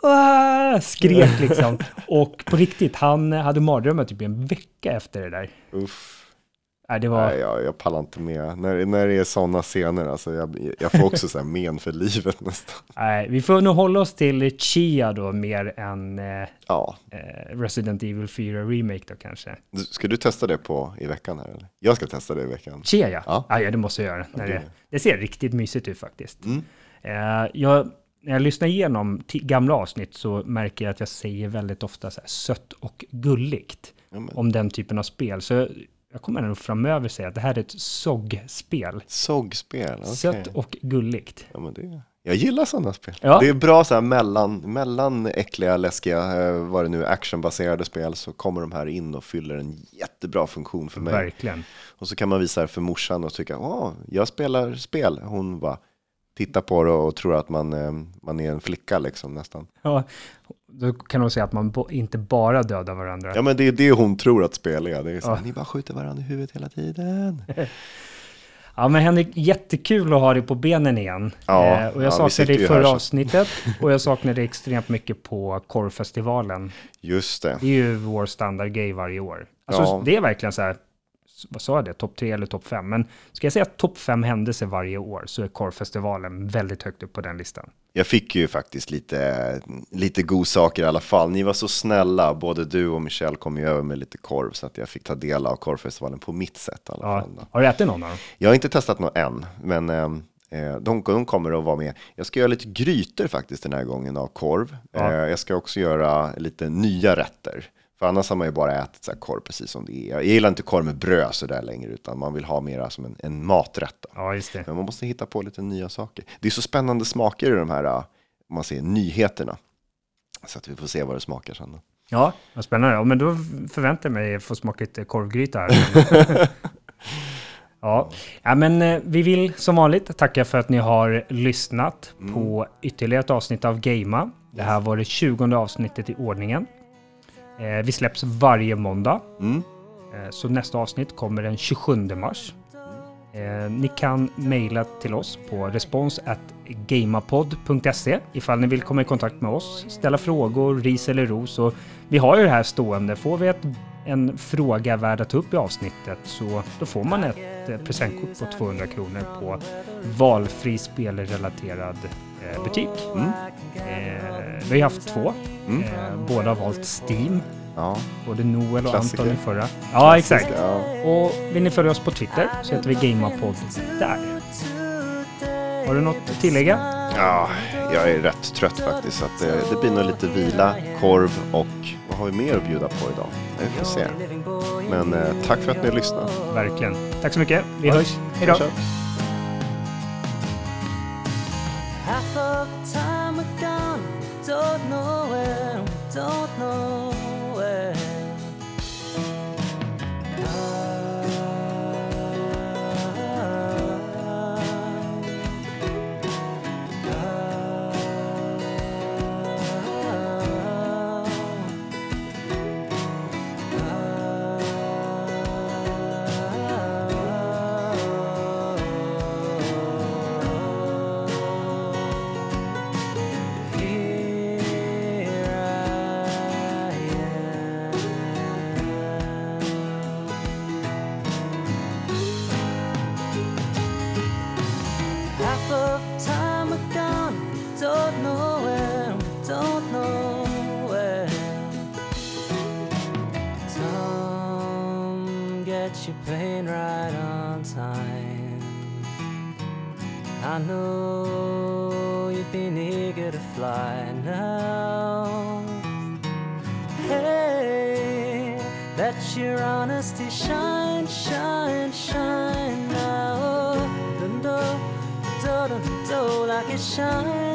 "Åh!" skrek liksom. Och på riktigt, han hade mardrömmar typ en vecka efter det där. Uff. Nej, det var... Nej, jag, jag pallar inte med. När, när det är sådana scener, alltså, jag, jag får också så här men för livet nästan. Nej, vi får nog hålla oss till Chia då, mer än eh, Ja. eh, Resident Evil fyra Remake då kanske. Du- Ska du testa det på i veckan här eller? Jag ska testa det i veckan. Chia, ja. Ja. Ja, ja, det måste jag göra. När det- det, det ser riktigt mysigt ut faktiskt. Mm. Eh, jag, när jag lyssnar igenom t- gamla avsnitt så märker jag att jag säger väldigt ofta så här sött och gulligt Ja, men. om den typen av spel. Så jag, jag kommer nog framöver säga att det här är ett S O G-spel. S O G-spel, okej. Sött och gulligt. Ja, men det, jag gillar sådana spel. Ja. Det är bra så här mellan, mellan äckliga, läskiga, eh, vad det nu är, actionbaserade spel, så kommer de här in och fyller en jättebra funktion för mig. Verkligen. Och så kan man visa det för morsan och tycka, åh, jag spelar spel. Hon bara tittar på det och tror att man, eh, man är en flicka liksom nästan. Ja, då kan de säga att man bo- inte bara dödar varandra. Ja, men det är det hon tror att spel är. Det är så här, Ja. ni bara skjuter varandra i huvudet hela tiden. Ja, men Henrik, jättekul att ha dig på benen igen. Ja, eh, och ja, jag vi saknade sitter dig i ju förra här, så- avsnittet och jag saknade dig extremt mycket på Korvfestivalen. Just det. Det är ju vår standardgrej varje år. Alltså, Ja. det är verkligen så här, vad sa jag det, topp tre eller topp fem? Men ska jag säga topp fem händelser varje år så är Korvfestivalen väldigt högt upp på den listan. Jag fick ju faktiskt lite, lite godsaker i alla fall. Ni var så snälla, både du och Michelle kom ju över med lite korv, så att jag fick ta del av korvfestivalen på mitt sätt i alla Ja. fall. Då. Har du ätit någon av dem? Jag har inte testat något än, men eh, de, de kommer att vara med. Jag ska göra lite grytor faktiskt den här gången av korv. Ja. Eh, jag ska också göra lite nya rätter. För annars har man ju bara ätit så här korv precis som det är. Jag gillar inte korv med bröd så där längre, utan man vill ha mera som en, en maträtt. Då. Ja, just det. Men man måste hitta på lite nya saker. Det är så spännande smaker i de här, om man säger, nyheterna. Så att vi får se vad det smakar sen då. Ja, vad spännande. Ja, men då förväntar jag mig att få smaka lite korvgryta här. Ja. Ja, men eh, vi vill som vanligt tacka för att ni har lyssnat på ytterligare ett avsnitt av Gamea. Det här var det tjugonde avsnittet i ordningen. Eh, vi släpps varje måndag. Mm. Eh, så nästa avsnitt kommer den tjugosjunde mars. Eh, ni kan mejla till oss på respons at gamapod punkt se ifall ni vill komma i kontakt med oss, ställa frågor, ris eller ros. Och vi har ju det här stående. Får vi ett, en fråga värd att ta upp i avsnittet, så då får man ett eh, presentkort på tvåhundra kronor på valfri spelrelaterad eh, butik. Mm. Eh, vi har haft två. Mm. Eh, båda har valt Steam. Ja. Både Noel och Klassiker. Anton i förra. Ja, exakt. Ja. Och vill ni följa oss på Twitter så heter vi Gamapod där. Har du något att tillägga? Ja, jag är rätt trött faktiskt. Så att det, det blir nog lite vila, korv och vad har vi mer att bjuda på idag? Vi får se. Men eh, tack för att ni har lyssnat. Verkligen. Tack så mycket. Vi hörs. Hej då. Tja. Half of the time we're gone, don't know where, don't know where. Here I am. plane right on time. I know you've been eager to fly now. Hey, let your honesty shine, shine, shine now. Do, do, do, do, do, like it shines.